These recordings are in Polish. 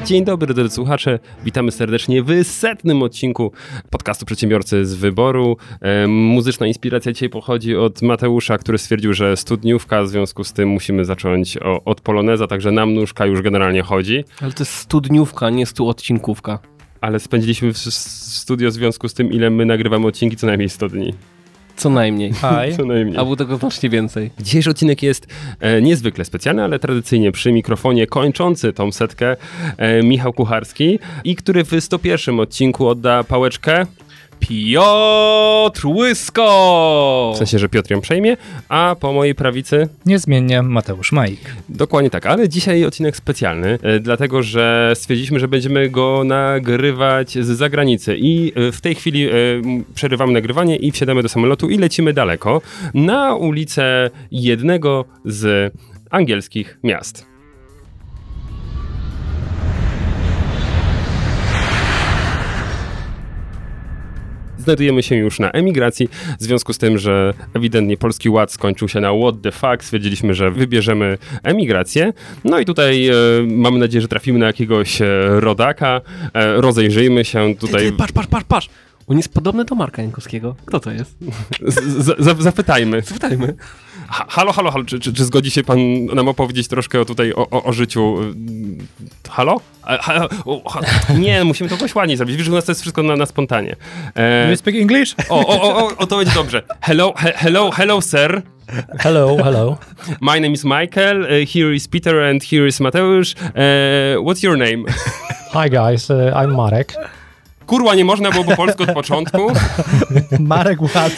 Dzień dobry, drodzy słuchacze. Witamy serdecznie w 100. odcinku podcastu Przedsiębiorcy z Wyboru. Muzyczna inspiracja dzisiaj pochodzi od Mateusza, który stwierdził, że studniówka, w związku z tym musimy zacząć od poloneza, także nam nóżka już generalnie chodzi. Ale to jest studniówka, nie 100 odcinkówka. Ale spędziliśmy w studio w związku z tym, ile my nagrywamy odcinki, co najmniej 100 dni. Co najmniej. Co najmniej. A było tego znacznie więcej. Dzisiejszy odcinek jest niezwykle specjalny, ale tradycyjnie przy mikrofonie kończący tą setkę Michał Kucharski i który w 101 odcinku odda pałeczkę Piotr Łysko! W sensie, że Piotr ją przejmie, a po mojej prawicy niezmiennie Mateusz Majk. Dokładnie tak, ale dzisiaj odcinek specjalny, dlatego że stwierdziliśmy, że będziemy go nagrywać z zagranicy i w tej chwili przerywamy nagrywanie i wsiadamy do samolotu i lecimy daleko na ulicę jednego z angielskich miast. Znajdujemy się już na emigracji, w związku z tym, że ewidentnie Polski Ład skończył się na what the fuck, stwierdziliśmy, że wybierzemy emigrację. No i tutaj mamy nadzieję, że trafimy na jakiegoś rodaka, rozejrzyjmy się tutaj. Patrz! On jest podobny do Marka Jankowskiego. Kto to jest? Zapytajmy. Halo, czy zgodzi się pan nam opowiedzieć troszkę o życiu? Halo? Nie, musimy to jakoś ładniej zrobić. Wiesz, że u nas to jest wszystko na spontanie. You speak English? O, to będzie dobrze. Hello, sir. Hello. My name is Michael, here is Peter and here is Mateusz. What's your name? Hi guys, I'm Marek. Kurwa, nie można było po polsku od początku. Marek Ład.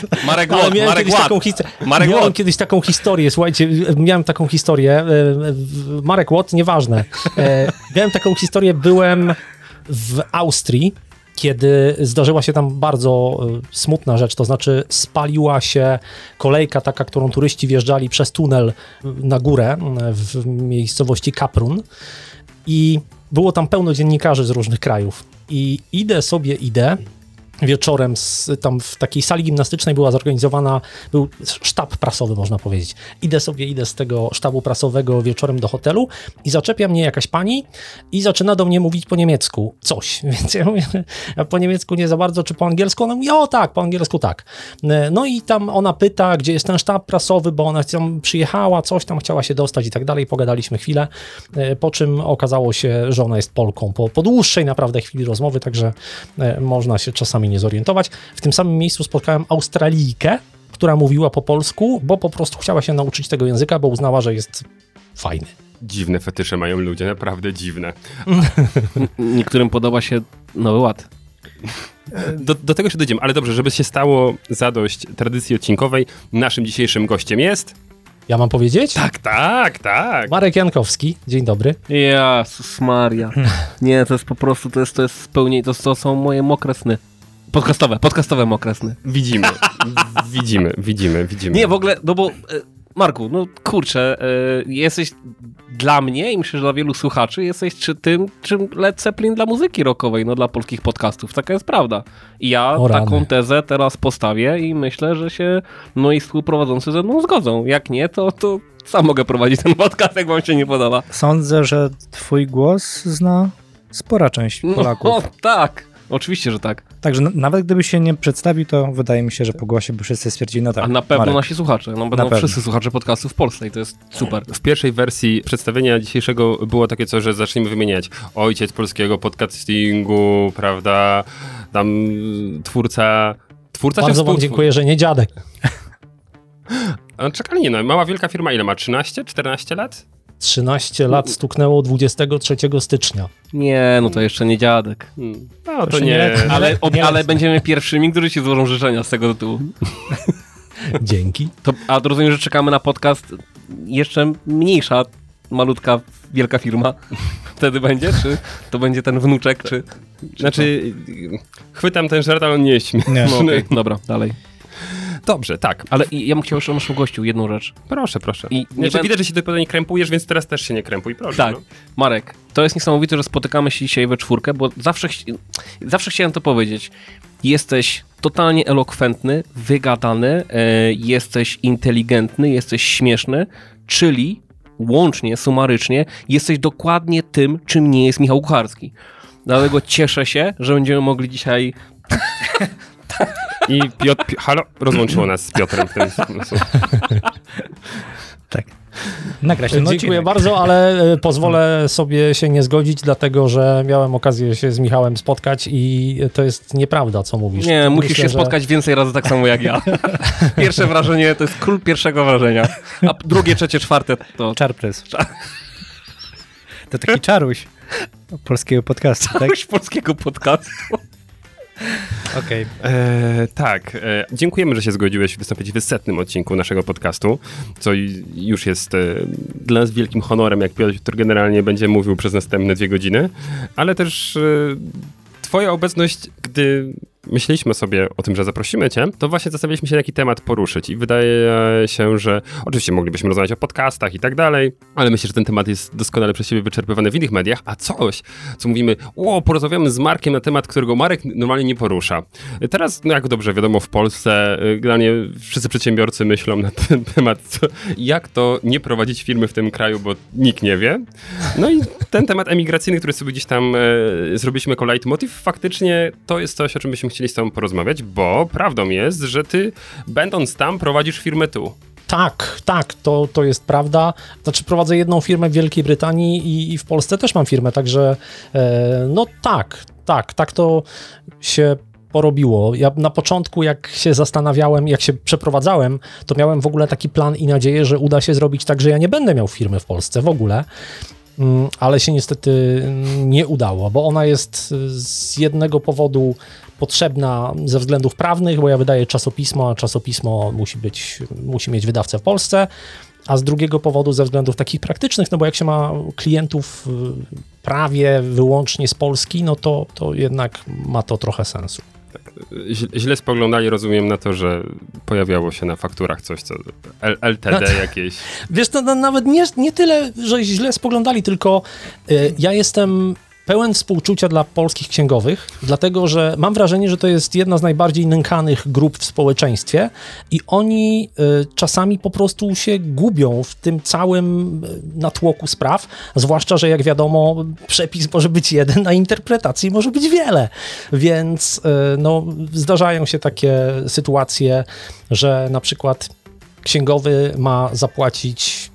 Miałem kiedyś taką historię, słuchajcie, miałem taką historię. Marek Ład, nieważne. Miałem taką historię, byłem w Austrii, kiedy zdarzyła się tam bardzo smutna rzecz, to znaczy spaliła się kolejka taka, którą turyści wjeżdżali przez tunel na górę w miejscowości Kaprun i było tam pełno dziennikarzy z różnych krajów. I idę wieczorem, tam w takiej sali gimnastycznej była zorganizowana, był sztab prasowy, można powiedzieć. Idę z tego sztabu prasowego wieczorem do hotelu i zaczepia mnie jakaś pani i zaczyna do mnie mówić po niemiecku coś. Więc ja mówię, po niemiecku nie za bardzo, czy po angielsku? Ona mówi, o tak, po angielsku tak. No i tam ona pyta, gdzie jest ten sztab prasowy, bo ona tam przyjechała, coś tam chciała się dostać i tak dalej. Pogadaliśmy chwilę, po czym okazało się, że ona jest Polką. Po dłuższej naprawdę chwili rozmowy, także można się czasami nie zorientować. W tym samym miejscu spotkałem Australijkę, która mówiła po polsku, bo po prostu chciała się nauczyć tego języka, bo uznała, że jest fajny. Dziwne fetysze mają ludzie, naprawdę dziwne. Niektórym podoba się Nowy Ład. Do tego się dojdziemy, ale dobrze, żeby się stało zadość tradycji odcinkowej, naszym dzisiejszym gościem jest... Ja mam powiedzieć? Tak. Marek Jankowski, dzień dobry. Jezus Maria. Nie, to jest po prostu, to jest spełnienie, to są moje mokre sny. Podcastowe mokre sny. Widzimy. Nie, w ogóle, no bo Marku, no kurczę, jesteś dla mnie i myślę, że dla wielu słuchaczy jesteś tym, czym Led Zeppelin dla muzyki rockowej, no dla polskich podcastów. Taka jest prawda. I ja taką tezę teraz postawię i myślę, że się moi współprowadzący ze mną zgodzą. Jak nie, to sam mogę prowadzić ten podcast, jak wam się nie podoba. Sądzę, że twój głos zna spora część Polaków. No tak. Oczywiście, że tak. Także nawet gdyby się nie przedstawił, to wydaje mi się, że po głosie by wszyscy stwierdzili, no tak. A na pewno Marek. Nasi słuchacze, no będą wszyscy słuchacze podcastów w Polsce i to jest super. W pierwszej wersji przedstawienia dzisiejszego było takie coś, że zaczniemy wymieniać ojciec polskiego podcastingu, prawda, tam twórca Bardzo wam dziękuję, że nie dziadek. Czekali, nie no, mała wielka firma ile ma? 13, 14 lat? 13 lat stuknęło 23 stycznia. Nie, no to jeszcze nie dziadek. No to nie. Ale będziemy pierwszymi, którzy ci złożą życzenia z tego tytułu. Dzięki. A rozumiem, że czekamy na podcast jeszcze mniejsza, malutka, wielka firma. Wtedy będzie? Czy to będzie ten wnuczek? Czy znaczy, chwytam ten żart, ale on nie jest śmieszny. No, okay. Dobra, dalej. Dobrze, tak. Ale ja bym chciał jeszcze o naszym gościu jedną rzecz. Proszę. Widać, że się do nie krępujesz, więc teraz też się nie krępuj, proszę. Tak. No. Marek, to jest niesamowite, że spotykamy się dzisiaj we czwórkę, bo zawsze chciałem to powiedzieć. Jesteś totalnie elokwentny, wygadany, jesteś inteligentny, jesteś śmieszny, czyli łącznie, sumarycznie, jesteś dokładnie tym, czym nie jest Michał Kucharski. Dlatego cieszę się, że będziemy mogli dzisiaj... I halo, rozłączyło nas z Piotrem w ten sposób. Tak. Nagrać ten Dziękuję odcinek. bardzo, ale pozwolę sobie się nie zgodzić, dlatego że miałem okazję się z Michałem spotkać i to jest nieprawda, co mówisz. Nie, musisz Myślę, się że- spotkać więcej razy tak samo jak ja. Pierwsze wrażenie to jest król pierwszego wrażenia, a drugie, trzecie, czwarte to... Czarprys. To taki czaruś polskiego podcastu, tak? Całość polskiego podcastu. Okej. Tak, dziękujemy, że się zgodziłeś wystąpić w 100. odcinku naszego podcastu, co już jest dla nas wielkim honorem, jak Piotr generalnie będzie mówił przez następne 2 godziny, ale też twoja obecność, gdy myśleliśmy sobie o tym, że zaprosimy cię, to właśnie zastanawialiśmy się, jaki temat poruszyć i wydaje się, że oczywiście moglibyśmy rozmawiać o podcastach i tak dalej, ale myślę, że ten temat jest doskonale przez siebie wyczerpywany w innych mediach, a coś, co mówimy, porozmawiamy z Markiem na temat, którego Marek normalnie nie porusza. Teraz, no jak dobrze wiadomo, w Polsce generalnie wszyscy przedsiębiorcy myślą na ten temat, jak to nie prowadzić firmy w tym kraju, bo nikt nie wie. No i ten temat emigracyjny, który sobie gdzieś tam zrobiliśmy jako leitmotiv, faktycznie to jest coś, o czym byśmy chcieli z tobą porozmawiać, bo prawdą jest, że ty, będąc tam, prowadzisz firmę tu. Tak, to jest prawda. Znaczy prowadzę jedną firmę w Wielkiej Brytanii i w Polsce też mam firmę, także no tak to się porobiło. Ja na początku, jak się zastanawiałem, jak się przeprowadzałem, to miałem w ogóle taki plan i nadzieję, że uda się zrobić tak, że ja nie będę miał firmy w Polsce w ogóle. Ale się niestety nie udało, bo ona jest z jednego powodu potrzebna ze względów prawnych, bo ja wydaję czasopismo, a czasopismo musi mieć wydawcę w Polsce, a z drugiego powodu ze względów takich praktycznych, no bo jak się ma klientów prawie wyłącznie z Polski, no to jednak ma to trochę sensu. Źle spoglądali, rozumiem, na to, że pojawiało się na fakturach coś, co LTD jakieś. Wiesz, to nawet nie tyle, że źle spoglądali, tylko ja jestem pełen współczucia dla polskich księgowych, dlatego że mam wrażenie, że to jest jedna z najbardziej nękanych grup w społeczeństwie i oni czasami po prostu się gubią w tym całym natłoku spraw, zwłaszcza, że jak wiadomo, przepis może być jeden, a interpretacji może być wiele, więc no, zdarzają się takie sytuacje, że na przykład księgowy ma zapłacić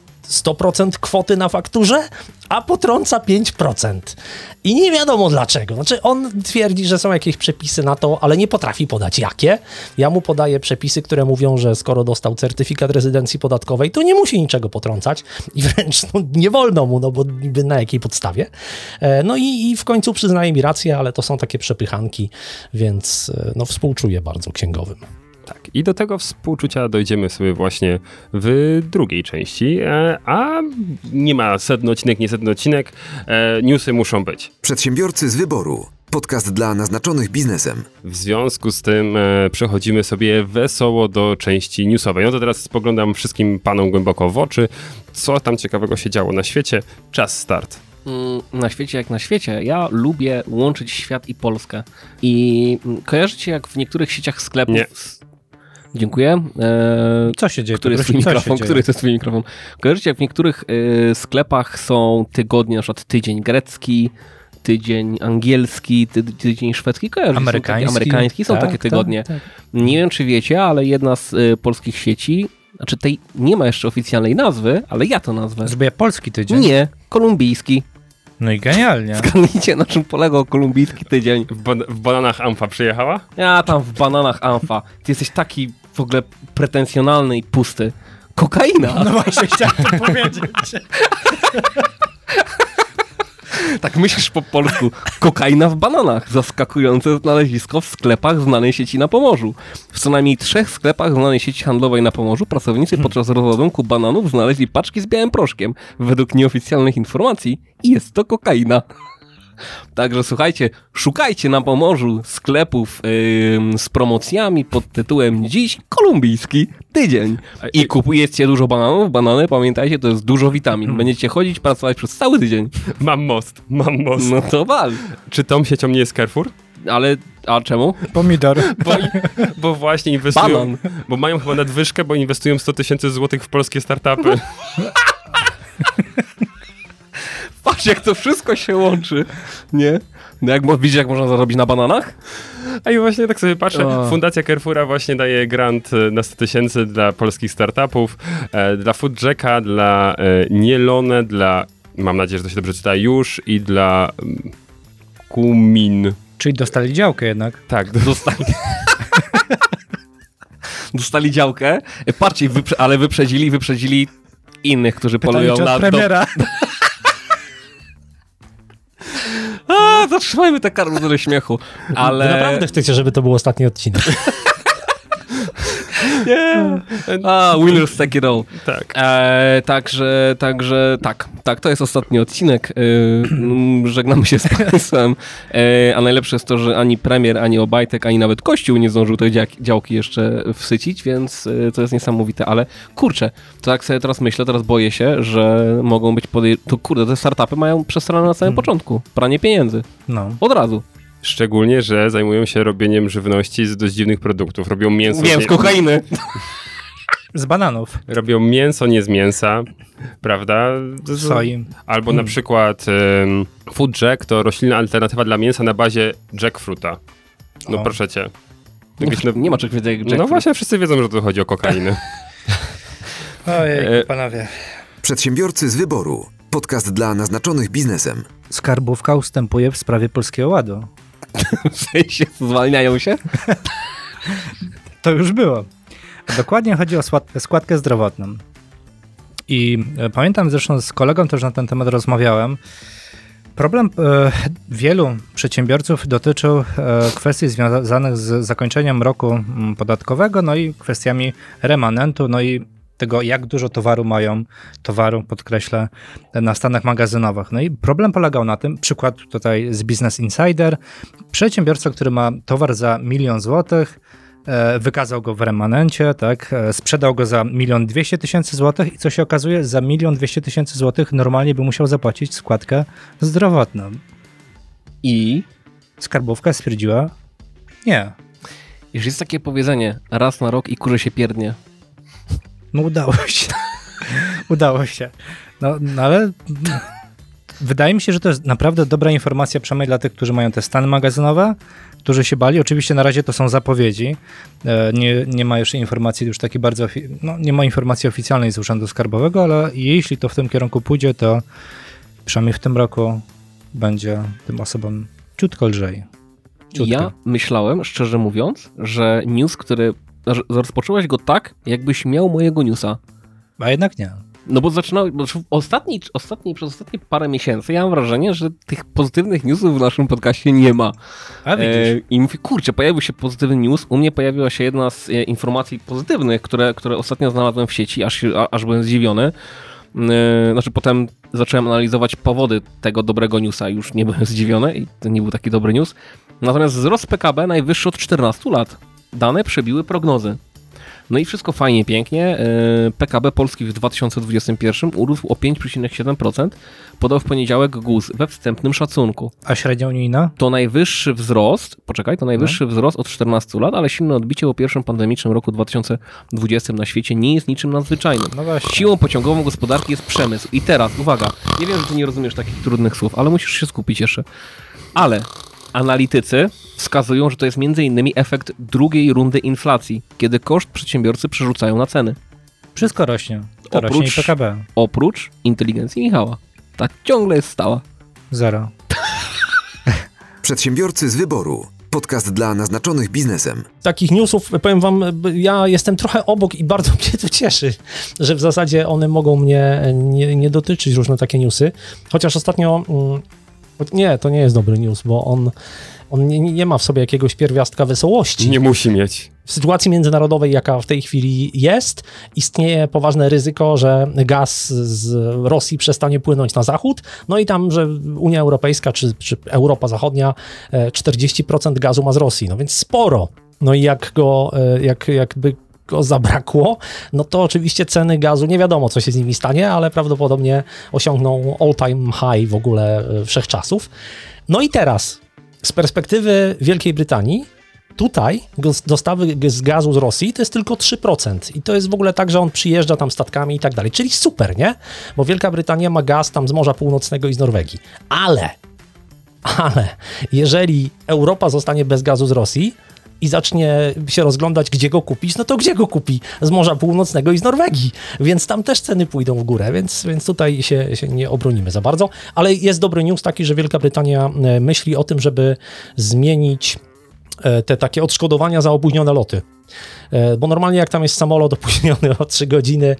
100% kwoty na fakturze, a potrąca 5%. I nie wiadomo dlaczego. Znaczy on twierdzi, że są jakieś przepisy na to, ale nie potrafi podać jakie. Ja mu podaję przepisy, które mówią, że skoro dostał certyfikat rezydencji podatkowej, to nie musi niczego potrącać i wręcz nie wolno mu, no bo niby na jakiej podstawie. No i w końcu przyznaje mi rację, ale to są takie przepychanki, więc no współczuję bardzo księgowym. Tak, i do tego współczucia dojdziemy sobie właśnie w drugiej części, a nie ma 100 odcinek, nie 100 odcinek, newsy muszą być. Przedsiębiorcy z wyboru. Podcast dla naznaczonych biznesem. W związku z tym przechodzimy sobie wesoło do części newsowej. No to teraz spoglądam wszystkim panom głęboko w oczy, co tam ciekawego się działo na świecie. Czas start. Na świecie jak na świecie. Ja lubię łączyć świat i Polskę. I kojarzycie, jak w niektórych sieciach sklepów... Nie. Dziękuję. Co się dzieje? Który jest twój mikrofon? Który to jest twój mikrofon? Kojarzycie, jak w niektórych sklepach są tygodnie, na przykład tydzień grecki, tydzień angielski, tydzień szwedzki, kojarzycie? Amerykański. Są takie tygodnie. Tak. Nie wiem, czy wiecie, ale jedna z polskich sieci, znaczy tej nie ma jeszcze oficjalnej nazwy, ale ja to nazwę. Zrobię polski tydzień? Nie, kolumbijski. No i genialnie. Zgadnijcie, na czym polegał kolumbijski tydzień. W bananach Amfa przyjechała? Ja tam w bananach Amfa. Ty jesteś taki w ogóle pretensjonalny i pusty. Kokaina! No właśnie chciałem to powiedzieć. Tak myślisz po polsku. Kokaina w bananach. Zaskakujące znalezisko w sklepach znanej sieci na Pomorzu. W co najmniej 3 sklepach znanej sieci handlowej na Pomorzu pracownicy podczas rozładunku bananów znaleźli paczki z białym proszkiem. Według nieoficjalnych informacji jest to kokaina. Także słuchajcie, szukajcie na Pomorzu sklepów z promocjami pod tytułem Dziś kolumbijski tydzień. I kupujecie dużo bananów. Banany, pamiętajcie, to jest dużo witamin. Będziecie chodzić, pracować przez cały tydzień. Mam most. No to wal. Czy tą siecią nie jest Carrefour? A czemu? Pomidor. Bo właśnie inwestują, Banan. bo mają chyba nadwyżkę, bo inwestują 100 000 złotych w polskie startupy. Patrz, jak to wszystko się łączy, nie? No widzisz, jak można zarobić na bananach? A i właśnie tak sobie patrzę, Fundacja Carrefoura właśnie daje grant na 100 000 dla polskich startupów, dla Foodjacka, dla Nielone, dla, mam nadzieję, że to się dobrze czyta, już i dla Kumin. Czyli dostali działkę jednak. Tak, Dostali działkę. Patrzcie, ale wyprzedzili innych, którzy polują na... premiera. Zatrzymajmy te karuzele śmiechu. Ale... Wy naprawdę chcecie, żeby to był ostatni odcinek. Nie. Winners take it all. tak. Także tak, to jest ostatni odcinek. Żegnamy się z Państwem. A najlepsze jest to, że ani premier, ani Obajtek, ani nawet Kościół nie zdążył tej działki jeszcze wsycić, więc to jest niesamowite, ale kurczę, to jak sobie teraz myślę, teraz boję się, że mogą być to kurde, te startupy mają przesrane na samym początku. Pranie pieniędzy. No. Od razu. Szczególnie, że zajmują się robieniem żywności z dość dziwnych produktów. Robią mięso... Wiem, z kokainy. Z bananów. Robią mięso nie z mięsa, prawda? Soi. Albo na przykład Foodjack to roślinna alternatywa dla mięsa na bazie jackfruita. No O. proszę cię. Nie ma czegoś więcej jak No jackfruit. właśnie, wszyscy wiedzą, że tu chodzi o kokainę. Ojej, panowie. Przedsiębiorcy z wyboru. Podcast dla naznaczonych biznesem. Skarbówka ustępuje w sprawie Polskiego Ładu. W sensie zwalniają się? To już było. Dokładnie chodzi o składkę zdrowotną. I pamiętam zresztą z kolegą też na ten temat rozmawiałem. Problem wielu przedsiębiorców dotyczył kwestii związanych z zakończeniem roku podatkowego, no i kwestiami remanentu, no i tego, jak dużo towaru, podkreślę, na stanach magazynowych. No i problem polegał na tym, przykład tutaj z Business Insider, przedsiębiorca, który ma towar za 1 000 000 złotych, wykazał go w remanencie, tak, sprzedał go za 1 200 000 złotych i co się okazuje, za 1 200 000 złotych normalnie by musiał zapłacić składkę zdrowotną. I Skarbówka stwierdziła, nie. już jest takie powiedzenie, raz na rok i kurze się pierdnie. No udało się. Udało się. No ale wydaje mi się, że to jest naprawdę dobra informacja, przynajmniej dla tych, którzy mają te stany magazynowe, którzy się bali. Oczywiście na razie to są zapowiedzi. Nie ma jeszcze informacji już takiej bardzo... nie ma informacji oficjalnej z Urzędu Skarbowego, ale jeśli to w tym kierunku pójdzie, to przynajmniej w tym roku będzie tym osobom ciutko lżej. Ciutko. Ja myślałem, szczerze mówiąc, że news, rozpocząłeś go tak, jakbyś miał mojego newsa. A jednak nie. No bo przez ostatnie parę miesięcy ja mam wrażenie, że tych pozytywnych newsów w naszym podcaście nie ma. A widzisz. I mówię, kurczę, pojawił się pozytywny news. U mnie pojawiła się jedna z informacji pozytywnych, które ostatnio znalazłem w sieci, aż byłem zdziwiony. Znaczy potem zacząłem analizować powody tego dobrego newsa, już nie byłem zdziwiony i to nie był taki dobry news. Natomiast wzrost PKB najwyższy od 14 lat. Dane przebiły prognozy. No i wszystko fajnie, pięknie. PKB Polski w 2021 urósł o 5,7%, podał w poniedziałek GUS we wstępnym szacunku. A średnia unijna? To najwyższy wzrost, wzrost od 14 lat, ale silne odbicie po pierwszym pandemicznym roku 2020 na świecie nie jest niczym nadzwyczajnym. No właśnie. Siłą pociągową gospodarki jest przemysł. I teraz, uwaga, nie wiem, że ty nie rozumiesz takich trudnych słów, ale musisz się skupić jeszcze. Ale analitycy wskazują, że to jest m.in. efekt drugiej rundy inflacji, kiedy koszt przedsiębiorcy przerzucają na ceny. Wszystko rośnie. To rośnie i PKB. Oprócz inteligencji Michała. Tak ciągle jest stała. 0. Przedsiębiorcy z wyboru. Podcast dla naznaczonych biznesem. Takich newsów, powiem wam, ja jestem trochę obok i bardzo mnie to cieszy, że w zasadzie one mogą mnie nie dotyczyć, różne takie newsy. Chociaż ostatnio... Nie, to nie jest dobry news, bo on nie ma w sobie jakiegoś pierwiastka wesołości. Nie musi mieć. W sytuacji międzynarodowej, jaka w tej chwili jest, istnieje poważne ryzyko, że gaz z Rosji przestanie płynąć na zachód, no i tam, że Unia Europejska czy Europa Zachodnia 40% gazu ma z Rosji, no więc sporo. No i jakby go zabrakło, no to oczywiście ceny gazu, nie wiadomo co się z nimi stanie, ale prawdopodobnie osiągną all-time high w ogóle wszechczasów. No i teraz, z perspektywy Wielkiej Brytanii, Tutaj dostawy z gazu z Rosji to jest tylko 3% i to jest w ogóle tak, że on przyjeżdża tam statkami i tak dalej, czyli super, nie? Bo Wielka Brytania ma gaz tam z Morza Północnego i z Norwegii. Ale jeżeli Europa zostanie bez gazu z Rosji i zacznie się rozglądać, gdzie go kupić, no to gdzie go kupi? Z Morza Północnego i z Norwegii, więc tam też ceny pójdą w górę, więc tutaj się nie obronimy za bardzo, ale jest dobry news taki, że Wielka Brytania myśli o tym, żeby zmienić te takie odszkodowania za opóźnione loty, bo normalnie jak tam jest samolot opóźniony o 3 godziny,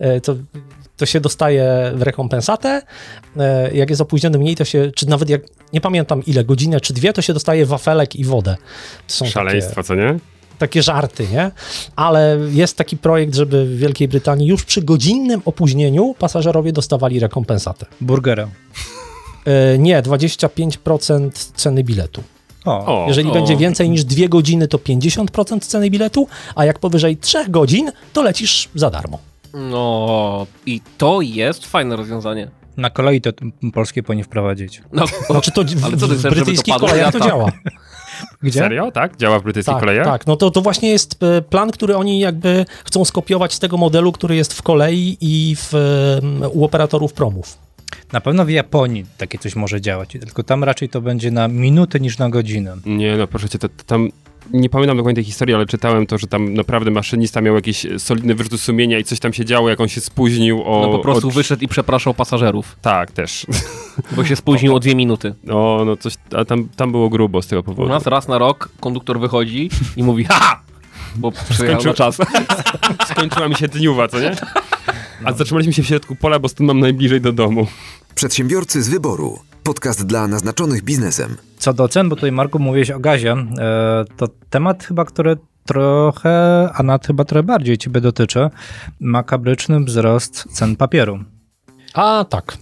to się dostaje w rekompensatę, jak jest opóźniony mniej, to się, czy nawet jak, nie pamiętam ile, godzinę czy 2, to się dostaje wafelek i wodę. To są szaleństwo, co nie? Takie żarty, nie? Ale jest taki projekt, żeby w Wielkiej Brytanii już przy godzinnym opóźnieniu pasażerowie dostawali rekompensatę. Burgera. Nie, 25% ceny biletu. Jeżeli O. będzie więcej niż 2 godziny, to 50% ceny biletu, a jak powyżej 3 godzin, to lecisz za darmo. No i to jest fajne rozwiązanie. Na kolei to polskie powinni wprowadzić. No, Znaczy to ale co ty w chcesz, żeby brytyjskich to padło? kolejach Ja to tak. działa. Gdzie? Serio? Tak? Działa w brytyjskich kolejach? Tak, no to właśnie jest plan, który oni jakby chcą skopiować z tego modelu, który jest w kolei i u operatorów promów. Na pewno w Japonii takie coś może działać, tylko tam raczej to będzie na minuty niż na godzinę. Nie, no proszę cię, to tam... Nie pamiętam dokładnie tej historii, ale czytałem to, że tam naprawdę maszynista miał jakieś solidne wyrzuty sumienia i coś tam się działo, jak on się spóźnił o... No po prostu wyszedł i przepraszał pasażerów, Tak, też. bo się spóźnił o 2 minuty. No coś, a tam było grubo z tego U powodu. nas raz na rok konduktor wychodzi i mówi haha, bo przyjechał na czas. Skończyła mi się dniuwa, co nie? A zatrzymaliśmy się w środku pola, bo stąd mam najbliżej do domu. Przedsiębiorcy z wyboru. Podcast dla naznaczonych biznesem. Co do cen, bo tutaj Marku mówiłeś o gazie, to temat chyba, który trochę, a nawet chyba trochę bardziej ciebie dotyczy, makabryczny wzrost cen papieru. A tak.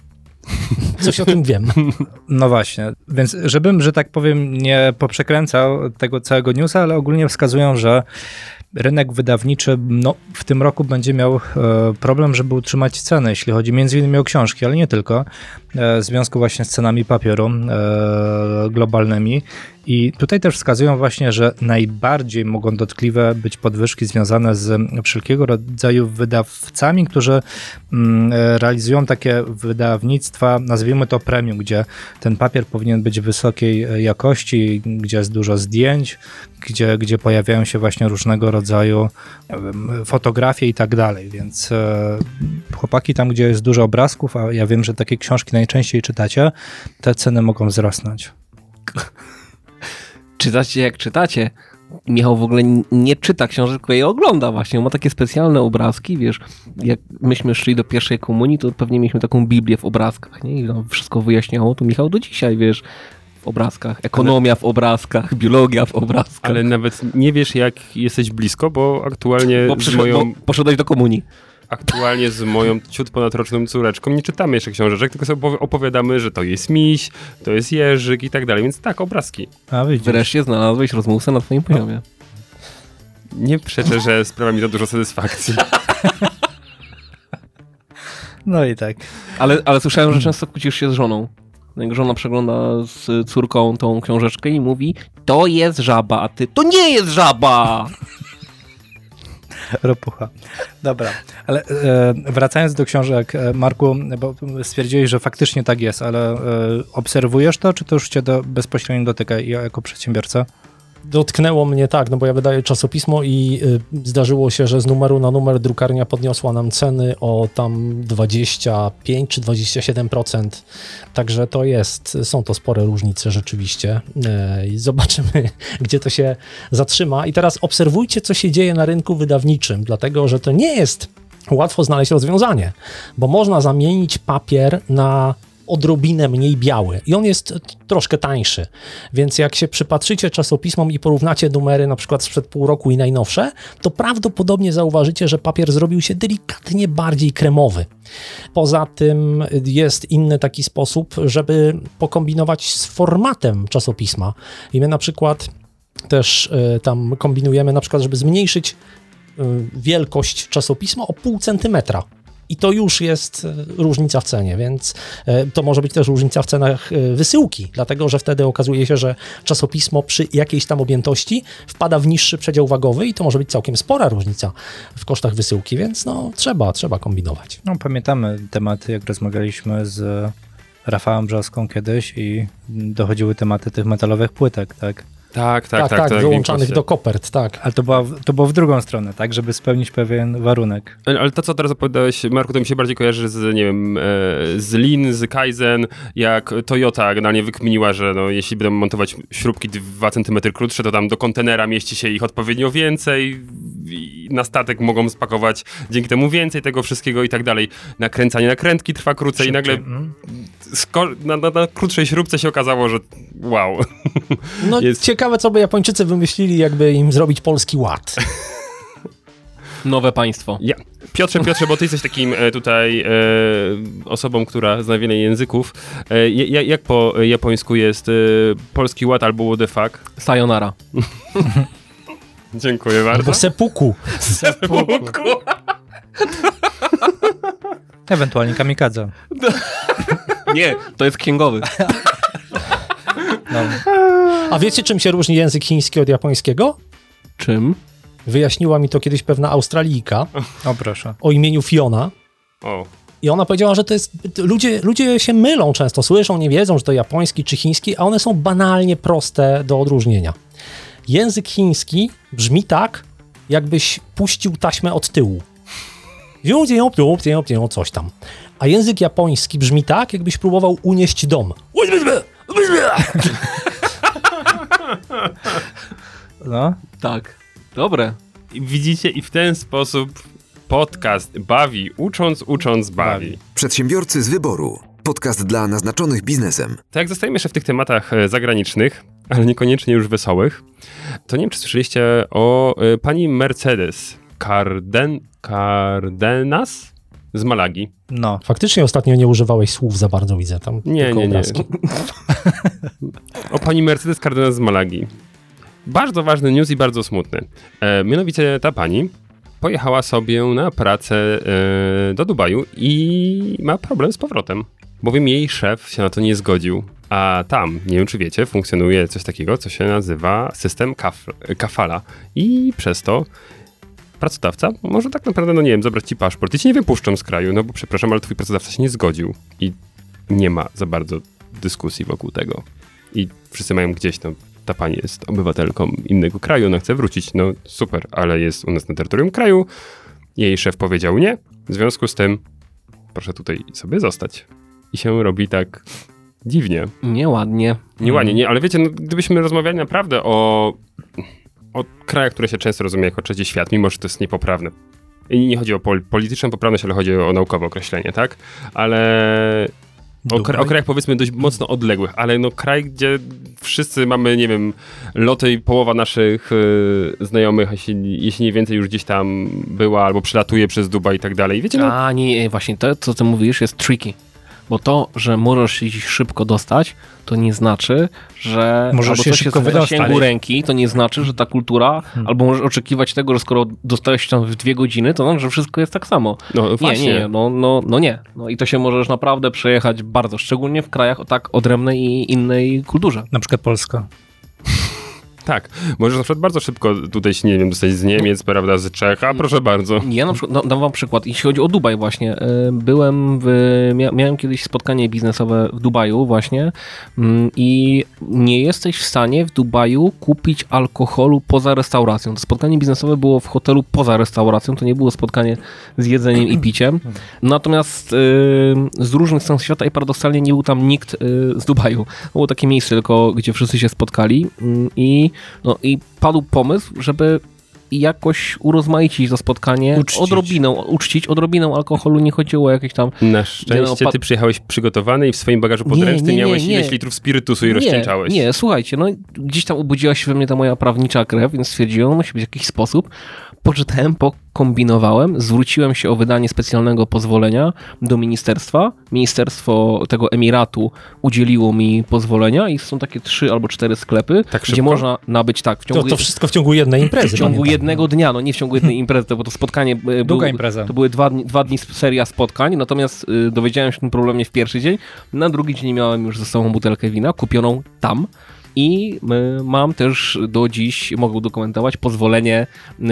Coś o tym wiem. No właśnie, więc żebym, że tak powiem, nie poprzekręcał tego całego newsa, ale ogólnie wskazują, że rynek wydawniczy w tym roku będzie miał problem, żeby utrzymać ceny, jeśli chodzi między innymi o książki, ale nie tylko, w związku właśnie z cenami papieru globalnymi. I tutaj też wskazują właśnie, że najbardziej mogą dotkliwe być podwyżki związane z wszelkiego rodzaju wydawcami, którzy realizują takie wydawnictwa, nazwijmy to premium, gdzie ten papier powinien być wysokiej jakości, gdzie jest dużo zdjęć, gdzie pojawiają się właśnie różnego rodzaju fotografie i tak dalej, więc chłopaki tam, gdzie jest dużo obrazków, a ja wiem, że takie książki najczęściej czytacie, te ceny mogą wzrosnąć. Czytacie jak czytacie. Michał w ogóle nie czyta książek, tylko je ogląda właśnie. Ma takie specjalne obrazki, wiesz, jak myśmy szli do pierwszej komunii, to pewnie mieliśmy taką Biblię w obrazkach, nie? I tam wszystko wyjaśniało, to Michał do dzisiaj, wiesz, w obrazkach. Ekonomia w obrazkach, biologia w obrazkach. Ale nawet nie wiesz, jak jesteś blisko, bo aktualnie Bo poszedłeś do komunii. Aktualnie z moją ciut ponadroczną córeczką nie czytamy jeszcze książeczek, tylko sobie opowiadamy, że to jest miś, to jest jeżyk i tak dalej, więc tak, obrazki. A widzisz. Wreszcie znalazłeś rozmówcę na twoim poziomie. Nie przeczę, że sprawia mi to dużo satysfakcji. No i tak. Ale słyszałem, że często kłócisz się z żoną. Jak żona przegląda z córką tą książeczkę i mówi, to jest żaba, a ty, to nie jest żaba! Ropucha. Dobra, ale wracając do książek, Marku, bo stwierdziłeś, że faktycznie tak jest, ale obserwujesz to, czy to już cię bezpośrednio dotyka jako przedsiębiorca? Dotknęło mnie tak, no bo ja wydaję czasopismo i zdarzyło się, że z numeru na numer drukarnia podniosła nam ceny o tam 25 czy 27%. Także to są to spore różnice rzeczywiście. I zobaczymy, gdzie to się zatrzyma. I teraz obserwujcie, co się dzieje na rynku wydawniczym, dlatego że to nie jest łatwo znaleźć rozwiązanie, bo można zamienić papier na odrobinę mniej biały i on jest troszkę tańszy, więc jak się przypatrzycie czasopismom i porównacie numery na przykład sprzed pół roku i najnowsze, to prawdopodobnie zauważycie, że papier zrobił się delikatnie bardziej kremowy. Poza tym jest inny taki sposób, żeby pokombinować z formatem czasopisma i my na przykład też tam kombinujemy na przykład, żeby zmniejszyć wielkość czasopisma o 0,5 centymetra. I to już jest różnica w cenie, więc to może być też różnica w cenach wysyłki, dlatego że wtedy okazuje się, że czasopismo przy jakiejś tam objętości wpada w niższy przedział wagowy i to może być całkiem spora różnica w kosztach wysyłki, więc no trzeba kombinować. No, pamiętamy tematy, jak rozmawialiśmy z Rafałem Brzoską kiedyś i dochodziły tematy tych metalowych płytek, tak? Tak, wyłączanych do kopert, tak. Ale to było w drugą stronę, tak, żeby spełnić pewien warunek. Ale to, co teraz opowiadałeś, Marku, to mi się bardziej kojarzy z, nie wiem, z Lean, z Kaizen, jak Toyota generalnie wykminiła, że no, jeśli będą montować śrubki 2 cm krótsze, to tam do kontenera mieści się ich odpowiednio więcej i na statek mogą spakować dzięki temu więcej tego wszystkiego i tak dalej. Nakręcanie nakrętki trwa krócej i nagle na krótszej śrubce się okazało, że wow. No ciekawe, co by Japończycy wymyślili, jakby im zrobić polski ład. Nowe państwo. Ja. Piotrze, bo ty jesteś takim tutaj osobą, która zna wiele języków. Jak po japońsku jest polski ład albo what the fuck? Sayonara. Dziękuję bardzo. Albo seppuku. Ewentualnie kamikadze. Nie, to jest księgowy. No. A wiecie, czym się różni język chiński od japońskiego? Czym? Wyjaśniła mi to kiedyś pewna Australijka O proszę. o imieniu Fiona. O. I ona powiedziała, że to jest... Ludzie się mylą często, słyszą, nie wiedzą, że to japoński czy chiński, a one są banalnie proste do odróżnienia. Język chiński brzmi tak, jakbyś puścił taśmę od tyłu. Coś tam. A język japoński brzmi tak, jakbyś próbował unieść dom. No. Tak. Dobre. Widzicie, i w ten sposób podcast bawi, ucząc bawi. Przedsiębiorcy z wyboru. Podcast dla naznaczonych biznesem. Tak jak zostajemy jeszcze w tych tematach zagranicznych, ale niekoniecznie już wesołych, to nie wiem, czy słyszeliście o pani Mercedes Cardenas z Malagi. No. Faktycznie ostatnio nie używałeś słów za bardzo, widzę tam. Nie. O pani Mercedes Cardenas z Malagi. Bardzo ważny news i bardzo smutny. Mianowicie ta pani pojechała sobie na pracę do Dubaju i ma problem z powrotem, bowiem jej szef się na to nie zgodził. A tam, nie wiem czy wiecie, funkcjonuje coś takiego, co się nazywa system kafala i przez to pracodawca może tak naprawdę, no nie wiem, zabrać ci paszport i ci nie wypuszczą z kraju, no bo przepraszam, ale twój pracodawca się nie zgodził i nie ma za bardzo dyskusji wokół tego. I wszyscy mają gdzieś, no ta pani jest obywatelką innego kraju, ona chce wrócić, no super, ale jest u nas na terytorium kraju, jej szef powiedział nie, w związku z tym proszę tutaj sobie zostać. I się robi tak dziwnie. Nieładnie. Nieładnie, nie, ale wiecie, no, gdybyśmy rozmawiali naprawdę o krajach, które się często rozumie jako trzeci świat, mimo że to jest niepoprawne. I nie chodzi o polityczną poprawność, ale chodzi o naukowe określenie, tak? Ale o krajach powiedzmy dość mocno odległych, ale no kraj, gdzie wszyscy mamy, nie wiem, loty i połowa naszych znajomych, jeśli nie więcej już gdzieś tam była albo przelatuje przez Dubaj i tak dalej. Wiecie, no... A nie, właśnie to, co ty mówisz, jest tricky. Bo to, że możesz się szybko dostać, to nie znaczy, że możesz się szybko wydostać. W zasięgu ręki, to nie znaczy, że ta kultura, albo możesz oczekiwać tego, że skoro dostałeś się tam w 2 godziny, to znaczy, że wszystko jest tak samo. No właśnie. Nie. No i to się możesz naprawdę przejechać bardzo, szczególnie w krajach o tak odrębnej i innej kulturze. Na przykład Polska. Tak, możesz na przykład bardzo szybko tutaj się, nie wiem, dostać z Niemiec, prawda, z Czech, a proszę bardzo. Ja na przykład, dam wam przykład, jeśli chodzi o Dubaj właśnie, miałem kiedyś spotkanie biznesowe w Dubaju właśnie i nie jesteś w stanie w Dubaju kupić alkoholu poza restauracją. To spotkanie biznesowe było w hotelu poza restauracją, to nie było spotkanie z jedzeniem i piciem, natomiast z różnych stron świata i paradoksalnie nie był tam nikt z Dubaju. To było takie miejsce tylko, gdzie wszyscy się spotkali i padł pomysł, żeby jakoś urozmaicić to spotkanie, uczcić odrobiną alkoholu, nie chodziło o jakieś tam... Na szczęście ty przyjechałeś przygotowany i w swoim bagażu podręcznym miałeś ileś litrów spirytusu i rozcieńczałeś. Nie, słuchajcie, no gdzieś tam obudziła się we mnie ta moja prawnicza krew, więc stwierdziłem, musi być jakiś sposób. Poczytałem po kombinowałem, zwróciłem się o wydanie specjalnego pozwolenia do ministerstwa. Ministerstwo tego Emiratu udzieliło mi pozwolenia i są takie 3 albo 4 sklepy, Tak gdzie szybko? można nabyć To wszystko w ciągu jednej imprezy. w ciągu pamiętam. jednego dnia, no nie w ciągu jednej imprezy, bo to spotkanie Długa impreza. to były 2 dni seria spotkań, natomiast dowiedziałem się o tym problemie w pierwszy dzień, na drugi dzień miałem już ze sobą butelkę wina, kupioną tam i mam też do dziś, mogę udokumentować, pozwolenie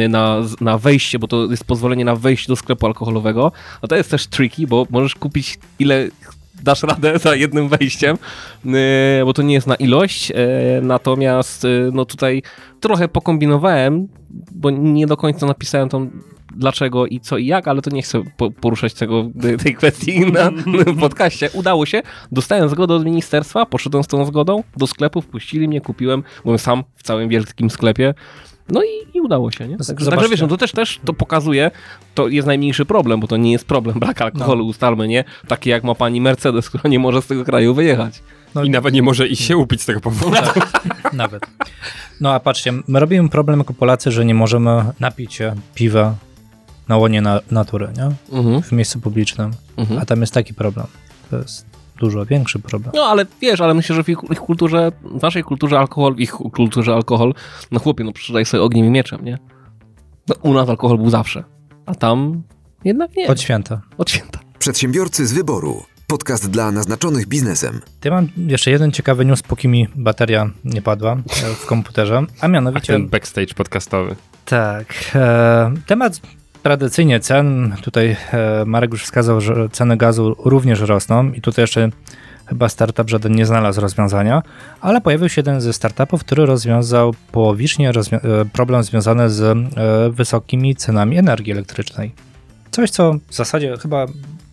na wejście, bo to jest pozwolenie na wejście do sklepu alkoholowego, no to jest też tricky, bo możesz kupić ile dasz radę za jednym wejściem, bo to nie jest na ilość, natomiast no tutaj trochę pokombinowałem, bo nie do końca napisałem tam dlaczego i co i jak, ale to nie chcę poruszać tej kwestii na podcaście. Udało się, dostałem zgodę od ministerstwa, poszedłem z tą zgodą do sklepu, wpuścili mnie, kupiłem, byłem sam w całym wielkim sklepie. No i udało się, nie? Także wiesz, no to też to pokazuje, to jest najmniejszy problem, bo to nie jest problem brak alkoholu, ustalmy, nie? Taki jak ma pani Mercedes, która nie może z tego kraju wyjechać. No i nawet nie może iść się upić z tego powodu. Nawet. No a patrzcie, my robimy problem jako Polacy, że nie możemy napić się piwa na łonie natury, nie? W miejscu publicznym. A tam jest taki problem. To jest dużo większy problem. No ale wiesz, ale myślę, że w ich kulturze, w naszej kulturze alkohol, no chłopie, no przeczytaj sobie Ogniem i Mieczem, nie? No, u nas alkohol był zawsze, a tam jednak nie. Od święta. Od święta. Przedsiębiorcy z wyboru. Podcast dla naznaczonych biznesem. Ja mam jeszcze jeden ciekawy news, póki mi bateria nie padła w komputerze, a mianowicie... Ten backstage podcastowy. Tak. Temat tradycyjnie cen. Tutaj Marek już wskazał, że ceny gazu również rosną i tutaj jeszcze chyba startup żaden nie znalazł rozwiązania, ale pojawił się jeden ze startupów, który rozwiązał połowicznie problem związany z wysokimi cenami energii elektrycznej. Coś, co w zasadzie chyba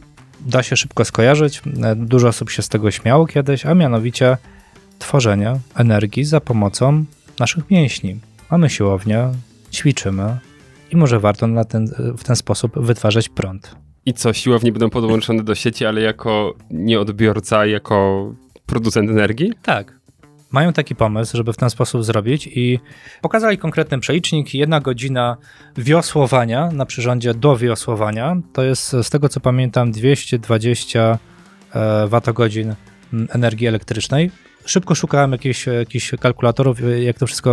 da się szybko skojarzyć. Dużo osób się z tego śmiało kiedyś, a mianowicie tworzenie energii za pomocą naszych mięśni. Mamy siłownię, ćwiczymy i może warto w ten sposób wytwarzać prąd. I co, siłownie będą podłączone do sieci, ale jako nie odbiorca, jako producent energii? Tak. Mają taki pomysł, żeby w ten sposób zrobić i pokazali konkretny przelicznik. 1 godzina wiosłowania na przyrządzie do wiosłowania to jest, z tego co pamiętam, 220 watogodzin energii elektrycznej. Szybko szukałem jakichś kalkulatorów, jak to wszystko,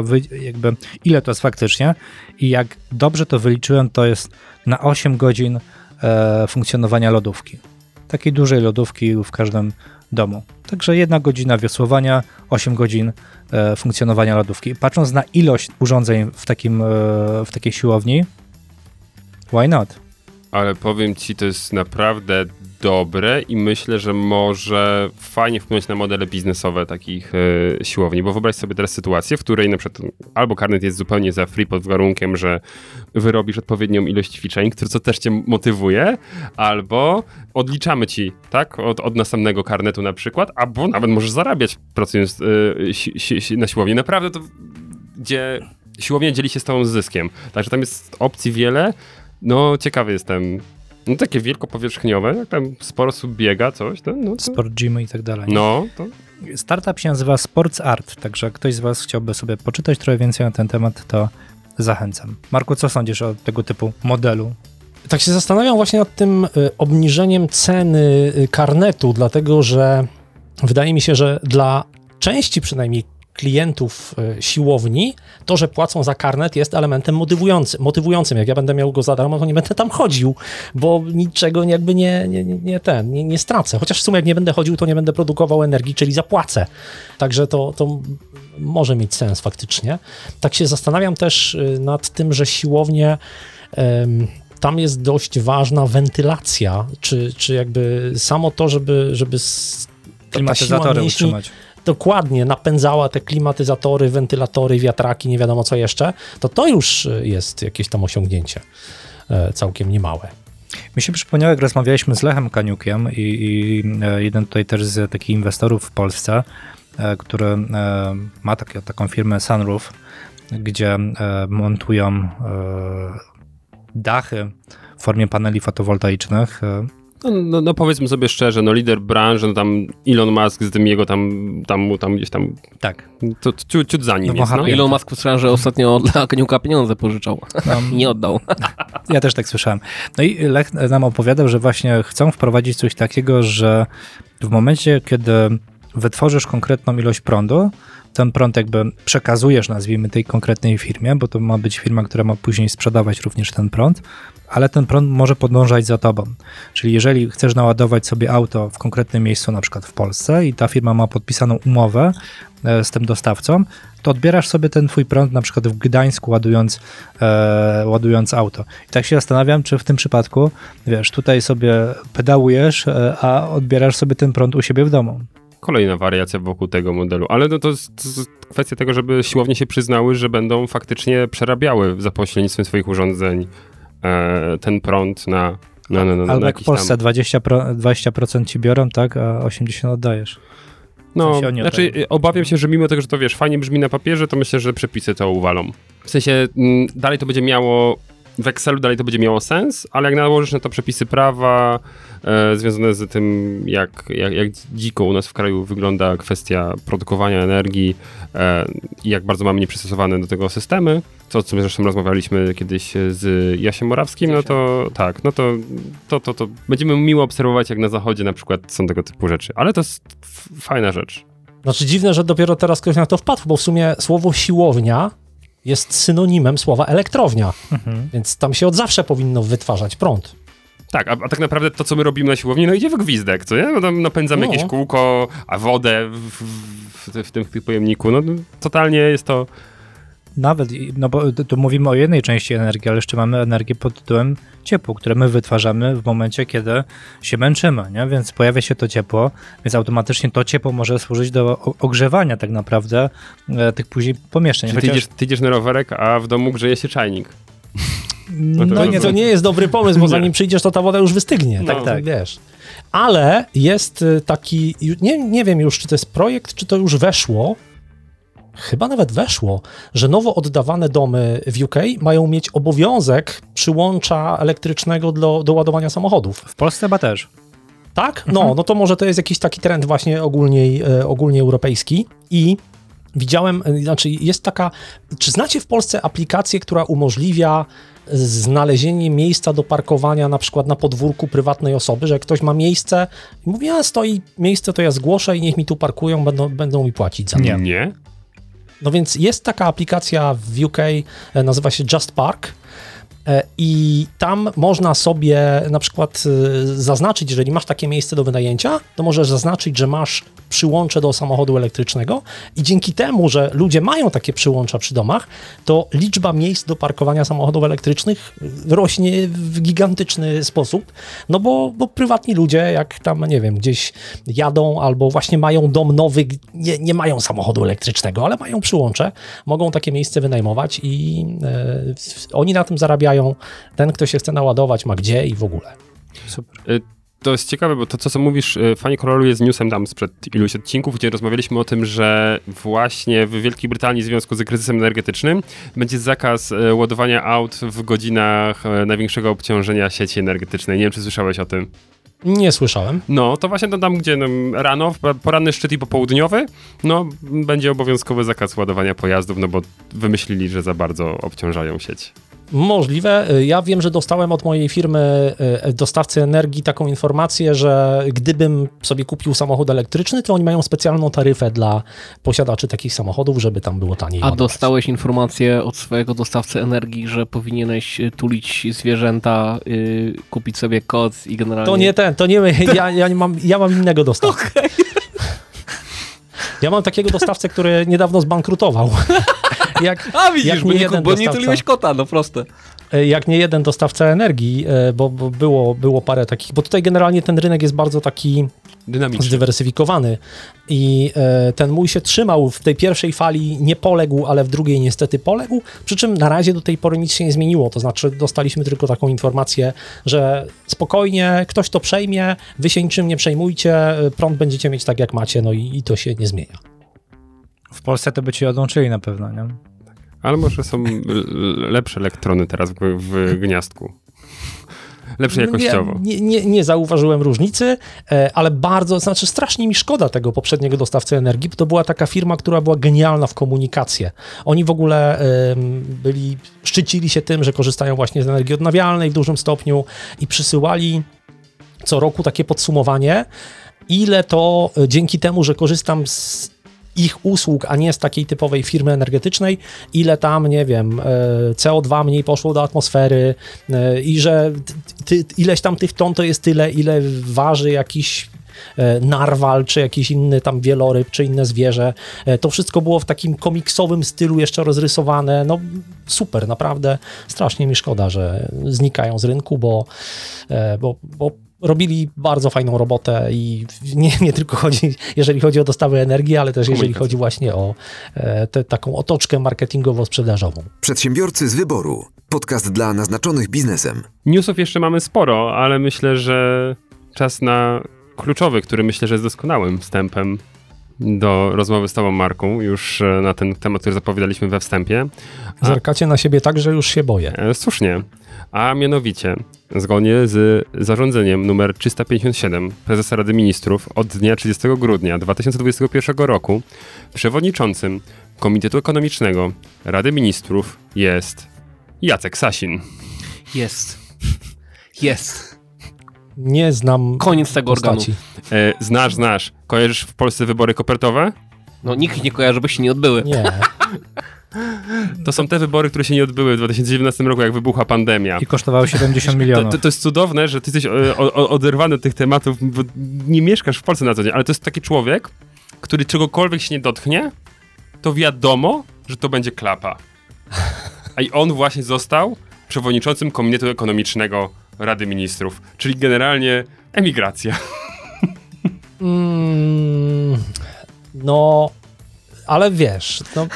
ile to jest faktycznie i jak dobrze to wyliczyłem, to jest na 8 godzin funkcjonowania lodówki. Takiej dużej lodówki w każdym domu. Także 1 godzina wiosłowania, 8 godzin funkcjonowania lodówki. Patrząc na ilość urządzeń w takiej siłowni, why not? Ale powiem ci, to jest naprawdę dobre i myślę, że może fajnie wpłynąć na modele biznesowe takich siłowni, bo wyobraź sobie teraz sytuację, w której na przykład albo karnet jest zupełnie za free pod warunkiem, że wyrobisz odpowiednią ilość ćwiczeń, co też cię motywuje, albo odliczamy ci, tak, od następnego karnetu na przykład, albo nawet możesz zarabiać pracując na siłowni. Naprawdę to, gdzie siłownia dzieli się z tobą zyskiem. Także tam jest opcji wiele. No, ciekawy jestem. No takie wielkopowierzchniowe, jak tam sporo osób biega, coś. To. Sport gymy i tak dalej. No, to... Startup się nazywa Sports Art, także jak ktoś z was chciałby sobie poczytać trochę więcej na ten temat, to zachęcam. Marku, co sądzisz o tego typu modelu? Tak się zastanawiam właśnie nad tym obniżeniem ceny karnetu, dlatego że wydaje mi się, że dla części przynajmniej klientów siłowni, to, że płacą za karnet jest elementem motywującym. Jak ja będę miał go za darmo, to nie będę tam chodził, bo niczego jakby nie stracę. Chociaż w sumie jak nie będę chodził, to nie będę produkował energii, czyli zapłacę. Także to może mieć sens faktycznie. Tak się zastanawiam też nad tym, że siłownie tam jest dość ważna wentylacja, czy jakby samo to, żeby klimatyzatory utrzymać. Dokładnie, napędzała te klimatyzatory, wentylatory, wiatraki, nie wiadomo co jeszcze, to już jest jakieś tam osiągnięcie całkiem niemałe. Mi się przypomniało, jak rozmawialiśmy z Lechem Kaniukiem i jeden tutaj też z takich inwestorów w Polsce, który ma taką firmę Sunroof, gdzie montują dachy w formie paneli fotowoltaicznych No powiedzmy sobie szczerze, no lider branży, no tam Elon Musk z tym jego tam gdzieś tam, Tak. to ciut za nim No, jest, no. bohater. Elon Musk słyszałem, że ostatnio dla Koniuka pieniądze pożyczał. I nie oddał. Ja też tak słyszałem. No i Lech nam opowiadał, że właśnie chcą wprowadzić coś takiego, że w momencie, kiedy wytworzysz konkretną ilość prądu, ten prąd jakby przekazujesz, nazwijmy, tej konkretnej firmie, bo to ma być firma, która ma później sprzedawać również ten prąd, ale ten prąd może podążać za tobą. Czyli jeżeli chcesz naładować sobie auto w konkretnym miejscu, na przykład w Polsce i ta firma ma podpisaną umowę z tym dostawcą, to odbierasz sobie ten twój prąd na przykład w Gdańsku ładując auto. I tak się zastanawiam, czy w tym przypadku, wiesz, tutaj sobie pedałujesz, a odbierasz sobie ten prąd u siebie w domu. Kolejna wariacja wokół tego modelu, ale no to jest kwestia tego, żeby siłownie się przyznały, że będą faktycznie przerabiały za pośrednictwem swoich urządzeń ten prąd na Albo jak jakiś w Polsce tam... 20% ci biorą, tak, a 80% oddajesz. No, w sensie oni znaczy oddają. obawiam się, że mimo tego, że to wiesz, fajnie brzmi na papierze, to myślę, że przepisy to uwalą. W sensie dalej to będzie miało, w Excelu dalej to będzie miało sens, ale jak nałożysz na to przepisy prawa związane z tym, jak dziko u nas w kraju wygląda kwestia produkowania energii i jak bardzo mamy nieprzystosowane do tego systemy, co o czym zresztą rozmawialiśmy kiedyś z Jasiem Morawskim, no to tak, no to będziemy miło obserwować, jak na zachodzie na przykład są tego typu rzeczy, ale to jest fajna rzecz. Znaczy dziwne, że dopiero teraz ktoś na to wpadł, bo w sumie słowo siłownia jest synonimem słowa elektrownia, więc tam się od zawsze powinno wytwarzać prąd. Tak, a tak naprawdę to, co my robimy na siłowni, no idzie w gwizdek, co nie? No tam napędzamy jakieś kółko, a wodę w tym pojemniku, no totalnie jest to... Nawet, no bo tu mówimy o jednej części energii, ale jeszcze mamy energię pod tytułem ciepło, które my wytwarzamy w momencie, kiedy się męczymy, nie? Więc pojawia się to ciepło, więc automatycznie to ciepło może służyć do ogrzewania tak naprawdę tych później pomieszczeń. Czyli ty idziesz na rowerek, a w domu grzeje się czajnik. No nie, To nie jest dobry pomysł, bo zanim przyjdziesz, to ta woda już wystygnie. No. Tak, wiesz. Ale jest taki, nie wiem już, czy to jest projekt, czy to już weszło, chyba nawet weszło, że nowo oddawane domy w UK mają mieć obowiązek przyłącza elektrycznego do ładowania samochodów. w Polsce chyba też. Tak? No to może to jest jakiś taki trend właśnie ogólnie europejski i widziałem, znaczy jest taka, czy znacie w Polsce aplikację, która umożliwia znalezienie miejsca do parkowania na przykład na podwórku prywatnej osoby, że jak ktoś ma miejsce i mówi, a stoi miejsce, to ja zgłoszę i niech mi tu parkują, będą mi płacić za to. Nie? No więc jest taka aplikacja w UK, nazywa się Just Park i tam można sobie na przykład zaznaczyć, jeżeli masz takie miejsce do wynajęcia, to możesz zaznaczyć, że masz przyłącze do samochodu elektrycznego i dzięki temu, że ludzie mają takie przyłącza przy domach, to liczba miejsc do parkowania samochodów elektrycznych rośnie w gigantyczny sposób, no bo prywatni ludzie, jak tam, nie wiem, gdzieś jadą albo właśnie mają dom nowy, nie mają samochodu elektrycznego, ale mają przyłącze, mogą takie miejsce wynajmować i oni na tym zarabiają. Ten, kto się chce naładować, ma gdzie i w ogóle. Super. To jest ciekawe, bo to, co mówisz, fajnie koreluje z newsem tam sprzed iluś odcinków, gdzie rozmawialiśmy o tym, że właśnie w Wielkiej Brytanii w związku z kryzysem energetycznym będzie zakaz ładowania aut w godzinach największego obciążenia sieci energetycznej. Nie wiem, czy słyszałeś o tym? Nie słyszałem. No, to właśnie tam, gdzie rano, poranny szczyt i popołudniowy, no, będzie obowiązkowy zakaz ładowania pojazdów, no bo wymyślili, że za bardzo obciążają sieć. Możliwe. Ja wiem, że dostałem od mojej firmy dostawcy energii taką informację, że gdybym sobie kupił samochód elektryczny, to oni mają specjalną taryfę dla posiadaczy takich samochodów, żeby tam było taniej A ładować. dostałeś informację od swojego dostawcy energii, że powinieneś tulić zwierzęta, kupić sobie koc i generalnie... To nie ja mam innego dostawcę. Okay. Ja mam takiego dostawcę, który niedawno zbankrutował. Widzisz, bo nie tuliłeś kota, no proste. Jak nie jeden dostawca energii, bo było parę takich, bo tutaj generalnie ten rynek jest bardzo taki dynamiczny, zdywersyfikowany i ten mój się trzymał w tej pierwszej fali, nie poległ, ale w drugiej niestety poległ, przy czym na razie do tej pory nic się nie zmieniło, to znaczy dostaliśmy tylko taką informację, że spokojnie, ktoś to przejmie, wy się niczym nie przejmujcie, prąd będziecie mieć tak jak macie, no i to się nie zmienia. W Polsce to by ci odłączyli na pewno, nie? Ale może są lepsze elektrony teraz w gniazdku. Lepsze jakościowo. Nie zauważyłem różnicy, ale strasznie mi szkoda tego poprzedniego dostawcy energii, bo to była taka firma, która była genialna w komunikację. Oni w ogóle szczycili się tym, że korzystają właśnie z energii odnawialnej w dużym stopniu i przysyłali co roku takie podsumowanie, ile to dzięki temu, że korzystam z ich usług, a nie z takiej typowej firmy energetycznej, ile tam, nie wiem, CO2 mniej poszło do atmosfery i że ileś tam tych ton to jest tyle, ile waży jakiś narwal, czy jakiś inny tam wieloryb, czy inne zwierzę. To wszystko było w takim komiksowym stylu jeszcze rozrysowane. No super, naprawdę strasznie mi szkoda, że znikają z rynku, bo robili bardzo fajną robotę i nie tylko chodzi, jeżeli chodzi o dostawę energii, ale też jeżeli chodzi właśnie o taką otoczkę marketingowo-sprzedażową. Przedsiębiorcy z wyboru. Podcast dla naznaczonych biznesem. Newsów jeszcze mamy sporo, ale myślę, że czas na kluczowy, który myślę, że jest doskonałym wstępem do rozmowy z tobą, Marku, już na ten temat, który zapowiadaliśmy we wstępie. Zerkacie na siebie tak, że już się boję. Słusznie. A mianowicie, zgodnie z zarządzeniem numer 357 prezesa Rady Ministrów od dnia 30 grudnia 2021 roku przewodniczącym Komitetu Ekonomicznego Rady Ministrów jest Jacek Sasin. Jest. Nie znam Koniec tego postaci. organu. Znasz. Kojarzysz w Polsce wybory kopertowe? No nikt nie kojarzy, bo się nie odbyły. Nie. To są te wybory, które się nie odbyły w 2019 roku, jak wybuchła pandemia. I kosztowało 70 milionów. To jest cudowne, że ty jesteś oderwany od tych tematów, bo nie mieszkasz w Polsce na co dzień, ale to jest taki człowiek, który czegokolwiek się nie dotknie, to wiadomo, że to będzie klapa. A i on właśnie został przewodniczącym Komitetu Ekonomicznego Rady Ministrów, czyli generalnie emigracja. No, ale wiesz... No,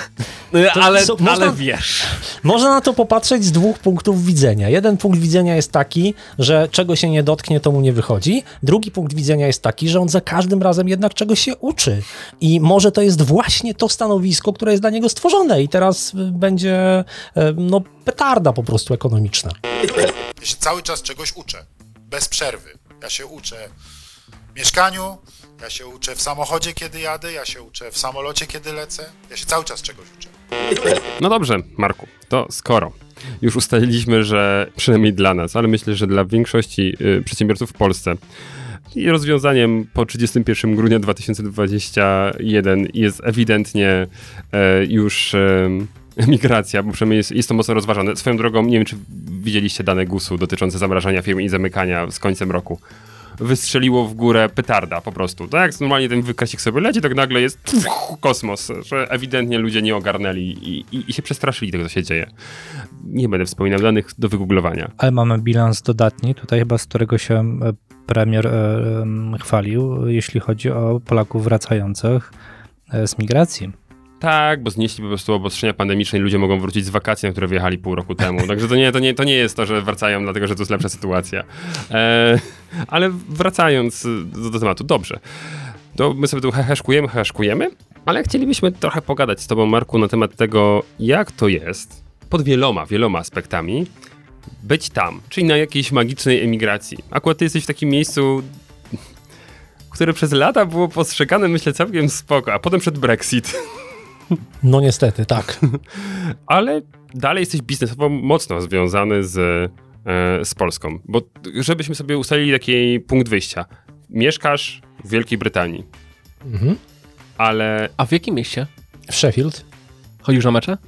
ale wiesz. Można na to popatrzeć z dwóch punktów widzenia. Jeden punkt widzenia jest taki, że czego się nie dotknie, to mu nie wychodzi. Drugi punkt widzenia jest taki, że on za każdym razem jednak czegoś się uczy. I może to jest właśnie to stanowisko, które jest dla niego stworzone i teraz będzie petarda po prostu ekonomiczna. Ja się cały czas czegoś uczę. Bez przerwy. Ja się uczę w mieszkaniu, ja się uczę w samochodzie, kiedy jadę, ja się uczę w samolocie, kiedy lecę. Ja się cały czas czegoś uczę. No dobrze, Marku, to skoro już ustaliliśmy, że przynajmniej dla nas, ale myślę, że dla większości przedsiębiorców w Polsce i rozwiązaniem po 31 grudnia 2021 jest ewidentnie już emigracja, bo przynajmniej jest to mocno rozważane. Swoją drogą, nie wiem, czy widzieliście dane GUS-u dotyczące zamrażania firm i zamykania z końcem roku. Wystrzeliło w górę petarda po prostu. Tak jak normalnie ten wykresik sobie leci, tak nagle jest kosmos, że ewidentnie ludzie nie ogarnęli i się przestraszyli tego, co się dzieje. Nie będę wspominał danych do wygooglowania. Ale mamy bilans dodatni, tutaj chyba z którego się premier chwalił, jeśli chodzi o Polaków wracających z migracji. Tak, bo znieśli po prostu obostrzenia pandemiczne i ludzie mogą wrócić z wakacji, na które wyjechali pół roku temu. Także to nie jest to, że wracają dlatego, że to jest lepsza sytuacja. Ale wracając do tematu, dobrze. To my sobie tu heheszkujemy, ale chcielibyśmy trochę pogadać z tobą, Marku, na temat tego, jak to jest pod wieloma aspektami być tam, czyli na jakiejś magicznej emigracji. Akurat ty jesteś w takim miejscu, które przez lata było postrzegane, myślę, całkiem spoko, a potem przed Brexit. No niestety, tak. Ale dalej jesteś biznesowo mocno związany z Polską, bo żebyśmy sobie ustalili taki punkt wyjścia. Mieszkasz w Wielkiej Brytanii, ale... A w jakim mieście? W Sheffield. Chodzisz na mecze?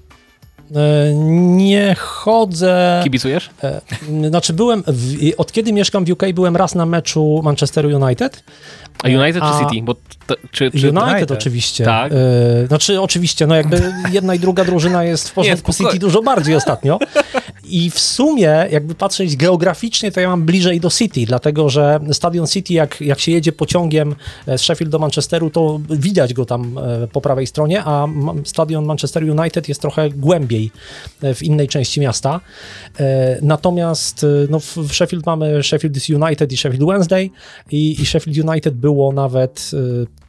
Nie chodzę... Kibicujesz? Znaczy od kiedy mieszkam w UK, byłem raz na meczu Manchesteru United. A United czy City? Bo United oczywiście. Tak. Znaczy oczywiście, no jakby jedna i druga drużyna jest w porządku, City dużo bardziej ostatnio. I w sumie, jakby patrzeć geograficznie, to ja mam bliżej do City, dlatego że stadion City, jak się jedzie pociągiem z Sheffield do Manchesteru, to widać go tam po prawej stronie, a stadion Manchester United jest trochę głębiej w innej części miasta. Natomiast no, w Sheffield mamy Sheffield United i Sheffield Wednesday i Sheffield United było nawet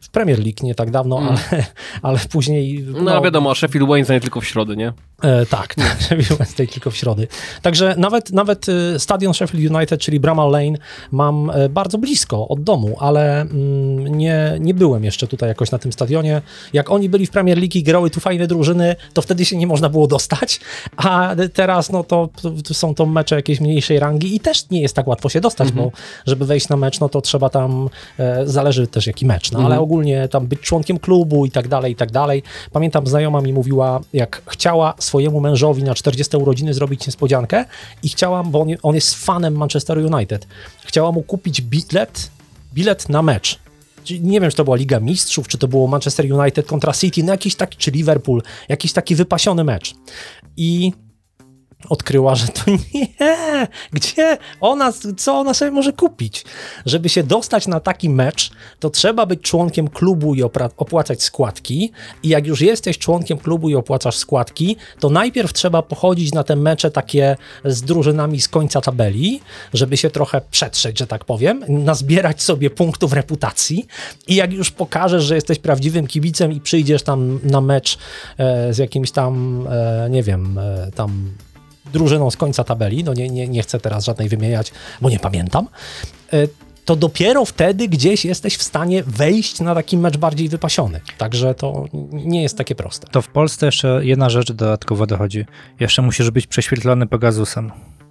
w Premier League nie tak dawno, ale później... No wiadomo, a Sheffield Wednesday tylko w środę, nie? Tak, Sheffield Wednesday tylko w środę. Także nawet stadion Sheffield United, czyli Bramall Lane, mam bardzo blisko od domu, ale nie byłem jeszcze tutaj jakoś na tym stadionie. Jak oni byli w Premier League i grały tu fajne drużyny, to wtedy się nie można było dostać, a teraz no to są to mecze jakiejś mniejszej rangi i też nie jest tak łatwo się dostać, bo żeby wejść na mecz, no to trzeba tam, zależy też jaki mecz, no ale ogólnie tam być członkiem klubu i tak dalej, i tak dalej. Pamiętam, znajoma mi mówiła, jak chciała swojemu mężowi na 40 urodziny zrobić niespodziankę i chciała, bo on jest fanem Manchester United, chciała mu kupić bilet na mecz. Nie wiem, czy to była Liga Mistrzów, czy to było Manchester United kontra City, no jakiś taki, czy Liverpool, jakiś taki wypasiony mecz. I odkryła, że to nie, gdzie co ona sobie może kupić? Żeby się dostać na taki mecz, to trzeba być członkiem klubu i opłacać składki i jak już jesteś członkiem klubu i opłacasz składki, to najpierw trzeba pochodzić na te mecze takie z drużynami z końca tabeli, żeby się trochę przetrzeć, że tak powiem, nazbierać sobie punktów reputacji i jak już pokażesz, że jesteś prawdziwym kibicem i przyjdziesz tam na mecz z jakimś tam, nie wiem, tam drużyną z końca tabeli, no nie chcę teraz żadnej wymieniać, bo nie pamiętam, to dopiero wtedy gdzieś jesteś w stanie wejść na taki mecz bardziej wypasiony. Także to nie jest takie proste. To w Polsce jeszcze jedna rzecz dodatkowo dochodzi. Jeszcze musisz być prześwietlony Pegasusem.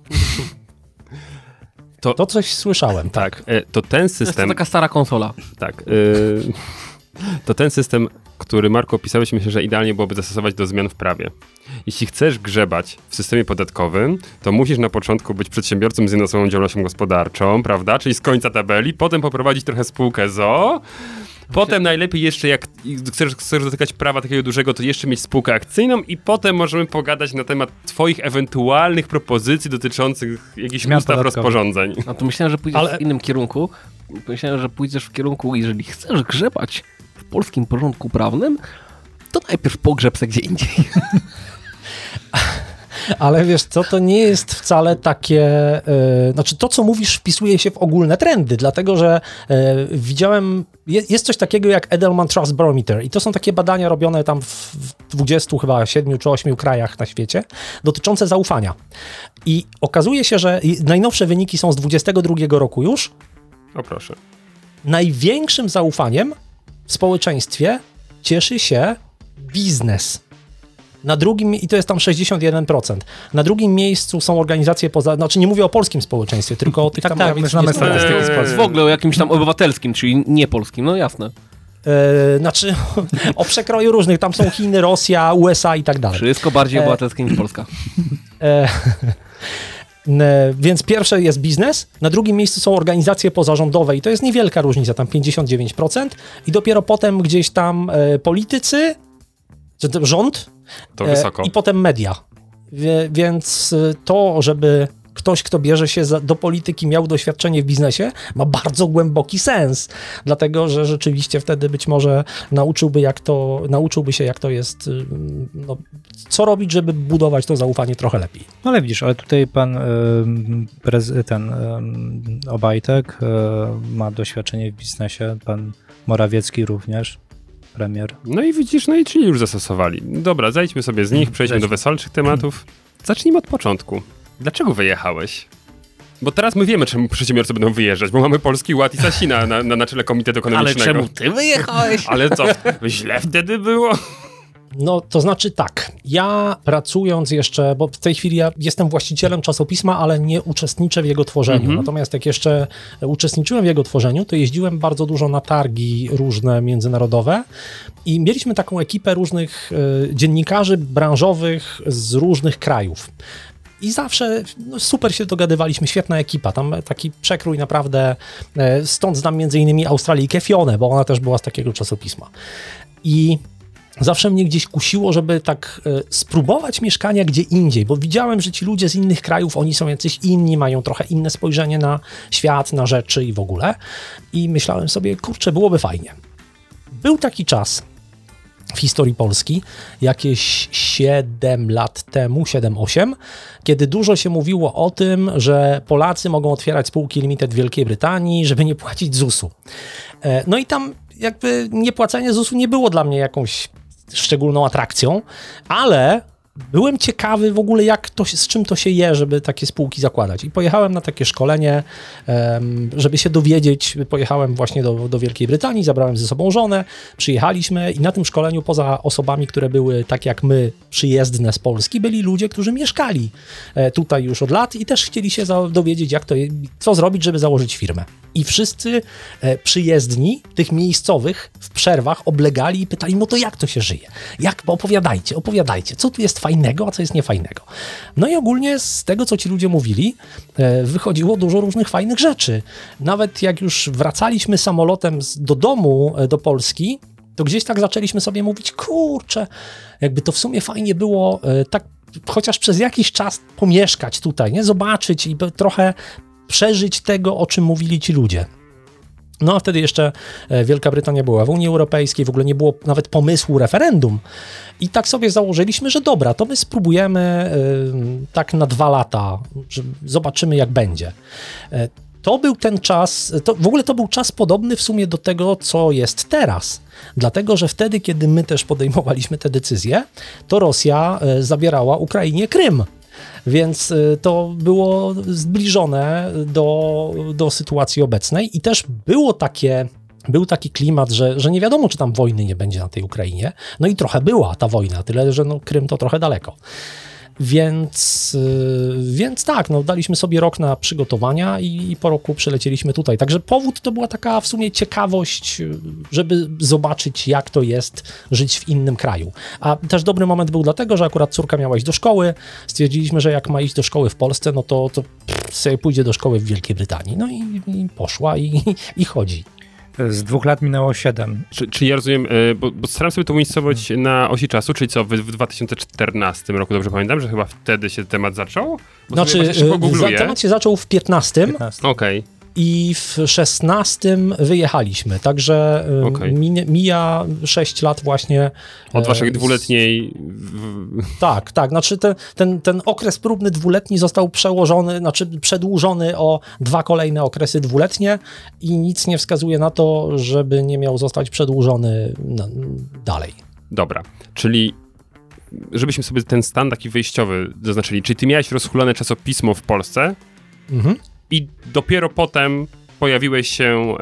To coś słyszałem. Tak, to ten system... To jest taka stara konsola. Tak, to ten system, który Marku opisałeś, myślę, że idealnie byłoby zastosować do zmian w prawie. Jeśli chcesz grzebać w systemie podatkowym, to musisz na początku być przedsiębiorcą z jedną osobową działalnością gospodarczą, prawda? Czyli z końca tabeli, potem poprowadzić trochę spółkę ZOO, potem najlepiej jeszcze, jak chcesz dotykać prawa takiego dużego, to jeszcze mieć spółkę akcyjną i potem możemy pogadać na temat twoich ewentualnych propozycji dotyczących jakichś ustaw, rozporządzeń. No to myślałem, że pójdziesz w innym kierunku. Myślałem, że pójdziesz w kierunku, jeżeli chcesz grzebać w polskim porządku prawnym, to najpierw pogrzeb se gdzie indziej. Ale wiesz co, to nie jest wcale takie... Znaczy to, co mówisz, wpisuje się w ogólne trendy, dlatego że widziałem... Jest coś takiego jak Edelman Trust Barometer i to są takie badania robione tam w 20 chyba 7 czy 8 krajach na świecie dotyczące zaufania. I okazuje się, że najnowsze wyniki są z 22 roku już. O proszę. Największym zaufaniem w społeczeństwie cieszy się biznes. Na drugim, i to jest tam 61%. Na drugim miejscu są organizacje znaczy nie mówię o polskim społeczeństwie, tylko o tych tam... Tak, my znamy statystyki z Polski. W ogóle o jakimś tam obywatelskim, czyli nie polskim, no jasne. Znaczy o przekroju różnych, tam są Chiny, Rosja, USA i tak dalej. Wszystko bardziej obywatelskie niż Polska. Więc pierwsze jest biznes, na drugim miejscu są organizacje pozarządowe i to jest niewielka różnica, tam 59% i dopiero potem gdzieś tam politycy, rząd to wysoko. I potem media. Więc to, żeby ktoś, kto bierze się do polityki, miał doświadczenie w biznesie, ma bardzo głęboki sens, dlatego, że rzeczywiście wtedy być może nauczyłby się, jak to jest, no, co robić, żeby budować to zaufanie trochę lepiej. No ale widzisz, ale tutaj pan Obajtek ma doświadczenie w biznesie, pan Morawiecki również. Premier. No i widzisz, no i czyli już zastosowali. Dobra, zejdźmy sobie z nich, przejdźmy do weselszych tematów. Zacznijmy od początku. Dlaczego wyjechałeś? Bo teraz my wiemy, czemu przedsiębiorcy będą wyjeżdżać, bo mamy Polski Ład i Sasina na czele Komitetu Ekonomicznego. Ale czemu ty wyjechałeś? Ale co, źle wtedy było? No, to znaczy tak, ja pracując jeszcze, bo w tej chwili ja jestem właścicielem czasopisma, ale nie uczestniczę w jego tworzeniu. Natomiast jak jeszcze uczestniczyłem w jego tworzeniu, to jeździłem bardzo dużo na targi różne międzynarodowe i mieliśmy taką ekipę różnych dziennikarzy branżowych z różnych krajów. I zawsze super się dogadywaliśmy, świetna ekipa, tam taki przekrój naprawdę, stąd znam między innymi Australijkę Fionę, bo ona też była z takiego czasopisma. I zawsze mnie gdzieś kusiło, żeby tak spróbować mieszkania gdzie indziej, bo widziałem, że ci ludzie z innych krajów, oni są jacyś inni, mają trochę inne spojrzenie na świat, na rzeczy i w ogóle. I myślałem sobie, kurczę, byłoby fajnie. Był taki czas w historii Polski, jakieś 7 lat temu, 7-8, kiedy dużo się mówiło o tym, że Polacy mogą otwierać spółki limited w Wielkiej Brytanii, żeby nie płacić ZUS-u. No i tam jakby niepłacenie ZUS-u nie było dla mnie jakąś szczególną atrakcją, ale byłem ciekawy w ogóle, z czym to się je, żeby takie spółki zakładać. I pojechałem na takie szkolenie, żeby się dowiedzieć. Pojechałem właśnie do Wielkiej Brytanii, zabrałem ze sobą żonę, przyjechaliśmy i na tym szkoleniu poza osobami, które były tak jak my, przyjezdne z Polski, byli ludzie, którzy mieszkali tutaj już od lat i też chcieli się dowiedzieć, co zrobić, żeby założyć firmę. I wszyscy przyjezdni, tych miejscowych, w przerwach oblegali i pytali, no to jak to się żyje? Opowiadajcie, co tu jest fajnego, a co jest niefajnego. No i ogólnie z tego, co ci ludzie mówili, wychodziło dużo różnych fajnych rzeczy. Nawet jak już wracaliśmy samolotem do domu, do Polski, to gdzieś tak zaczęliśmy sobie mówić, kurczę, jakby to w sumie fajnie było tak chociaż przez jakiś czas pomieszkać tutaj, nie? Zobaczyć i trochę przeżyć tego, o czym mówili ci ludzie. No a wtedy jeszcze Wielka Brytania była w Unii Europejskiej, w ogóle nie było nawet pomysłu referendum. I tak sobie założyliśmy, że dobra, to my spróbujemy tak na 2 lata, że zobaczymy jak będzie. To był ten czas, w ogóle to był czas podobny w sumie do tego, co jest teraz. Dlatego, że wtedy, kiedy my też podejmowaliśmy te decyzje, to Rosja zabierała Ukrainie Krym. Więc to było zbliżone do sytuacji obecnej i też był taki klimat, że nie wiadomo, czy tam wojny nie będzie na tej Ukrainie. No i trochę była ta wojna, tyle, że Krym to trochę daleko. Więc tak, daliśmy sobie rok na przygotowania i po roku przylecieliśmy tutaj. Także powód to była taka w sumie ciekawość, żeby zobaczyć, jak to jest żyć w innym kraju. A też dobry moment był dlatego, że akurat córka miała iść do szkoły. Stwierdziliśmy, że jak ma iść do szkoły w Polsce, no to sobie pójdzie do szkoły w Wielkiej Brytanii. No i poszła i chodzi. Z 2 lat minęło 7. Czyli ja rozumiem, bo staram sobie to umiejscowić na osi czasu, czyli co, w 2014 roku, dobrze pamiętam, że chyba wtedy się temat zaczął? Temat się zaczął w 15. Okej. I w 16 wyjechaliśmy, także mija 6 lat właśnie. Od waszej dwuletniej... Tak, znaczy ten okres próbny dwuletni został przedłużony o 2 kolejne okresy dwuletnie i nic nie wskazuje na to, żeby nie miał zostać przedłużony dalej. Dobra, czyli żebyśmy sobie ten stan taki wyjściowy zaznaczyli, czyli ty miałeś rozchulone czasopismo w Polsce, i dopiero potem pojawiłeś się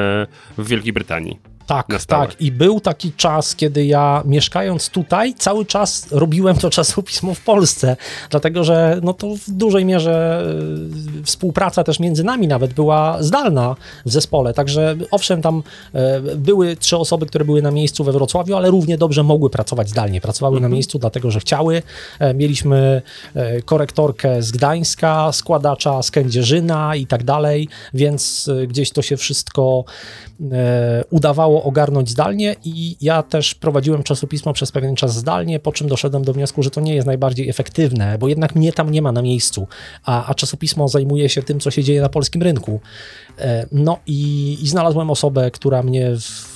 w Wielkiej Brytanii. Tak. I był taki czas, kiedy ja mieszkając tutaj, cały czas robiłem to czasopismo w Polsce, dlatego że to w dużej mierze współpraca też między nami nawet była zdalna w zespole, także owszem, tam były 3 osoby, które były na miejscu we Wrocławiu, ale równie dobrze mogły pracować zdalnie. Pracowały na miejscu, dlatego że chciały. Mieliśmy korektorkę z Gdańska, składacza z Kędzierzyna i tak dalej, więc gdzieś to się wszystko udawało ogarnąć zdalnie i ja też prowadziłem czasopismo przez pewien czas zdalnie, po czym doszedłem do wniosku, że to nie jest najbardziej efektywne, bo jednak mnie tam nie ma na miejscu, a czasopismo zajmuje się tym, co się dzieje na polskim rynku. No i znalazłem osobę, która mnie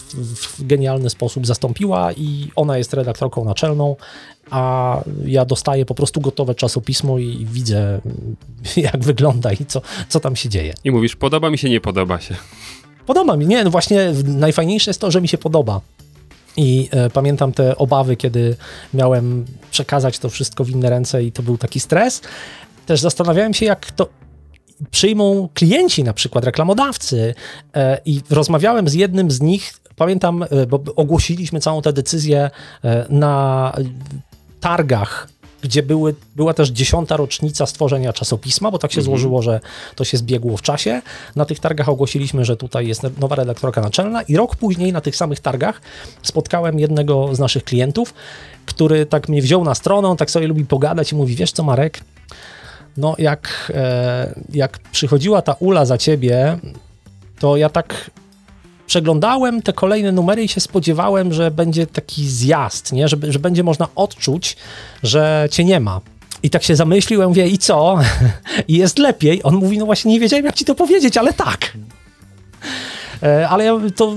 w genialny sposób zastąpiła i ona jest redaktorką naczelną, a ja dostaję po prostu gotowe czasopismo i widzę, jak wygląda i co tam się dzieje. I mówisz, podoba mi się, nie podoba się. Podoba mi, nie, właśnie najfajniejsze jest to, że mi się podoba. I pamiętam te obawy, kiedy miałem przekazać to wszystko w inne ręce i to był taki stres. Też zastanawiałem się, jak to przyjmą klienci, na przykład reklamodawcy, i rozmawiałem z jednym z nich, pamiętam, bo ogłosiliśmy całą tę decyzję na targach, gdzie była też 10. rocznica stworzenia czasopisma, bo tak się złożyło, że to się zbiegło w czasie. Na tych targach ogłosiliśmy, że tutaj jest nowa redaktorka naczelna i rok później na tych samych targach spotkałem jednego z naszych klientów, który tak mnie wziął na stronę, on tak sobie lubi pogadać i mówi, wiesz co, Marek, no jak przychodziła ta Ula za ciebie, to ja tak przeglądałem te kolejne numery i się spodziewałem, że będzie taki zjazd, nie? Że będzie można odczuć, że cię nie ma. I tak się zamyśliłem, mówię, i co? I jest lepiej. On mówi, no właśnie nie wiedziałem, jak ci to powiedzieć, ale tak. Ale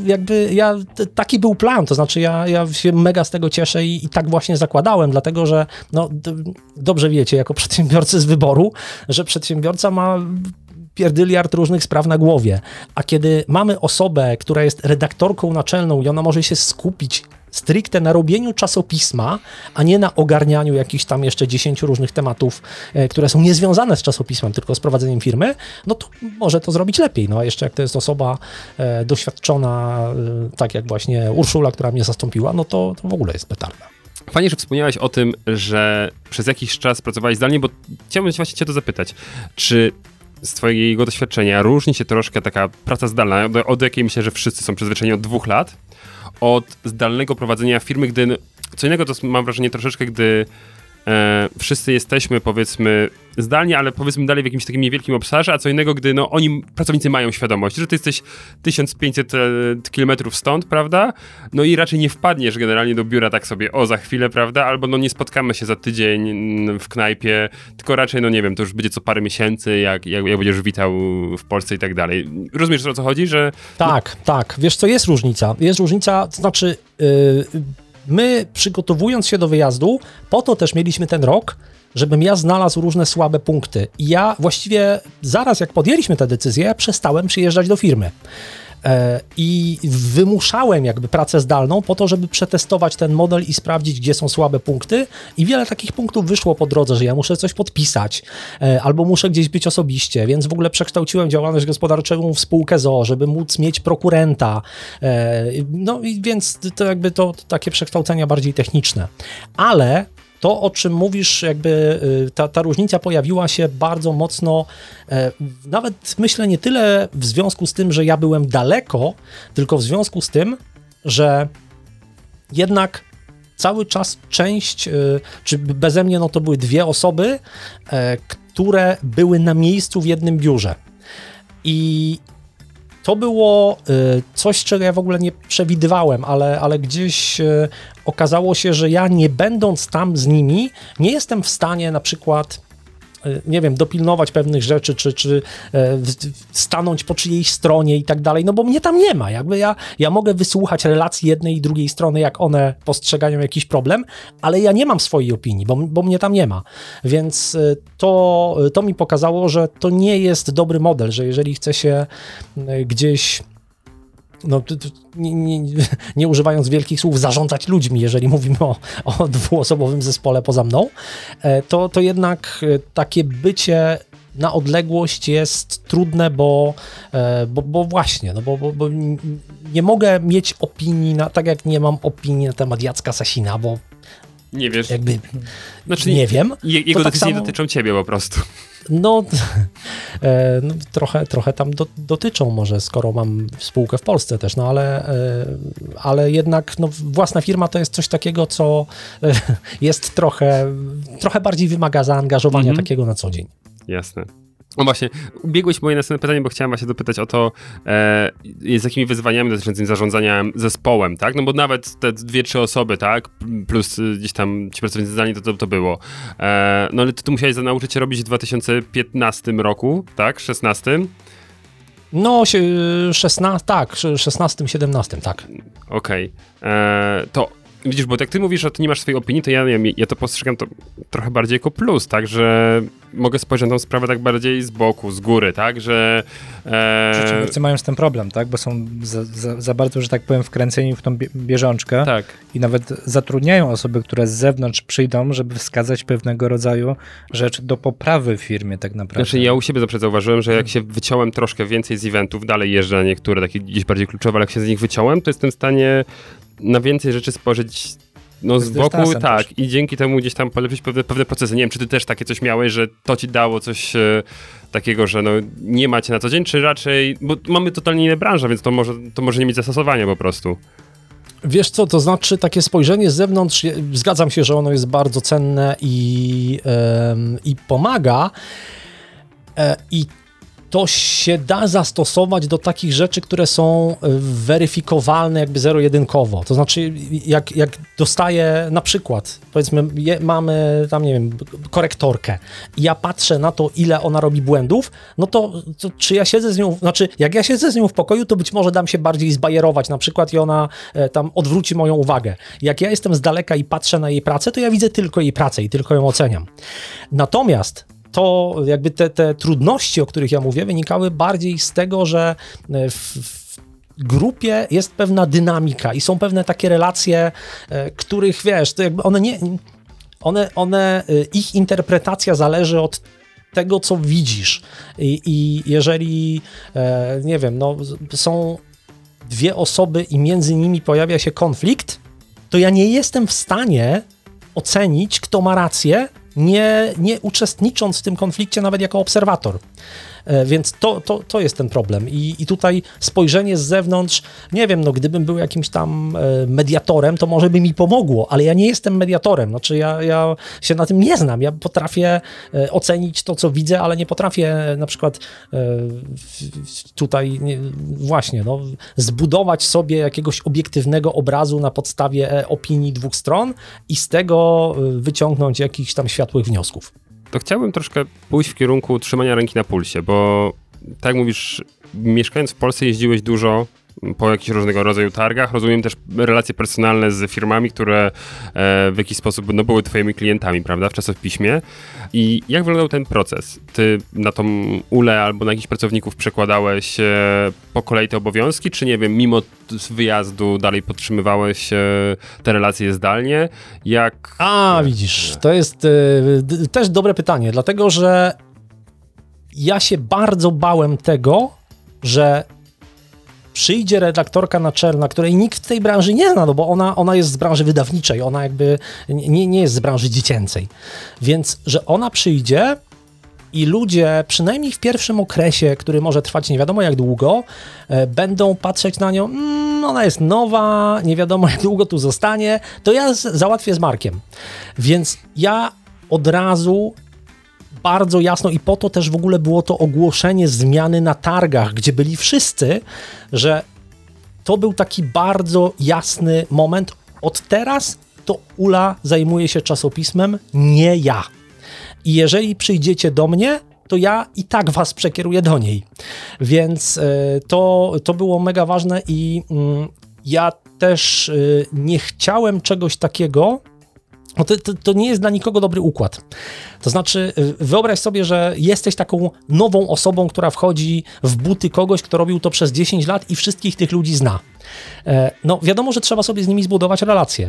taki był plan, to znaczy ja się mega z tego cieszę i tak właśnie zakładałem, dlatego że dobrze wiecie, jako przedsiębiorcy z wyboru, że przedsiębiorca ma pierdyliard różnych spraw na głowie. A kiedy mamy osobę, która jest redaktorką naczelną i ona może się skupić stricte na robieniu czasopisma, a nie na ogarnianiu jakichś tam jeszcze 10 różnych tematów, które są niezwiązane z czasopismem, tylko z prowadzeniem firmy, no to może to zrobić lepiej. No a jeszcze jak to jest osoba doświadczona, tak jak właśnie Urszula, która mnie zastąpiła, no to w ogóle jest petarda. Fajnie, że wspomniałeś o tym, że przez jakiś czas pracowałeś zdalnie, bo chciałbym właśnie cię to zapytać. Czy z twojego doświadczenia różni się troszkę taka praca zdalna, od jakiej myślę, że wszyscy są przyzwyczajeni od 2 lat, od zdalnego prowadzenia firmy, gdy, co innego to mam wrażenie troszeczkę, gdy wszyscy jesteśmy, powiedzmy, zdalnie, ale powiedzmy dalej w jakimś takim niewielkim obszarze, a co innego, gdy oni, pracownicy, mają świadomość, że ty jesteś 1500 kilometrów stąd, prawda? No i raczej nie wpadniesz generalnie do biura tak sobie, za chwilę, prawda? Albo nie spotkamy się za tydzień w knajpie, tylko raczej, nie wiem, to już będzie co parę miesięcy, jak będziesz witał w Polsce i tak dalej. Rozumiesz, o co chodzi, że... Tak. Wiesz co, jest różnica. To znaczy... My, przygotowując się do wyjazdu, po to też mieliśmy ten rok, żebym ja znalazł różne słabe punkty. I ja właściwie zaraz jak podjęliśmy tę decyzję, ja przestałem przyjeżdżać do firmy. I wymuszałem jakby pracę zdalną po to, żeby przetestować ten model i sprawdzić, gdzie są słabe punkty. I wiele takich punktów wyszło po drodze, że ja muszę coś podpisać albo muszę gdzieś być osobiście, więc w ogóle przekształciłem działalność gospodarczą w spółkę z o.o., żeby móc mieć prokurenta. No i więc to jakby to takie przekształcenia bardziej techniczne. Ale to, o czym mówisz, jakby ta różnica pojawiła się bardzo mocno, nawet myślę nie tyle w związku z tym, że ja byłem daleko, tylko w związku z tym, że jednak cały czas część, czy beze mnie, no to były 2 osoby, które były na miejscu w jednym biurze. I to było coś, czego ja w ogóle nie przewidywałem, ale gdzieś okazało się, że ja nie będąc tam z nimi, nie jestem w stanie na przykład, nie wiem, dopilnować pewnych rzeczy, czy stanąć po czyjejś stronie i tak dalej, no bo mnie tam nie ma. Jakby ja mogę wysłuchać relacji jednej i drugiej strony, jak one postrzegają jakiś problem, ale ja nie mam swojej opinii, bo mnie tam nie ma. Więc to mi pokazało, że to nie jest dobry model, że jeżeli chce się gdzieś... No, nie używając wielkich słów, zarządzać ludźmi, jeżeli mówimy o 2-osobowym zespole poza mną, to jednak takie bycie na odległość jest trudne, bo właśnie, bo nie mogę mieć opinii, tak jak nie mam opinii na temat Jacka Sasina, bo nie wiesz. Jakby nie wiem. Jego decyzje nie dotyczą ciebie po prostu. No trochę tam dotyczą może, skoro mam spółkę w Polsce też, no ale jednak własna firma to jest coś takiego, co jest trochę bardziej wymaga zaangażowania takiego na co dzień. Jasne. No właśnie, ubiegłeś moje następne pytanie, bo chciałem właśnie dopytać o to, z jakimi wyzwaniami dotyczącymi zarządzania zespołem, tak? No bo nawet te 2-3 osoby, tak? Plus gdzieś tam ci pracownicy zdalni, to było. No ale ty musiałeś nauczyć się robić w 2015 roku, tak? 16? No, 16, 17, tak. Okej. To widzisz, bo jak ty mówisz, że ty nie masz swojej opinii, to ja to postrzegam to trochę bardziej jako plus, tak, że mogę spojrzeć na tą sprawę tak bardziej z boku, z góry, tak, że... Przedsiębiorcy mają z tym problem, tak, bo są za bardzo, że tak powiem, wkręceni w tą bieżączkę tak. I nawet zatrudniają osoby, które z zewnątrz przyjdą, żeby wskazać pewnego rodzaju rzecz do poprawy w firmie tak naprawdę. Znaczy ja u siebie zawsze zauważyłem, że jak się wyciąłem troszkę więcej z eventów, dalej jeżdżę na niektóre takie gdzieś bardziej kluczowe, ale jak się z nich wyciąłem, to jestem w stanie na więcej rzeczy spojrzeć z boku, tak, też. I dzięki temu gdzieś tam polepszyć pewne procesy. Nie wiem, czy ty też takie coś miałeś, że to ci dało coś takiego, że nie macie na co dzień, czy raczej, bo mamy totalnie inne branże, więc to może nie mieć zastosowania po prostu. Wiesz co, to znaczy takie spojrzenie z zewnątrz, zgadzam się, że ono jest bardzo cenne i pomaga i to się da zastosować do takich rzeczy, które są weryfikowalne jakby zero-jedynkowo. To znaczy, jak dostaję na przykład, powiedzmy, mamy tam, nie wiem, korektorkę i ja patrzę na to, ile ona robi błędów, no to czy ja siedzę z nią, znaczy, jak ja siedzę z nią w pokoju, to być może dam się bardziej zbajerować na przykład i ona tam odwróci moją uwagę. Jak ja jestem z daleka i patrzę na jej pracę, to ja widzę tylko jej pracę i tylko ją oceniam. Natomiast to jakby te trudności, o których ja mówię, wynikały bardziej z tego, że w grupie jest pewna dynamika i są pewne takie relacje, których, wiesz, to jakby ich interpretacja zależy od tego, co widzisz. I jeżeli, nie wiem, no, są dwie osoby i między nimi pojawia się konflikt, to ja nie jestem w stanie ocenić, kto ma rację, nie uczestnicząc w tym konflikcie nawet jako obserwator. Więc to jest ten problem. I tutaj spojrzenie z zewnątrz, nie wiem, no gdybym był jakimś tam mediatorem, to może by mi pomogło, ale ja nie jestem mediatorem. Znaczy ja się na tym nie znam. Ja potrafię ocenić to, co widzę, ale nie potrafię na przykład tutaj właśnie zbudować sobie jakiegoś obiektywnego obrazu na podstawie opinii dwóch stron i z tego wyciągnąć jakichś tam światłych wniosków. To chciałbym troszkę pójść w kierunku trzymania ręki na pulsie, bo tak jak mówisz, mieszkając w Polsce jeździłeś dużo po jakichś różnego rodzaju targach. Rozumiem też relacje personalne z firmami, które w jakiś sposób były twoimi klientami, prawda, w czasopiśmie. I jak wyglądał ten proces? Ty na tą Ulę albo na jakichś pracowników przekładałeś po kolei te obowiązki, czy nie wiem, mimo wyjazdu dalej podtrzymywałeś te relacje zdalnie? Jak... Widzisz, to jest też dobre pytanie, dlatego że ja się bardzo bałem tego, że przyjdzie redaktorka naczelna, której nikt w tej branży nie zna, no bo ona jest z branży wydawniczej, ona jakby nie jest z branży dziecięcej. Więc, że ona przyjdzie i ludzie, przynajmniej w pierwszym okresie, który może trwać nie wiadomo jak długo, będą patrzeć na nią, ona jest nowa, nie wiadomo jak długo tu zostanie, to ja załatwię z Markiem. Więc ja od razu bardzo jasno i po to też w ogóle było to ogłoszenie zmiany na targach, gdzie byli wszyscy, że to był taki bardzo jasny moment. Od teraz to Ula zajmuje się czasopismem, nie ja. I jeżeli przyjdziecie do mnie, to ja i tak was przekieruję do niej. Więc to było mega ważne i ja też nie chciałem czegoś takiego. To nie jest dla nikogo dobry układ. To znaczy, wyobraź sobie, że jesteś taką nową osobą, która wchodzi w buty kogoś, kto robił to przez 10 lat i wszystkich tych ludzi zna. No wiadomo, że trzeba sobie z nimi zbudować relacje.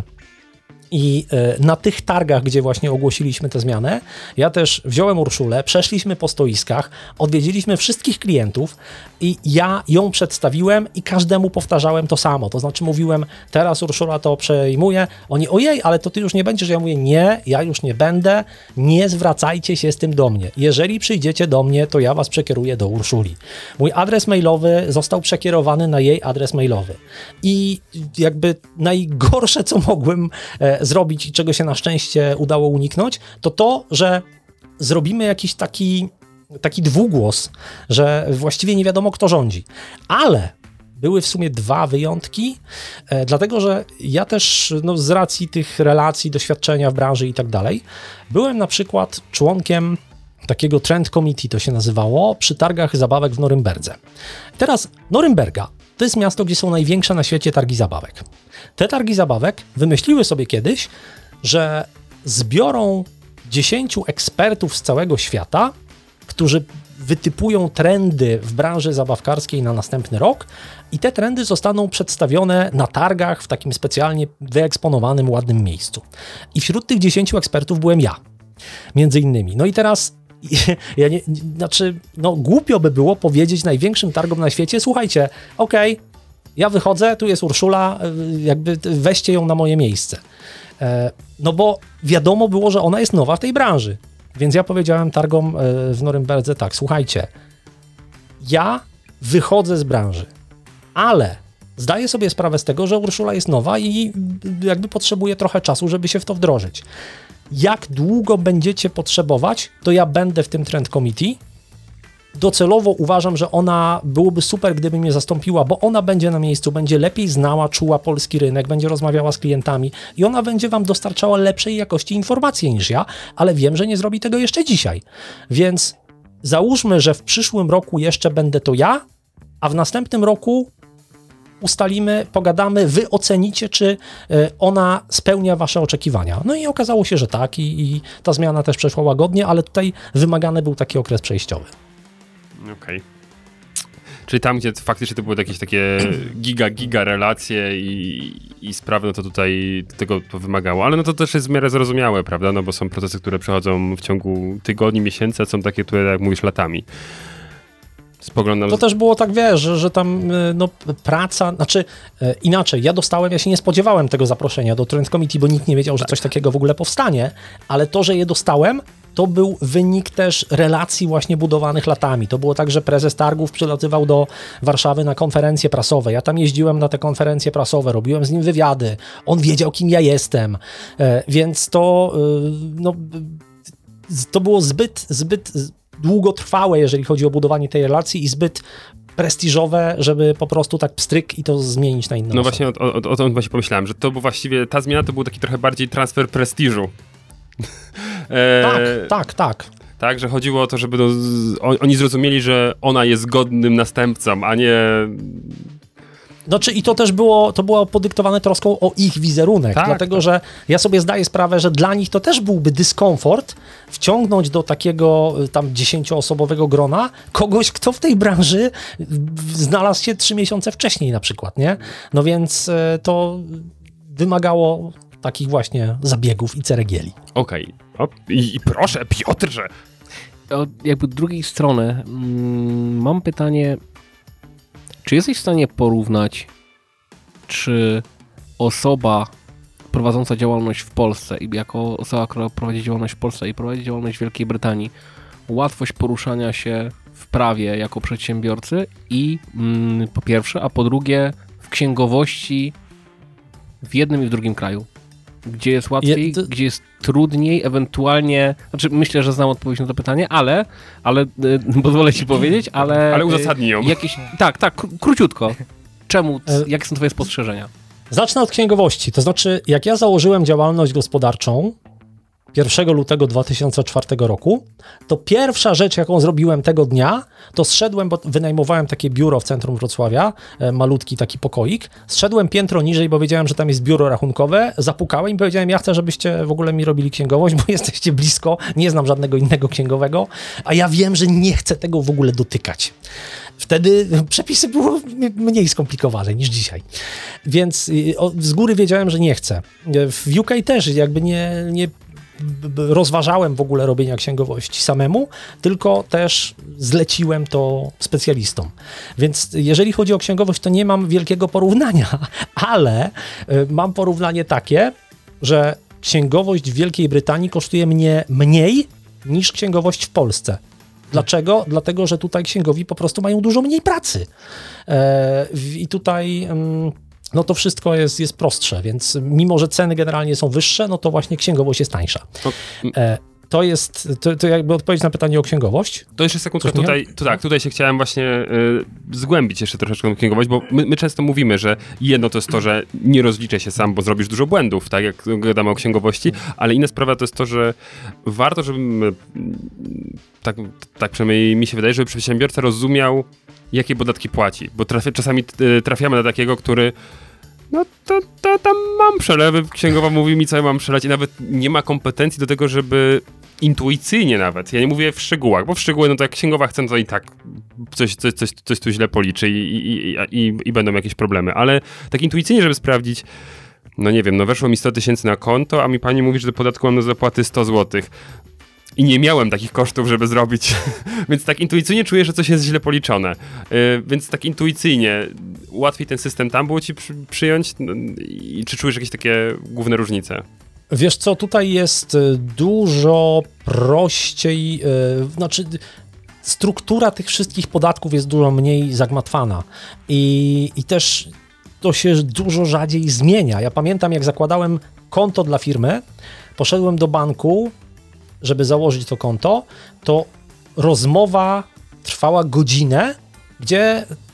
I na tych targach, gdzie właśnie ogłosiliśmy tę zmianę, ja też wziąłem Urszulę, przeszliśmy po stoiskach, odwiedziliśmy wszystkich klientów i ja ją przedstawiłem i każdemu powtarzałem to samo. To znaczy mówiłem, teraz Urszula to przejmuje. Oni, ojej, ale to ty już nie będziesz. Ja mówię, nie, ja już nie będę, nie zwracajcie się z tym do mnie. Jeżeli przyjdziecie do mnie, to ja was przekieruję do Urszuli. Mój adres mailowy został przekierowany na jej adres mailowy. I jakby najgorsze, co mogłem zrobić i czego się na szczęście udało uniknąć, to, że zrobimy jakiś taki dwugłos, że właściwie nie wiadomo, kto rządzi. Ale były w sumie 2 wyjątki, dlatego że ja też z racji tych relacji, doświadczenia w branży i tak dalej, byłem na przykład członkiem takiego Trend Committee, to się nazywało, przy targach zabawek w Norymberdze. Teraz Norymberga to jest miasto, gdzie są największe na świecie targi zabawek. Te targi zabawek wymyśliły sobie kiedyś, że zbiorą 10 ekspertów z całego świata, którzy wytypują trendy w branży zabawkarskiej na następny rok i te trendy zostaną przedstawione na targach w takim specjalnie wyeksponowanym, ładnym miejscu. I wśród tych 10 ekspertów byłem ja, między innymi. No i teraz głupio by było powiedzieć największym targom na świecie, słuchajcie, okej, ja wychodzę, tu jest Urszula, jakby weźcie ją na moje miejsce. No bo wiadomo było, że ona jest nowa w tej branży. Więc ja powiedziałem targom w Norymberdze tak, słuchajcie, ja wychodzę z branży, ale zdaję sobie sprawę z tego, że Urszula jest nowa i jakby potrzebuje trochę czasu, żeby się w to wdrożyć. Jak długo będziecie potrzebować, to ja będę w tym Trend Committee. Docelowo uważam, że ona byłoby super, gdyby mnie zastąpiła, bo ona będzie na miejscu, będzie lepiej znała, czuła polski rynek, będzie rozmawiała z klientami i ona będzie wam dostarczała lepszej jakości informacji niż ja, ale wiem, że nie zrobi tego jeszcze dzisiaj. Więc załóżmy, że w przyszłym roku jeszcze będę to ja, a w następnym roku ustalimy, pogadamy, wy ocenicie, czy ona spełnia wasze oczekiwania. No i okazało się, że tak i ta zmiana też przeszła łagodnie, ale tutaj wymagany był taki okres przejściowy. Okej. Czyli tam, gdzie faktycznie to były jakieś takie giga relacje i sprawy, no to tutaj tego to wymagało. Ale no to też jest w miarę zrozumiałe, prawda? No bo są procesy, które przechodzą w ciągu tygodni, miesięcy, a są takie, które, jak mówisz, latami. Spoglądam... To też było tak, wiesz, że tam no, praca, znaczy inaczej, ja się nie spodziewałem tego zaproszenia do Trend Committee, bo nikt nie wiedział, że coś takiego w ogóle powstanie, ale to, że je dostałem, to był wynik też relacji właśnie budowanych latami. To było tak, że prezes targów przylatywał do Warszawy na konferencje prasowe. Ja tam jeździłem na te konferencje prasowe, robiłem z nim wywiady. On wiedział, kim ja jestem. Więc to, no, to było zbyt długotrwałe, jeżeli chodzi o budowanie tej relacji i zbyt prestiżowe, żeby po prostu tak pstryk i to zmienić na inną osobę. Właśnie o tym właśnie pomyślałem, że to był właściwie, ta zmiana to był taki trochę bardziej transfer prestiżu. Tak. Tak, że chodziło o to, żeby oni zrozumieli, że ona jest godnym następcą, a nie... Znaczy i to też było podyktowane troską o ich wizerunek, dlatego że ja sobie zdaję sprawę, że dla nich to też byłby dyskomfort wciągnąć do takiego tam 10-osobowego grona kogoś, kto w tej branży znalazł się 3 miesiące wcześniej na przykład, nie? No więc to wymagało takich właśnie zabiegów i ceregieli. Okej. I proszę, Piotrze! Od jakby drugiej strony mam pytanie, czy jesteś w stanie porównać, czy osoba prowadząca działalność w Polsce i jako osoba, która prowadzi działalność w Polsce i prowadzi działalność w Wielkiej Brytanii, łatwość poruszania się w prawie jako przedsiębiorcy i po pierwsze, a po drugie w księgowości w jednym i w drugim kraju? Gdzie jest łatwiej, gdzie jest trudniej, ewentualnie... Znaczy, myślę, że znam odpowiedź na to pytanie, ale pozwolę ci powiedzieć, ale uzasadnij ją. Tak, króciutko. Czemu, jakie są twoje spostrzeżenia? Zacznę od księgowości. To znaczy, jak ja założyłem działalność gospodarczą 1 lutego 2004 roku, to pierwsza rzecz, jaką zrobiłem tego dnia, to zszedłem, bo wynajmowałem takie biuro w centrum Wrocławia, malutki taki pokoik, zszedłem piętro niżej, bo wiedziałem, że tam jest biuro rachunkowe, zapukałem i powiedziałem, ja chcę, żebyście w ogóle mi robili księgowość, bo jesteście blisko, nie znam żadnego innego księgowego, a ja wiem, że nie chcę tego w ogóle dotykać. Wtedy przepisy były mniej skomplikowane niż dzisiaj. Więc z góry wiedziałem, że nie chcę. W UK też jakby nie rozważałem w ogóle robienia księgowości samemu, tylko też zleciłem to specjalistom. Więc jeżeli chodzi o księgowość, to nie mam wielkiego porównania, ale mam porównanie takie, że księgowość w Wielkiej Brytanii kosztuje mnie mniej niż księgowość w Polsce. Dlaczego? Dlatego, że tutaj księgowi po prostu mają dużo mniej pracy. I tutaj... no to wszystko jest prostsze, więc mimo, że ceny generalnie są wyższe, no to właśnie księgowość jest tańsza. To jakby odpowiedź na pytanie o księgowość. To jeszcze sekundkę, tutaj się chciałem właśnie zgłębić jeszcze troszeczkę na księgowość, bo my często mówimy, że jedno to jest to, że nie rozliczę się sam, bo zrobisz dużo błędów, tak jak gadamy o księgowości, ale inna sprawa to jest to, że warto, żeby tak przynajmniej mi się wydaje, żeby przedsiębiorca rozumiał, jakie podatki płaci, bo czasami trafiamy na takiego, który no to tam mam przelewy, księgowa mówi mi, co ja mam przelać i nawet nie ma kompetencji do tego, żeby intuicyjnie nawet, ja nie mówię w szczegółach, bo w szczegóły, no to jak księgowa chce, no to i tak coś tu źle policzy i będą jakieś problemy, ale tak intuicyjnie, żeby sprawdzić, no nie wiem, no weszło mi 100 000 na konto, a mi pani mówi, że do podatku mam do zapłaty 100 zł. I nie miałem takich kosztów, żeby zrobić. Więc tak intuicyjnie czuję, że coś jest źle policzone. Więc tak intuicyjnie łatwiej ten system tam było ci przyjąć? I czy czujesz jakieś takie główne różnice? Wiesz co, tutaj jest dużo prościej, znaczy struktura tych wszystkich podatków jest dużo mniej zagmatwana i też to się dużo rzadziej zmienia. Ja pamiętam, jak zakładałem konto dla firmy, poszedłem do banku, żeby założyć to konto, to rozmowa trwała godzinę, gdzie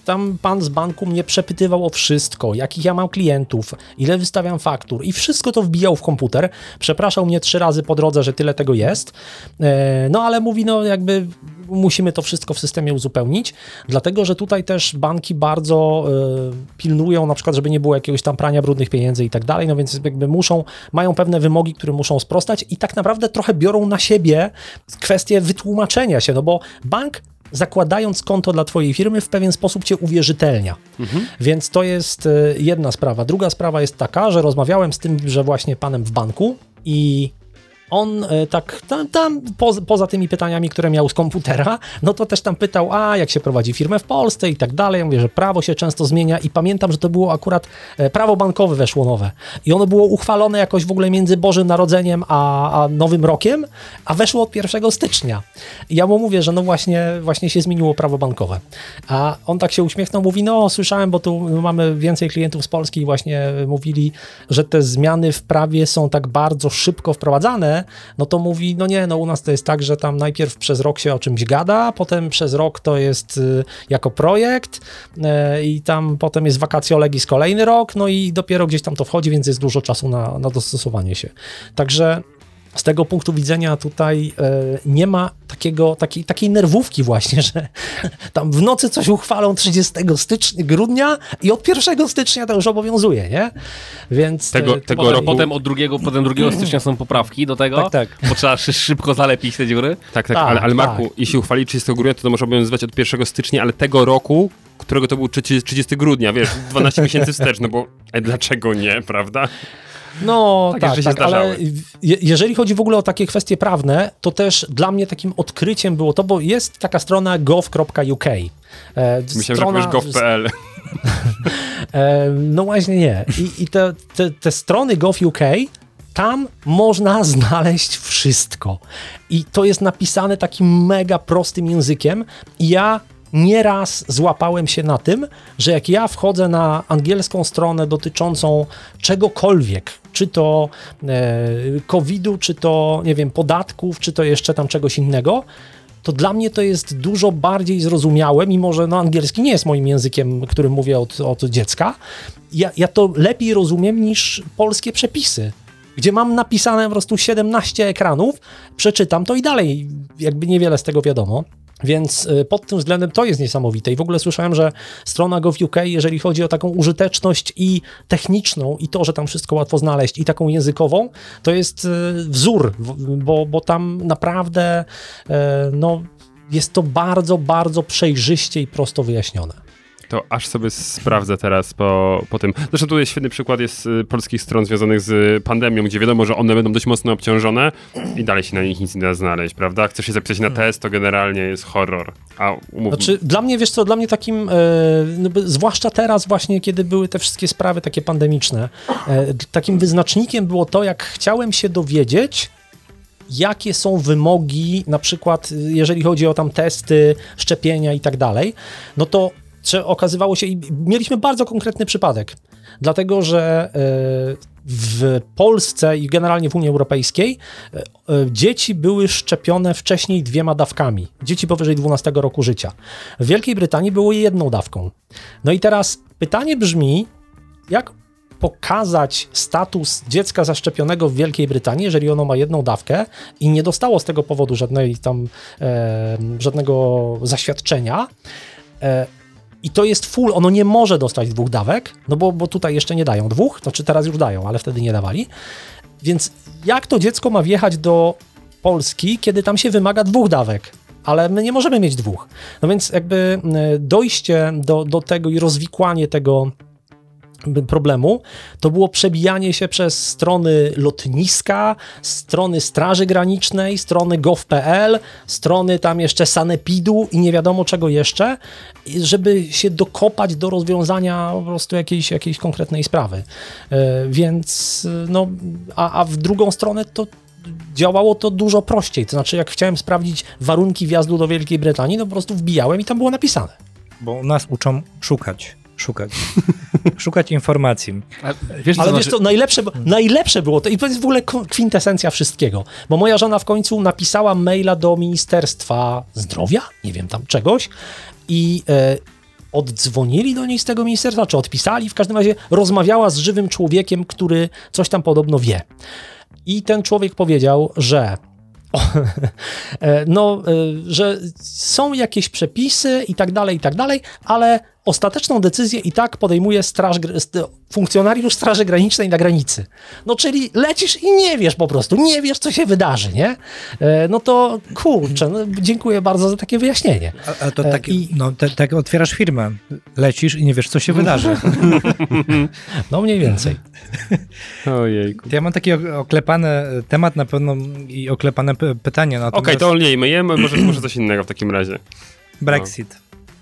tam pan z banku mnie przepytywał o wszystko, jakich ja mam klientów, ile wystawiam faktur i wszystko to wbijał w komputer. Przepraszał mnie 3 razy po drodze, że tyle tego jest. No ale mówi, no jakby musimy to wszystko w systemie uzupełnić, dlatego, że tutaj też banki bardzo pilnują, na przykład, żeby nie było jakiegoś tam prania brudnych pieniędzy i tak dalej, no więc jakby mają pewne wymogi, które muszą sprostać i tak naprawdę trochę biorą na siebie kwestię wytłumaczenia się, no bo bank zakładając konto dla twojej firmy w pewien sposób cię uwierzytelnia. Więc to jest jedna sprawa. Druga sprawa jest taka, że rozmawiałem z tym, że właśnie panem w banku i on tak tam poza tymi pytaniami, które miał z komputera, no to też tam pytał, jak się prowadzi firmę w Polsce i tak dalej. Ja mówię, że prawo się często zmienia i pamiętam, że to było akurat prawo bankowe weszło nowe. I ono było uchwalone jakoś w ogóle między Bożym Narodzeniem a Nowym Rokiem, a weszło od 1 stycznia. I ja mu mówię, że no właśnie się zmieniło prawo bankowe. A on tak się uśmiechnął, mówi, no słyszałem, bo tu mamy więcej klientów z Polski i właśnie mówili, że te zmiany w prawie są tak bardzo szybko wprowadzane, no to mówi, no nie, no u nas to jest tak, że tam najpierw przez rok się o czymś gada, potem przez rok to jest jako projekt i tam potem jest vacatio legis kolejny rok, no i dopiero gdzieś tam to wchodzi, więc jest dużo czasu na dostosowanie się. Także z tego punktu widzenia tutaj nie ma takiej nerwówki właśnie, że tam w nocy coś uchwalą 30 grudnia i od 1 stycznia to już obowiązuje, nie? Więc tego roku... Potem 2 stycznia są poprawki do tego, Tak. bo trzeba szybko zalepić te dziury. Tak, ale Marku, jeśli uchwali 30 grudnia, to może obowiązywać od 1 stycznia, ale tego roku, którego to był 30 grudnia, wiesz, 12 miesięcy wstecz, no bo dlaczego nie, prawda? No Takie rzeczy się zdarzały. ale jeżeli chodzi w ogóle o takie kwestie prawne, to też dla mnie takim odkryciem było to, bo jest taka strona gov.uk. Myślałem, że powiesz gov.pl. No właśnie nie. I te strony gov.uk, tam można znaleźć wszystko. I to jest napisane takim mega prostym językiem. I ja nieraz złapałem się na tym, że jak ja wchodzę na angielską stronę dotyczącą czegokolwiek, czy to COVID-u, czy to, nie wiem, podatków, czy to jeszcze tam czegoś innego, to dla mnie to jest dużo bardziej zrozumiałe, mimo że angielski nie jest moim językiem, którym mówię od dziecka. Ja to lepiej rozumiem niż polskie przepisy, gdzie mam napisane po prostu 17 ekranów, przeczytam to i dalej jakby niewiele z tego wiadomo. Więc pod tym względem to jest niesamowite i w ogóle słyszałem, że strona gov.uk, jeżeli chodzi o taką użyteczność i techniczną i to, że tam wszystko łatwo znaleźć i taką językową, to jest wzór, bo tam naprawdę jest to bardzo, bardzo przejrzyście i prosto wyjaśnione. To aż sobie sprawdzę teraz po tym. Zresztą tutaj świetny przykład jest polskich stron związanych z pandemią, gdzie wiadomo, że one będą dość mocno obciążone i dalej się na nich nic nie da znaleźć, prawda? Chcesz się zapisać na test, to generalnie jest horror. Znaczy, dla mnie, wiesz co, dla mnie takim, zwłaszcza teraz właśnie, kiedy były te wszystkie sprawy takie pandemiczne, takim wyznacznikiem było to, jak chciałem się dowiedzieć, jakie są wymogi, na przykład jeżeli chodzi o tam testy, szczepienia i tak dalej, no to okazywało się, i mieliśmy bardzo konkretny przypadek, dlatego że w Polsce i generalnie w Unii Europejskiej dzieci były szczepione wcześniej 2 dawkami, dzieci powyżej 12 roku życia. W Wielkiej Brytanii było 1 dawką. No i teraz pytanie brzmi, jak pokazać status dziecka zaszczepionego w Wielkiej Brytanii, jeżeli ono ma 1 dawkę i nie dostało z tego powodu żadnego zaświadczenia, i to jest full, ono nie może dostać 2 dawek, no bo tutaj jeszcze nie dają 2, znaczy teraz już dają, ale wtedy nie dawali. Więc jak to dziecko ma wjechać do Polski, kiedy tam się wymaga 2 dawek? Ale my nie możemy mieć 2. No więc jakby dojście do tego i rozwikłanie tego problemu, to było przebijanie się przez strony lotniska, strony Straży Granicznej, strony gov.pl, strony tam jeszcze sanepidu i nie wiadomo czego jeszcze, żeby się dokopać do rozwiązania po prostu jakiejś konkretnej sprawy. Więc a w drugą stronę to działało to dużo prościej. To znaczy, jak chciałem sprawdzić warunki wjazdu do Wielkiej Brytanii, no po prostu wbijałem i tam było napisane. Bo u nas uczą szukać informacji. Ale wiesz co, najlepsze było to i to jest w ogóle kwintesencja wszystkiego, bo moja żona w końcu napisała maila do Ministerstwa Zdrowia, nie wiem tam czegoś i oddzwonili do niej z tego ministerstwa, czy odpisali, w każdym razie rozmawiała z żywym człowiekiem, który coś tam podobno wie. I ten człowiek powiedział, że że są jakieś przepisy i tak dalej, ale ostateczną decyzję i tak podejmuje funkcjonariusz Straży Granicznej na granicy. No czyli lecisz i nie wiesz po prostu, nie wiesz, co się wydarzy, nie? No to kurczę, dziękuję bardzo za takie wyjaśnienie. A to tak otwierasz firmę, lecisz i nie wiesz, co się wydarzy. No mniej więcej. Ojejku. Ja mam taki oklepany temat na pewno i oklepane pytanie. Okej, to olejmy je, może coś innego w takim razie. Brexit.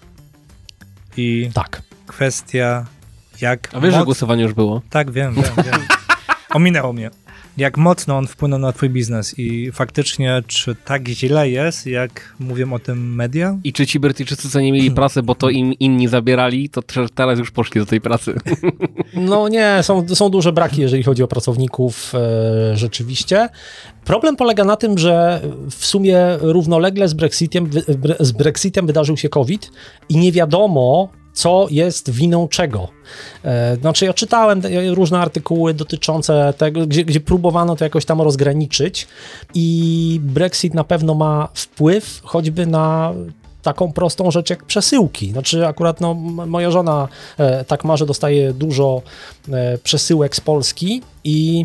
I tak. Kwestia jak... A wiesz, że głosowanie już było? Tak, wiem. Ominęło mnie. Jak mocno on wpłynął na twój biznes i faktycznie, czy tak źle jest, jak mówią o tym media? I czy ci Brytyjczycy co nie mieli pracy, bo to im inni zabierali, to teraz już poszli do tej pracy. No nie, są duże braki, jeżeli chodzi o pracowników rzeczywiście. Problem polega na tym, że w sumie równolegle z Brexitem wydarzył się COVID i nie wiadomo, co jest winą czego. Znaczy ja czytałem różne artykuły dotyczące tego, gdzie próbowano to jakoś tam rozgraniczyć i Brexit na pewno ma wpływ choćby na taką prostą rzecz jak przesyłki. Znaczy akurat moja żona tak ma, że dostaje dużo przesyłek z Polski i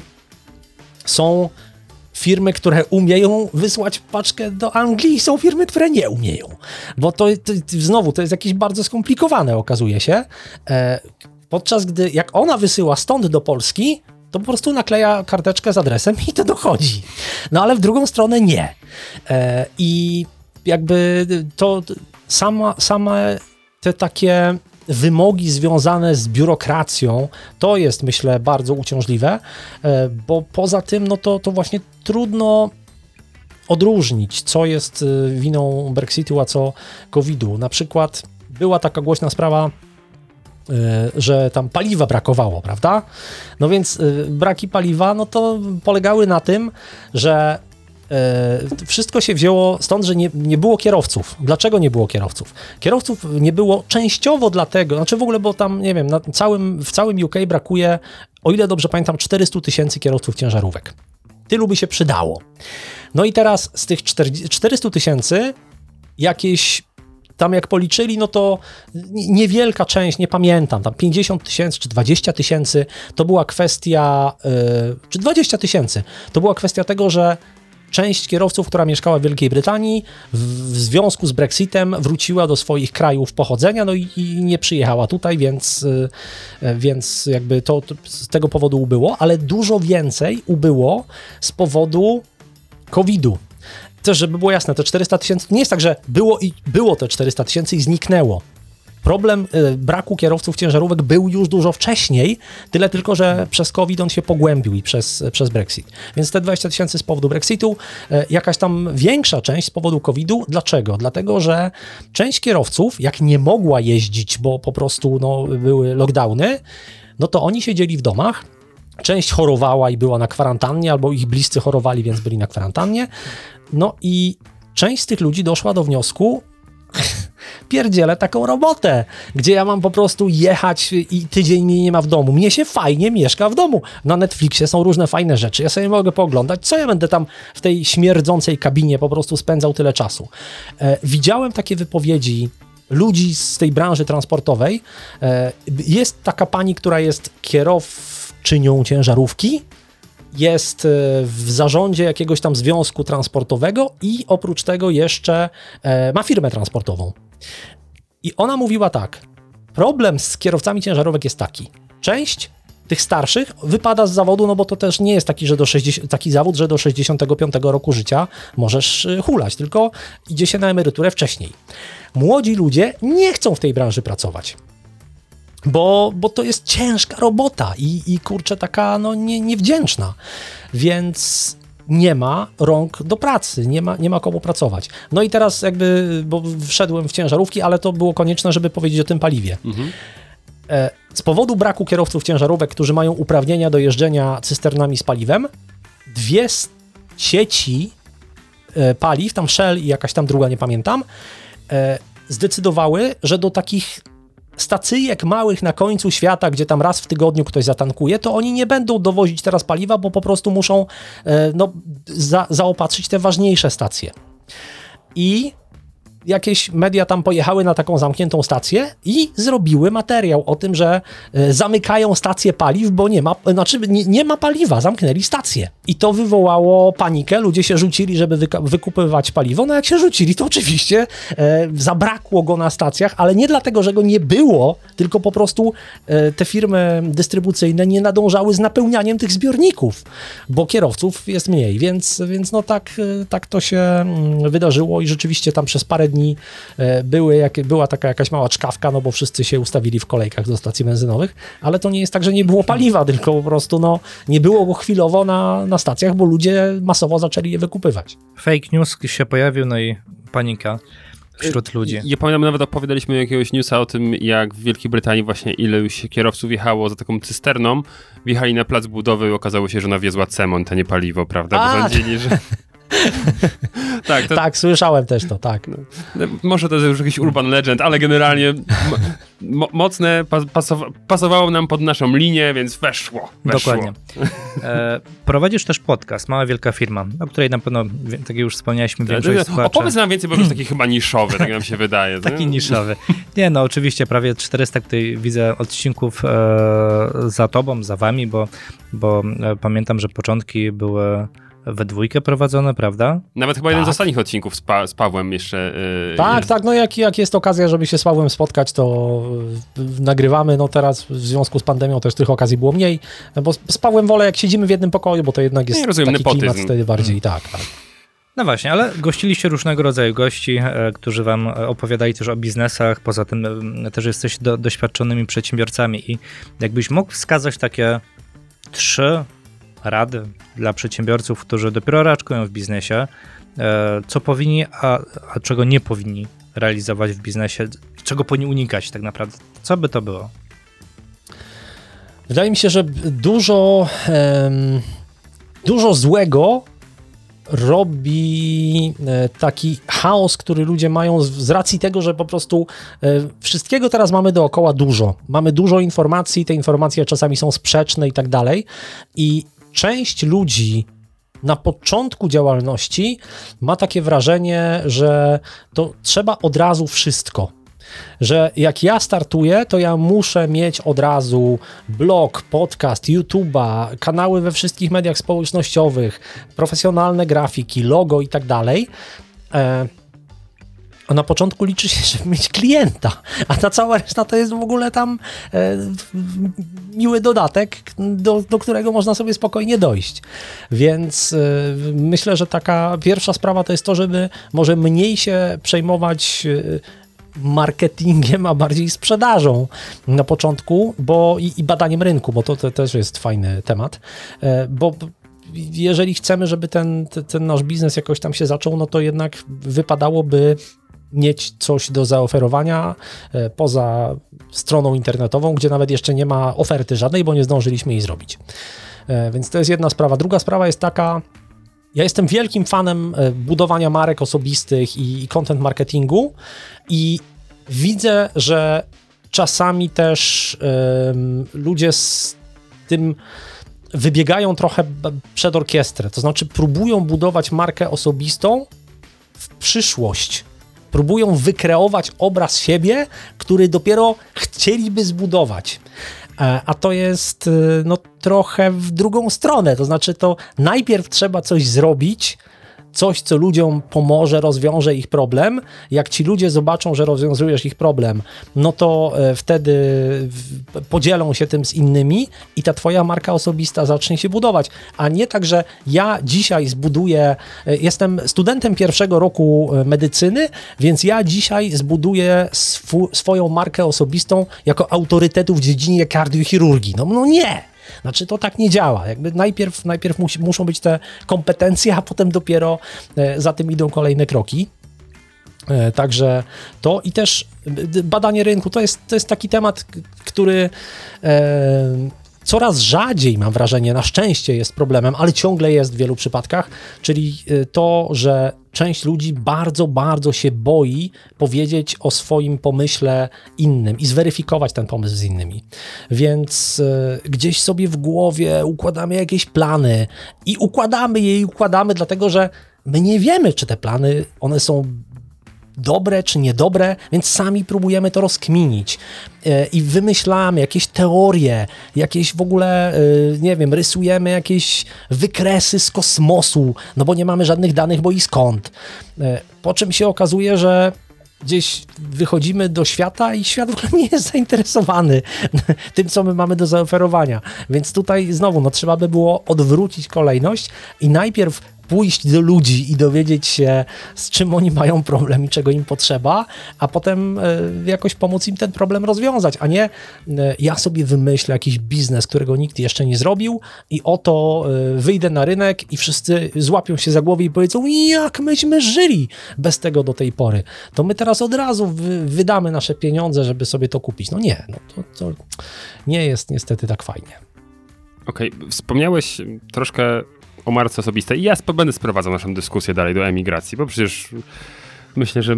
są firmy, które umieją wysłać paczkę do Anglii, są firmy, które nie umieją. Bo to jest jakieś bardzo skomplikowane, okazuje się. Podczas gdy jak ona wysyła stąd do Polski, to po prostu nakleja karteczkę z adresem i to dochodzi. No ale w drugą stronę nie. I jakby to same te takie wymogi związane z biurokracją, to jest, myślę, bardzo uciążliwe, bo poza tym, no to właśnie trudno odróżnić, co jest winą Brexitu, a co COVID-u. Na przykład była taka głośna sprawa, że tam paliwa brakowało, prawda? No więc braki paliwa, no to polegały na tym, że wszystko się wzięło stąd, że nie było kierowców. Dlaczego nie było kierowców? Kierowców nie było częściowo dlatego, znaczy w ogóle, bo tam, nie wiem, w całym UK brakuje, o ile dobrze pamiętam, 400 000 kierowców ciężarówek. Tylu by się przydało. No i teraz z tych 400 000 jakieś tam jak policzyli, no to niewielka część, nie pamiętam, tam 50 000 czy 20 000, to była kwestia, czy 20 000, to była kwestia tego, że część kierowców, która mieszkała w Wielkiej Brytanii, w związku z Brexitem wróciła do swoich krajów pochodzenia, no i nie przyjechała tutaj, więc jakby to z tego powodu ubyło, ale dużo więcej ubyło z powodu COVID-u. Też, żeby było jasne, te 400 000 to nie jest tak, że było te 400 000 i zniknęło. Problem braku kierowców ciężarówek był już dużo wcześniej, tyle tylko, że przez COVID on się pogłębił i przez Brexit. Więc te 20 000 z powodu Brexitu, jakaś tam większa część z powodu COVID-u. Dlaczego? Dlatego, że część kierowców, jak nie mogła jeździć, bo po prostu były lockdowny, no to oni siedzieli w domach, część chorowała i była na kwarantannie, albo ich bliscy chorowali, więc byli na kwarantannie. No i część z tych ludzi doszła do wniosku, pierdzielę taką robotę, gdzie ja mam po prostu jechać i tydzień mnie nie ma w domu. Mnie się fajnie mieszka w domu. Na Netflixie są różne fajne rzeczy. Ja sobie mogę pooglądać, co ja będę tam w tej śmierdzącej kabinie po prostu spędzał tyle czasu. Widziałem takie wypowiedzi ludzi z tej branży transportowej. Jest taka pani, która jest kierowczynią ciężarówki, jest w zarządzie jakiegoś tam związku transportowego i oprócz tego jeszcze ma firmę transportową. I ona mówiła tak, problem z kierowcami ciężarówek jest taki, część tych starszych wypada z zawodu, no bo to też nie jest taki zawód, że do 65 roku życia możesz hulać, tylko idzie się na emeryturę wcześniej. Młodzi ludzie nie chcą w tej branży pracować. Bo to jest ciężka robota i kurczę taka niewdzięczna, więc nie ma rąk do pracy, nie ma komu pracować. No i teraz jakby, bo wszedłem w ciężarówki, ale to było konieczne, żeby powiedzieć o tym paliwie. Mhm. Z powodu braku kierowców ciężarówek, którzy mają uprawnienia do jeżdżenia cysternami z paliwem, 2 sieci paliw, tam Shell i jakaś tam druga, nie pamiętam, zdecydowały, że do takich stacyjek małych na końcu świata, gdzie tam raz w tygodniu ktoś zatankuje, to oni nie będą dowozić teraz paliwa, bo po prostu muszą zaopatrzyć te ważniejsze stacje. I jakieś media tam pojechały na taką zamkniętą stację i zrobiły materiał o tym, że zamykają stację paliw, bo nie ma paliwa, zamknęli stację. I to wywołało panikę, ludzie się rzucili, żeby wykupywać paliwo. No jak się rzucili, to oczywiście zabrakło go na stacjach, ale nie dlatego, że go nie było, tylko po prostu te firmy dystrybucyjne nie nadążały z napełnianiem tych zbiorników, bo kierowców jest mniej, więc no tak to się wydarzyło i rzeczywiście tam przez parę dni była taka jakaś mała czkawka, no bo wszyscy się ustawili w kolejkach do stacji benzynowych, ale to nie jest tak, że nie było paliwa, tylko po prostu nie było go chwilowo na stacjach, bo ludzie masowo zaczęli je wykupywać. Fake news się pojawił, no i panika wśród ludzi. Ja pamiętam, nawet opowiadaliśmy jakiegoś newsa o tym, jak w Wielkiej Brytanii właśnie ile już kierowców jechało za taką cysterną, wjechali na plac budowy i okazało się, że ona wiezła cement, a nie paliwo, prawda? Bo sądzili, że... Tak, słyszałem też to, tak. No, może to jest już jakiś urban legend, ale generalnie mocne, pasowało nam pod naszą linię, więc weszło. Dokładnie. Prowadzisz też podcast, Mała Wielka Firma, o której na pewno, tak jak już wspomnieliśmy, większość słuchaczy... Opowiedz nam więcej, bo już taki chyba niszowy, tak nam się wydaje. Taki niszowy. Nie, no oczywiście prawie 400 tutaj widzę odcinków za tobą, za wami, bo pamiętam, że początki były we dwójkę prowadzone, prawda? Nawet chyba jeden z ostatnich odcinków z Pawłem jeszcze... Tak, no jak jest okazja, żeby się z Pawłem spotkać, to nagrywamy, no teraz w związku z pandemią też tych okazji było mniej, bo z Pawłem wolę jak siedzimy w jednym pokoju, bo to jednak jest taki klimat wtedy bardziej, tak. No właśnie, ale gościliście różnego rodzaju gości, którzy wam opowiadali też o biznesach, poza tym też jesteście doświadczonymi przedsiębiorcami i jakbyś mógł wskazać takie 3 rady dla przedsiębiorców, którzy dopiero raczkują w biznesie, co powinni, a czego nie powinni realizować w biznesie, czego powinni unikać tak naprawdę. Co by to było? Wydaje mi się, że dużo złego robi taki chaos, który ludzie mają z racji tego, że po prostu wszystkiego teraz mamy dookoła dużo. Mamy dużo informacji, te informacje czasami są sprzeczne i tak dalej i część ludzi na początku działalności ma takie wrażenie, że to trzeba od razu wszystko. Że jak ja startuję, to ja muszę mieć od razu blog, podcast, YouTube'a, kanały we wszystkich mediach społecznościowych, profesjonalne grafiki, logo i tak dalej. A na początku liczy się, żeby mieć klienta, a ta cała reszta to jest w ogóle tam miły dodatek, do którego można sobie spokojnie dojść. Więc myślę, że taka pierwsza sprawa to jest to, żeby może mniej się przejmować marketingiem, a bardziej sprzedażą na początku, i badaniem rynku, bo to też jest fajny temat, bo jeżeli chcemy, żeby ten nasz biznes jakoś tam się zaczął, no to jednak wypadałoby mieć coś do zaoferowania poza stroną internetową, gdzie nawet jeszcze nie ma oferty żadnej, bo nie zdążyliśmy jej zrobić. Więc to jest jedna sprawa. Druga sprawa jest taka, ja jestem wielkim fanem budowania marek osobistych i content marketingu i widzę, że czasami też ludzie z tym wybiegają trochę przed orkiestrę, to znaczy próbują budować markę osobistą w przyszłość. Próbują wykreować obraz siebie, który dopiero chcieliby zbudować. A to jest trochę w drugą stronę, to znaczy to najpierw trzeba coś zrobić, coś, co ludziom pomoże, rozwiąże ich problem. Jak ci ludzie zobaczą, że rozwiązujesz ich problem, no to wtedy podzielą się tym z innymi i ta twoja marka osobista zacznie się budować. A nie tak, że ja dzisiaj zbuduję, jestem studentem 1. roku medycyny, więc ja dzisiaj zbuduję swoją markę osobistą jako autorytetu w dziedzinie kardiochirurgii. No nie! Znaczy to tak nie działa. Jakby najpierw muszą być te kompetencje, a potem dopiero za tym idą kolejne kroki. Także to i też badanie rynku to jest taki temat, który coraz rzadziej, mam wrażenie, na szczęście jest problemem, ale ciągle jest w wielu przypadkach, czyli to, że część ludzi bardzo, bardzo się boi powiedzieć o swoim pomyśle innym i zweryfikować ten pomysł z innymi. Więc gdzieś sobie w głowie układamy jakieś plany i układamy dlatego, że my nie wiemy, czy te plany, one są dobre czy niedobre, więc sami próbujemy to rozkminić i wymyślamy jakieś teorie, jakieś w ogóle, nie wiem, rysujemy jakieś wykresy z kosmosu, no bo nie mamy żadnych danych, bo i skąd. Po czym się okazuje, że gdzieś wychodzimy do świata i świat w ogóle nie jest zainteresowany tym, co my mamy do zaoferowania. Więc tutaj znowu, no trzeba by było odwrócić kolejność i najpierw pójść do ludzi i dowiedzieć się, z czym oni mają problem i czego im potrzeba, a potem jakoś pomóc im ten problem rozwiązać, a nie ja sobie wymyślę jakiś biznes, którego nikt jeszcze nie zrobił i oto wyjdę na rynek i wszyscy złapią się za głowę i powiedzą, jak myśmy żyli bez tego do tej pory. To my teraz od razu wydamy nasze pieniądze, żeby sobie to kupić. No nie, no to nie jest niestety tak fajnie. Okej, wspomniałeś troszkę o marce osobistej i ja będę sprowadzał naszą dyskusję dalej do emigracji, bo przecież myślę, że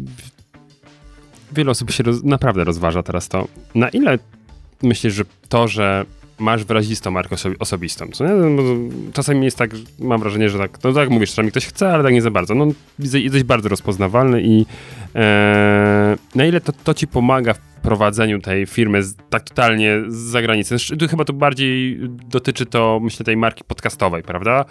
wiele osób się naprawdę rozważa teraz to. Na ile myślisz, że to, że masz wyrazistą markę osobistą, co nie? No, czasami jest tak, mam wrażenie, że tak, no tak mówisz, czasami ktoś chce, ale tak nie za bardzo. No, jesteś bardzo rozpoznawalny i na ile to ci pomaga w prowadzeniu tej firmy tak totalnie z zagranicy. Chyba to bardziej dotyczy to, myślę, tej marki podcastowej, prawda?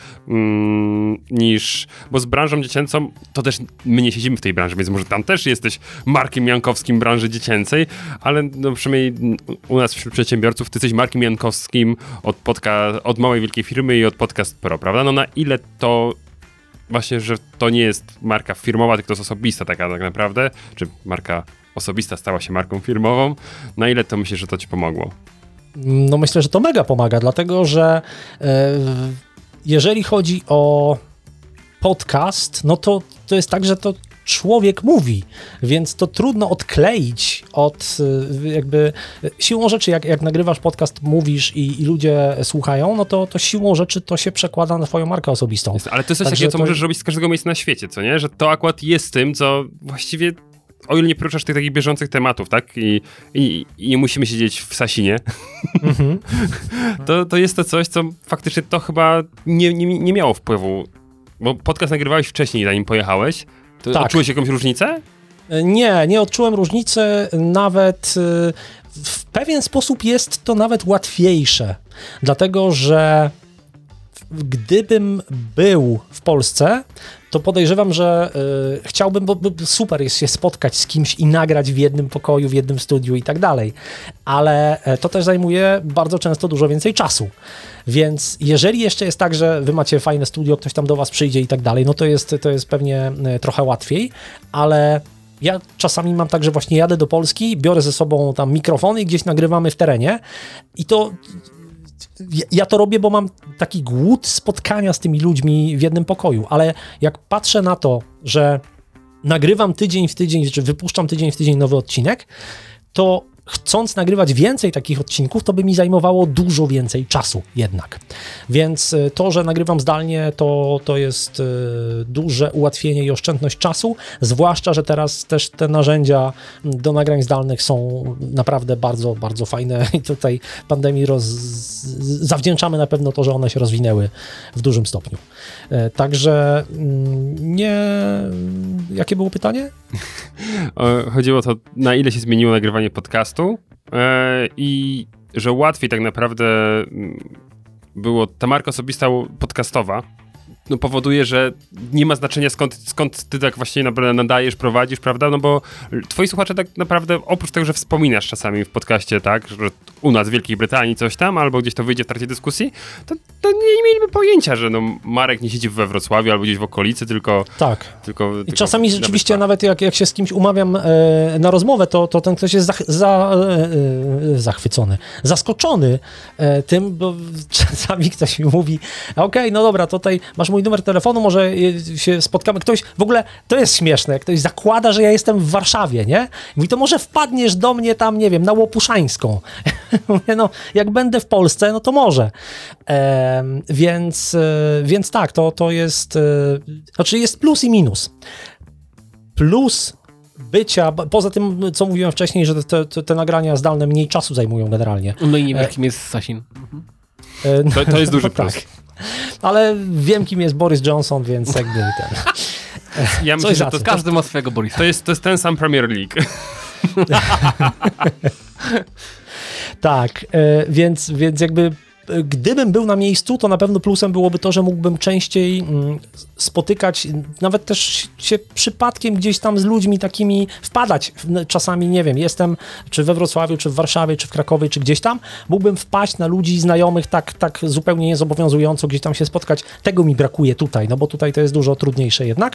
Niż, bo z branżą dziecięcą to też my nie siedzimy w tej branży, więc może tam też jesteś Markiem Jankowskim branży dziecięcej, ale no przynajmniej u nas wśród przedsiębiorców ty jesteś Markiem Jankowskim od małej wielkiej firmy i od Podcast Pro, prawda? No na ile to właśnie, że to nie jest marka firmowa, tylko to jest osobista taka tak naprawdę, czy marka osobista stała się marką firmową, na ile to myślisz, że to ci pomogło? No myślę, że to mega pomaga, dlatego że jeżeli chodzi o podcast, no to jest tak, że to człowiek mówi, więc to trudno odkleić od jakby siłą rzeczy, jak nagrywasz podcast, mówisz i ludzie słuchają, no to siłą rzeczy to się przekłada na twoją markę osobistą. Ale to jest coś takiego, co możesz robić z każdego miejsca na świecie, co nie? Że to akurat jest tym, co właściwie, o ile nie poruszasz tych takich bieżących tematów, tak? I nie musimy siedzieć w Sasinie, to jest to coś, co faktycznie to chyba nie miało wpływu, bo podcast nagrywałeś wcześniej, zanim pojechałeś. To tak. Odczułeś jakąś różnicę? Nie odczułem różnicy, nawet w pewien sposób jest to nawet łatwiejsze, dlatego że gdybym był w Polsce, to podejrzewam, że chciałbym, bo super jest się spotkać z kimś i nagrać w jednym pokoju, w jednym studiu i tak dalej, ale to też zajmuje bardzo często dużo więcej czasu. Więc jeżeli jeszcze jest tak, że wy macie fajne studio, ktoś tam do was przyjdzie i tak dalej, no to jest pewnie trochę łatwiej, ale ja czasami mam tak, że właśnie jadę do Polski, biorę ze sobą tam mikrofony i gdzieś nagrywamy w terenie i to ja to robię, bo mam taki głód spotkania z tymi ludźmi w jednym pokoju, ale jak patrzę na to, że nagrywam tydzień w tydzień, czy wypuszczam tydzień w tydzień nowy odcinek, to chcąc nagrywać więcej takich odcinków, to by mi zajmowało dużo więcej czasu jednak. Więc to, że nagrywam zdalnie, to jest duże ułatwienie i oszczędność czasu, zwłaszcza, że teraz też te narzędzia do nagrań zdalnych są naprawdę bardzo, bardzo fajne i tutaj pandemii zawdzięczamy na pewno to, że one się rozwinęły w dużym stopniu. Także Jakie było pytanie? Chodziło o to, na ile się zmieniło nagrywanie podcastu i że łatwiej tak naprawdę było, ta marka osobista podcastowa no powoduje, że nie ma znaczenia skąd ty tak właśnie nadajesz, prowadzisz, prawda? No bo twoi słuchacze tak naprawdę, oprócz tego, że wspominasz czasami w podcaście, tak, że u nas w Wielkiej Brytanii coś tam, albo gdzieś to wyjdzie w trakcie dyskusji, to nie mieliby pojęcia, że no Marek nie siedzi we Wrocławiu albo gdzieś w okolicy, tylko... Tak. I czasami rzeczywiście nawet jak się z kimś umawiam na rozmowę, to ten ktoś jest zachwycony, zaskoczony tym, bo czasami ktoś mi mówi, okej, no dobra, tutaj masz mój numer telefonu, może się spotkamy. Ktoś, w ogóle to jest śmieszne, ktoś zakłada, że ja jestem w Warszawie, nie? Mówi, to może wpadniesz do mnie tam, nie wiem, na Łopuszańską. Mówię, no, jak będę w Polsce, no to może. Więc tak, to jest, znaczy jest plus i minus. Plus bycia, poza tym, co mówiłem wcześniej, że te nagrania zdalne mniej czasu zajmują generalnie. No i nie wiem, kim jest Sasin. To jest duży plus. Tak. Ale wiem, kim jest Boris Johnson, więc jakby ten... Ja myślę, że Każdy ma swojego Borisa. to jest ten sam Premier League. Tak, więc jakby gdybym był na miejscu, to na pewno plusem byłoby to, że mógłbym częściej spotykać, nawet też się przypadkiem gdzieś tam z ludźmi takimi wpadać. Czasami, nie wiem, jestem czy we Wrocławiu, czy w Warszawie, czy w Krakowie, czy gdzieś tam, mógłbym wpaść na ludzi znajomych tak zupełnie niezobowiązująco, gdzieś tam się spotkać. Tego mi brakuje tutaj, no bo tutaj to jest dużo trudniejsze jednak,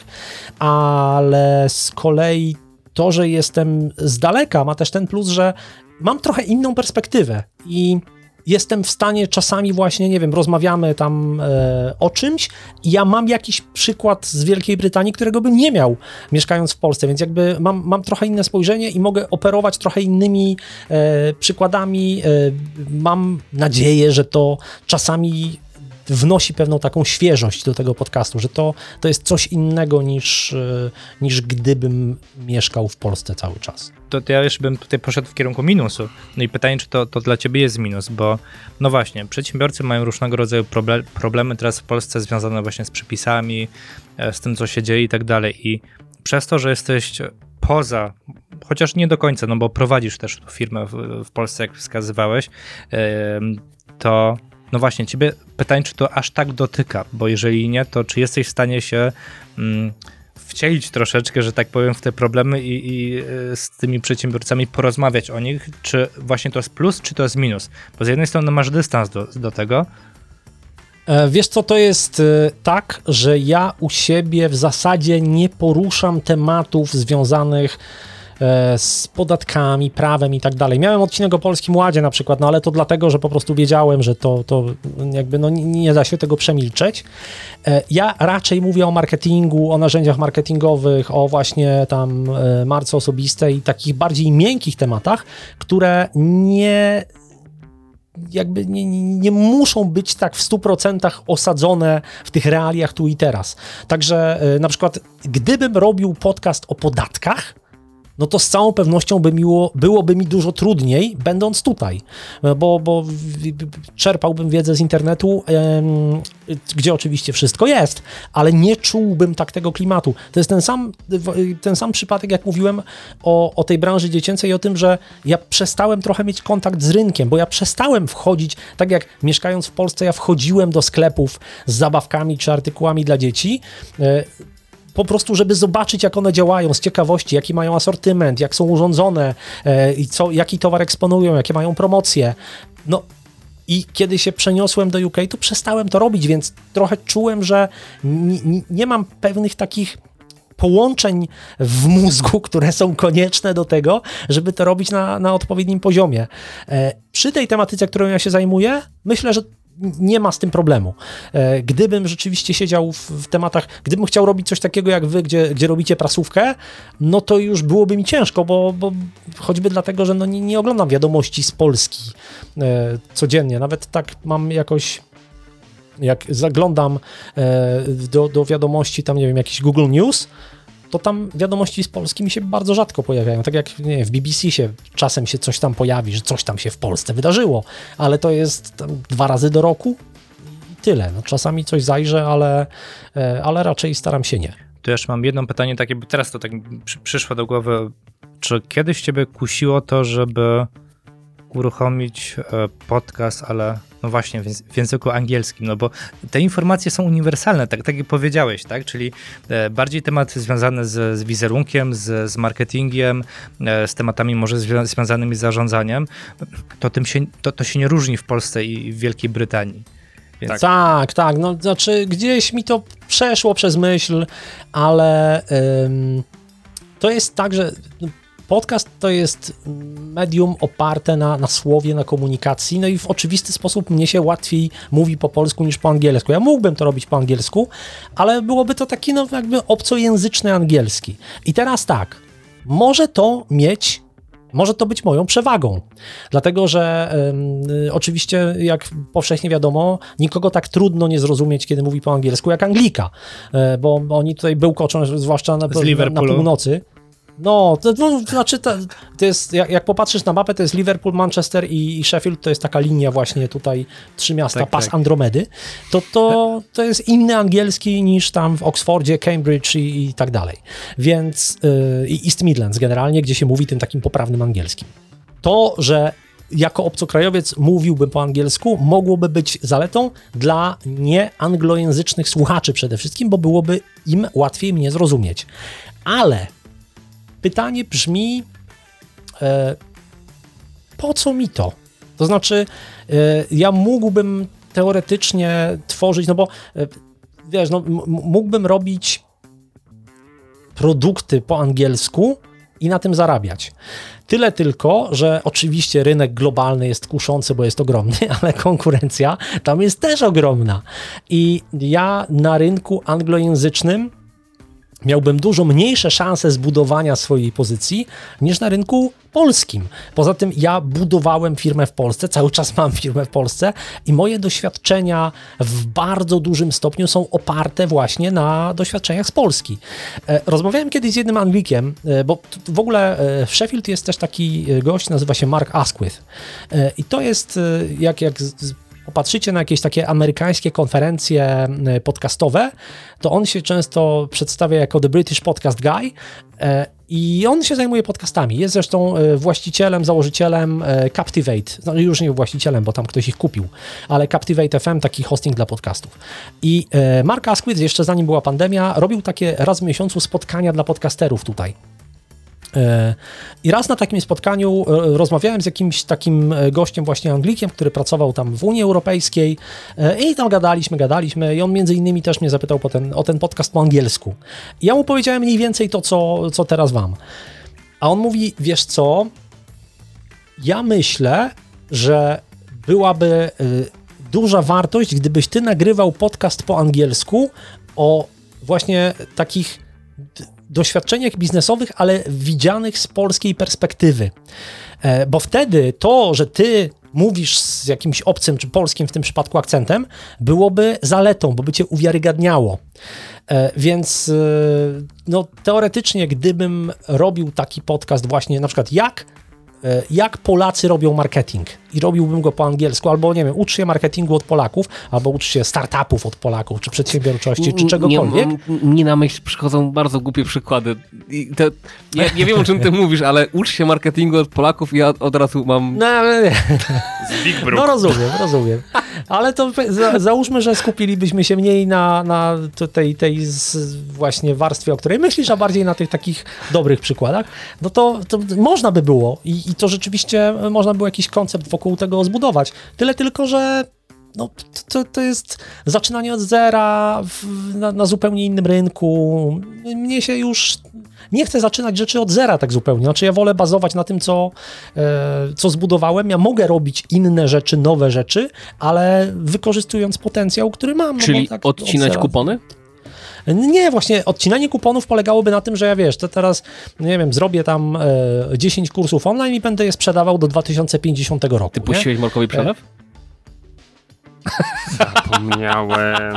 ale z kolei to, że jestem z daleka, ma też ten plus, że mam trochę inną perspektywę i jestem w stanie czasami właśnie, nie wiem, rozmawiamy tam o czymś i ja mam jakiś przykład z Wielkiej Brytanii, którego bym nie miał mieszkając w Polsce, więc jakby mam trochę inne spojrzenie i mogę operować trochę innymi przykładami. Mam nadzieję, że to czasami wnosi pewną taką świeżość do tego podcastu, że to jest coś innego niż gdybym mieszkał w Polsce cały czas. To ja już bym tutaj poszedł w kierunku minusu. No i pytanie, czy to dla ciebie jest minus, bo no właśnie, przedsiębiorcy mają różnego rodzaju problemy teraz w Polsce związane właśnie z przepisami, z tym, co się dzieje i tak dalej. I przez to, że jesteś poza, chociaż nie do końca, no bo prowadzisz też firmę w Polsce, jak wskazywałeś, to no właśnie, ciebie pytanie, czy to aż tak dotyka, bo jeżeli nie, to czy jesteś w stanie się wcielić troszeczkę, że tak powiem, w te problemy i z tymi przedsiębiorcami porozmawiać o nich, czy właśnie to jest plus, czy to jest minus? Bo z jednej strony masz dystans do tego. Wiesz co, to jest tak, że ja u siebie w zasadzie nie poruszam tematów związanych z podatkami, prawem i tak dalej. Miałem odcinek o Polskim Ładzie na przykład, no ale to dlatego, że po prostu wiedziałem, że to jakby no nie da się tego przemilczeć. Ja raczej mówię o marketingu, o narzędziach marketingowych, o właśnie tam marce osobistej i takich bardziej miękkich tematach, które nie muszą być tak w 100% osadzone w tych realiach tu i teraz. Także na przykład gdybym robił podcast o podatkach, no to z całą pewnością byłoby mi dużo trudniej, będąc tutaj, bo czerpałbym wiedzę z internetu, gdzie oczywiście wszystko jest, ale nie czułbym tak tego klimatu. To jest ten sam przypadek, jak mówiłem o tej branży dziecięcej i o tym, że ja przestałem trochę mieć kontakt z rynkiem, bo ja przestałem wchodzić, tak jak mieszkając w Polsce, ja wchodziłem do sklepów z zabawkami czy artykułami dla dzieci, po prostu, żeby zobaczyć, jak one działają, z ciekawości, jaki mają asortyment, jak są urządzone, jaki towar eksponują, jakie mają promocje. No i kiedy się przeniosłem do UK, to przestałem to robić, więc trochę czułem, że nie mam pewnych takich połączeń w mózgu, które są konieczne do tego, żeby to robić na odpowiednim poziomie. Przy tej tematyce, którą ja się zajmuję, myślę, że nie ma z tym problemu. Gdybym rzeczywiście siedział w tematach, gdybym chciał robić coś takiego jak wy, gdzie robicie prasówkę, no to już byłoby mi ciężko, bo choćby dlatego, że no nie oglądam wiadomości z Polski codziennie. Nawet tak mam jakoś, jak zaglądam do wiadomości, tam nie wiem, jakiś Google News, to tam wiadomości z Polski mi się bardzo rzadko pojawiają. Tak jak nie, w BBC czasem się coś tam pojawi, że coś tam się w Polsce wydarzyło, ale to jest tam 2 razy do roku i tyle. No, czasami coś zajrzę, ale raczej staram się nie. To jeszcze mam jedno pytanie takie, bo teraz to tak przyszło do głowy. Czy kiedyś ciebie kusiło to, żeby uruchomić podcast, ale no właśnie w języku angielskim, no bo te informacje są uniwersalne, tak jak powiedziałeś, tak? Czyli bardziej tematy związane z wizerunkiem, z marketingiem, z tematami może związanymi z zarządzaniem, to się nie różni w Polsce i w Wielkiej Brytanii. Więc... Tak, no znaczy gdzieś mi to przeszło przez myśl, ale to jest tak, że podcast to jest medium oparte na słowie, na komunikacji, no i w oczywisty sposób mnie się łatwiej mówi po polsku niż po angielsku. Ja mógłbym to robić po angielsku, ale byłoby to taki no jakby obcojęzyczny angielski. I teraz tak, może to mieć może to być moją przewagą. Dlatego, że oczywiście, jak powszechnie wiadomo, nikogo tak trudno nie zrozumieć, kiedy mówi po angielsku, jak Anglika, bo oni tutaj bełkoczą, zwłaszcza na północy. No, to znaczy, to jest, jak popatrzysz na mapę, to jest Liverpool, Manchester i Sheffield, to jest taka linia właśnie tutaj, 3 miasta, pas Andromedy, to jest inny angielski niż tam w Oxfordzie, Cambridge i tak dalej. Więc i East Midlands generalnie, gdzie się mówi tym takim poprawnym angielskim. To, że jako obcokrajowiec mówiłbym po angielsku, mogłoby być zaletą dla nieanglojęzycznych słuchaczy przede wszystkim, bo byłoby im łatwiej mnie zrozumieć. Ale pytanie brzmi, po co mi to? To znaczy, ja mógłbym teoretycznie tworzyć, no bo wiesz, no, mógłbym robić produkty po angielsku i na tym zarabiać. Tyle tylko, że oczywiście rynek globalny jest kuszący, bo jest ogromny, ale konkurencja tam jest też ogromna. I ja na rynku anglojęzycznym miałbym dużo mniejsze szanse zbudowania swojej pozycji niż na rynku polskim. Poza tym ja budowałem firmę w Polsce, cały czas mam firmę w Polsce i moje doświadczenia w bardzo dużym stopniu są oparte właśnie na doświadczeniach z Polski. Rozmawiałem kiedyś z jednym Anglikiem, bo w ogóle w Sheffield jest też taki gość, nazywa się Mark Asquith. I to jest, jak popatrzycie na jakieś takie amerykańskie konferencje podcastowe, to on się często przedstawia jako The British Podcast Guy i on się zajmuje podcastami. Jest zresztą właścicielem, założycielem Captivate. No już nie właścicielem, bo tam ktoś ich kupił, ale Captivate FM, taki hosting dla podcastów. I Mark Asquith, jeszcze zanim była pandemia, robił takie raz w miesiącu spotkania dla podcasterów tutaj. I raz na takim spotkaniu rozmawiałem z jakimś takim gościem, właśnie Anglikiem, który pracował tam w Unii Europejskiej i tam gadaliśmy i on między innymi też mnie zapytał o ten podcast po angielsku. I ja mu powiedziałem mniej więcej to, co teraz wam. A on mówi, wiesz co, ja myślę, że byłaby duża wartość, gdybyś ty nagrywał podcast po angielsku o właśnie takich doświadczeniach biznesowych, ale widzianych z polskiej perspektywy. Bo wtedy to, że ty mówisz z jakimś obcym, czy polskim w tym przypadku akcentem, byłoby zaletą, bo by cię uwiarygadniało. Więc no, teoretycznie, gdybym robił taki podcast właśnie, na przykład jak Polacy robią marketing i robiłbym go po angielsku, albo nie wiem, ucz się marketingu od Polaków, albo ucz się startupów od Polaków, czy przedsiębiorczości, czy czegokolwiek. Mi na myśl przychodzą bardzo głupie przykłady. Ja nie wiem, o czym ty mówisz, ale ucz się marketingu od Polaków i ja od razu mam... No rozumiem. Ale to załóżmy, że skupilibyśmy się mniej na tej właśnie warstwie, o której myślisz, a bardziej na tych takich dobrych przykładach, no to można by było i to rzeczywiście można było jakiś koncept wokół tego zbudować. Tyle tylko, że no, to jest zaczynanie od zera na zupełnie innym rynku. Mnie się już nie chcę zaczynać rzeczy od zera tak zupełnie. Znaczy ja wolę bazować na tym, co zbudowałem. Ja mogę robić inne rzeczy, nowe rzeczy, ale wykorzystując potencjał, który mam. Czyli no tak odcinać kupony? Nie, właśnie odcinanie kuponów polegałoby na tym, że ja wiesz, to teraz, nie wiem, zrobię tam 10 kursów online i będę je sprzedawał do 2050 roku. Ty puściłeś Markowi przelew? Zapomniałem.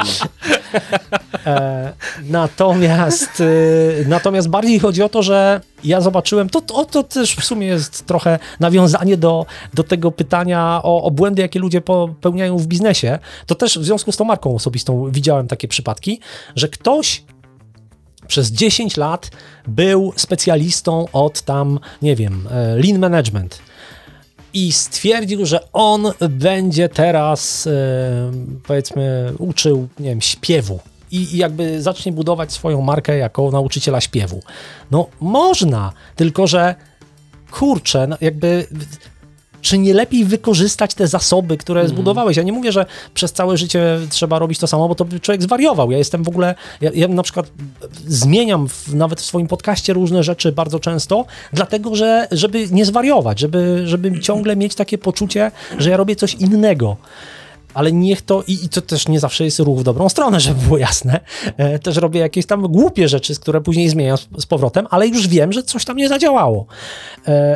Natomiast bardziej chodzi o to, że ja zobaczyłem, to też w sumie jest trochę nawiązanie do tego pytania o błędy, jakie ludzie popełniają w biznesie. To też w związku z tą marką osobistą widziałem takie przypadki, że ktoś przez 10 lat był specjalistą od tam, nie wiem, lean management. I stwierdził, że on będzie teraz, powiedzmy, uczył, nie wiem, śpiewu i jakby zacznie budować swoją markę jako nauczyciela śpiewu. No można, tylko że kurczę, no jakby czy nie lepiej wykorzystać te zasoby, które zbudowałeś? Ja nie mówię, że przez całe życie trzeba robić to samo, bo to by człowiek zwariował. Ja jestem w ogóle, ja na przykład zmieniam nawet w swoim podcaście różne rzeczy bardzo często, dlatego, żeby nie zwariować, żeby ciągle mieć takie poczucie, że ja robię coś innego. Ale niech to, i to też nie zawsze jest ruch w dobrą stronę, żeby było jasne. Też robię jakieś tam głupie rzeczy, które później zmieniam z powrotem, ale już wiem, że coś tam nie zadziałało.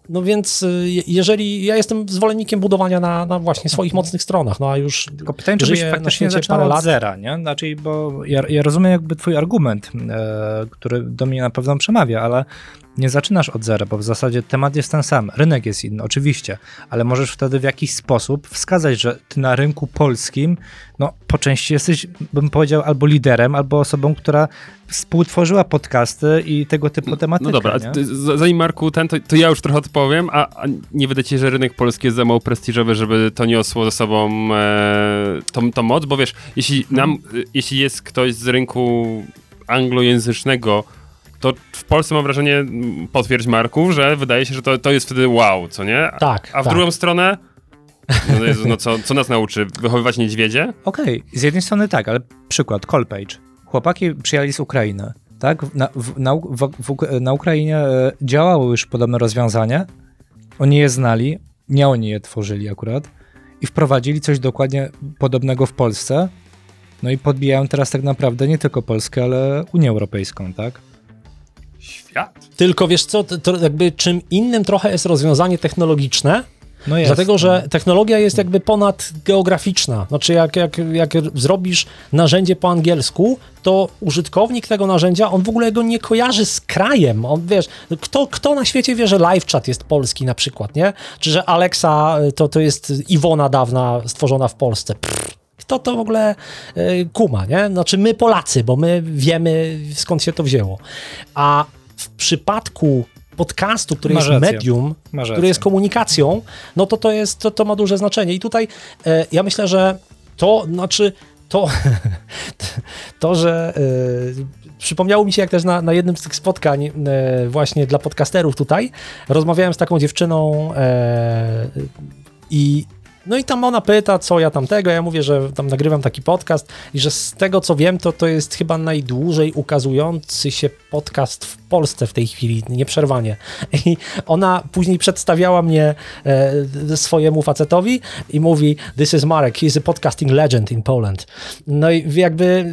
No więc jeżeli ja jestem zwolennikiem budowania na właśnie swoich mocnych stronach, no a już Tylko pytanie, czy byś faktycznie zaczynał od zera, nie? Znaczy, bo ja rozumiem jakby twój argument, który do mnie na pewno przemawia, ale nie zaczynasz od zera, bo w zasadzie temat jest ten sam, rynek jest inny, oczywiście, ale możesz wtedy w jakiś sposób wskazać, że ty na rynku polskim, no po części jesteś, bym powiedział, albo liderem, albo osobą, która współtworzyła podcasty i tego typu tematykę. No dobra, zanim Marku to ja już trochę odpowiem, a nie wydaje ci, że rynek polski jest za mało prestiżowy, żeby to niosło ze sobą tą moc, bo wiesz, jeśli jest ktoś z rynku anglojęzycznego, to w Polsce mam wrażenie, potwierdź Marku, że wydaje się, że to jest wtedy wow, co nie? Tak. A w drugą stronę, no Jezu, no co nas nauczy? Wychowywać niedźwiedzie? Okej, z jednej strony tak, ale przykład, Callpage. Chłopaki przyjęli z Ukrainy, tak? Na Ukrainie działało już podobne rozwiązanie, oni je znali, nie oni je tworzyli akurat i wprowadzili coś dokładnie podobnego w Polsce, no i podbijają teraz tak naprawdę nie tylko Polskę, ale Unię Europejską, tak? Świat. Tylko wiesz co, to jakby czym innym trochę jest rozwiązanie technologiczne, No jest, dlatego, że technologia jest jakby ponadgeograficzna. Znaczy jak zrobisz narzędzie po angielsku, to użytkownik tego narzędzia, on w ogóle go nie kojarzy z krajem. On, wiesz, kto na świecie wie, że LiveChat jest polski na przykład, nie? Czy że Alexa to jest Iwona dawna stworzona w Polsce. Kto to w ogóle kuma, nie? Znaczy my Polacy, bo my wiemy, skąd się to wzięło. A w przypadku podcastu, który jest medium, który jest komunikacją, no to ma duże znaczenie. I tutaj ja myślę, że to, że przypomniało mi się, jak też na jednym z tych spotkań właśnie dla podcasterów tutaj, rozmawiałem z taką dziewczyną i tam ona pyta, co ja tamtego, ja mówię, że tam nagrywam taki podcast i że z tego, co wiem, to jest chyba najdłużej ukazujący się podcast w Polsce w tej chwili, nieprzerwanie. I ona później przedstawiała mnie swojemu facetowi i mówi, this is Marek, he's a podcasting legend in Poland. No i jakby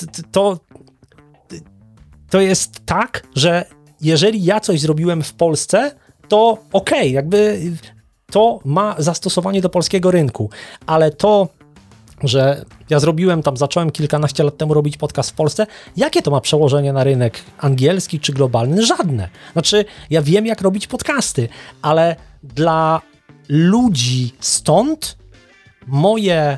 to jest tak, że jeżeli ja coś zrobiłem w Polsce, to okej, jakby to ma zastosowanie do polskiego rynku, ale to, że ja zacząłem kilkanaście lat temu robić podcast w Polsce, jakie to ma przełożenie na rynek angielski czy globalny? Żadne. Znaczy, ja wiem, jak robić podcasty, ale dla ludzi stąd moje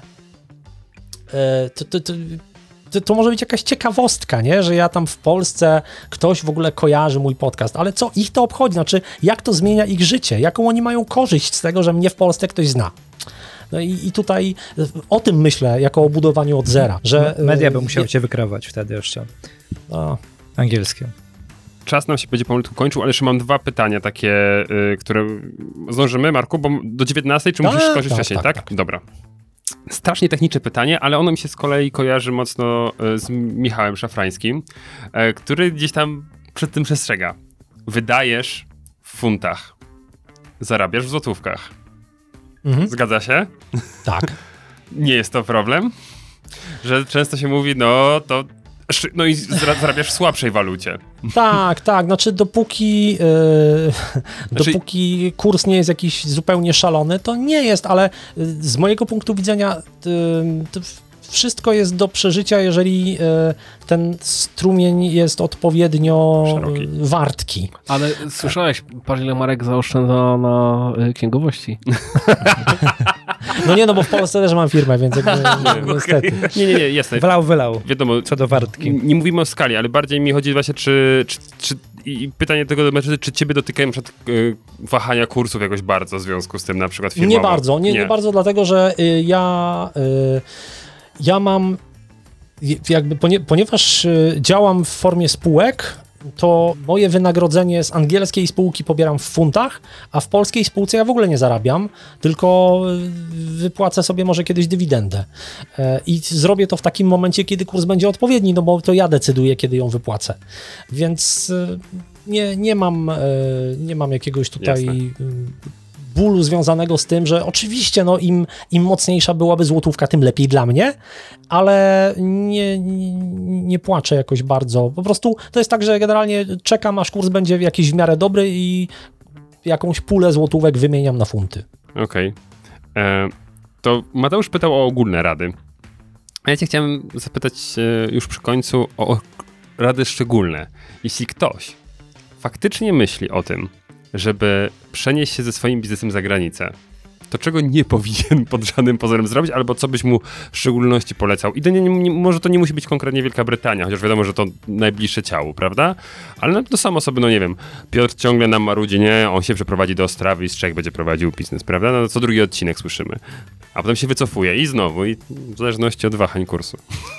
to może być jakaś ciekawostka, nie? Że ja tam w Polsce ktoś w ogóle kojarzy mój podcast, ale co ich to obchodzi? Znaczy, jak to zmienia ich życie? Jaką oni mają korzyść z tego, że mnie w Polsce ktoś zna? No i tutaj o tym myślę, jako o budowaniu od zera. Że media by musiały cię wykrywać wtedy jeszcze. Angielskie. Czas nam się będzie pomalutku kończył, ale jeszcze mam 2 pytania takie, które zdążymy, Marku, bo do 19 czy musisz skończyć wcześniej, tak? Dobra. Strasznie techniczne pytanie, ale ono mi się z kolei kojarzy mocno z Michałem Szafrańskim, który gdzieś tam przed tym przestrzega. Wydajesz w funtach, zarabiasz w złotówkach. Mhm. Zgadza się? Tak. Nie jest to problem, że często się mówi, no i zarabiasz w słabszej walucie. Tak, znaczy dopóki kurs nie jest jakiś zupełnie szalony, to nie jest, ale z mojego punktu widzenia to wszystko jest do przeżycia, jeżeli ten strumień jest odpowiednio szeroki, wartki. Ale słyszałeś, patrz ile Marek zaoszczędza na księgowości. No bo w Polsce też mam firmę, więc niestety. Nie, jasne. Wylał. Wiadomo, co do wartki. Nie mówimy o skali, ale bardziej mi chodzi właśnie, czy i pytanie tego do mężczyzny, czy ciebie dotykają na przykład wahania kursów jakoś bardzo w związku z tym na przykład firmowo? Nie bardzo, dlatego że ja mam jakby, ponieważ działam w formie spółek, to moje wynagrodzenie z angielskiej spółki pobieram w funtach, a w polskiej spółce ja w ogóle nie zarabiam, tylko wypłacę sobie może kiedyś dywidendę. I zrobię to w takim momencie, kiedy kurs będzie odpowiedni, no bo to ja decyduję, kiedy ją wypłacę. Więc nie mam jakiegoś tutaj bólu związanego z tym, że oczywiście im mocniejsza byłaby złotówka, tym lepiej dla mnie, ale nie płaczę jakoś bardzo. Po prostu to jest tak, że generalnie czekam, aż kurs będzie jakiś w miarę dobry i jakąś pulę złotówek wymieniam na funty. Okej. To Mateusz pytał o ogólne rady. A ja cię chciałem zapytać już przy końcu o rady szczególne. Jeśli ktoś faktycznie myśli o tym, żeby przenieść się ze swoim biznesem za granicę, to czego nie powinien pod żadnym pozorem zrobić, albo co byś mu w szczególności polecał? I to może to nie musi być konkretnie Wielka Brytania, chociaż wiadomo, że to najbliższe ciału, prawda? Ale to samo sobie, no nie wiem, Piotr ciągle nam marudzi, nie, on się przeprowadzi do Ostrawy i z Czech będzie prowadził biznes, prawda? No co drugi odcinek słyszymy. A potem się wycofuje i znowu, i w zależności od wahań kursu.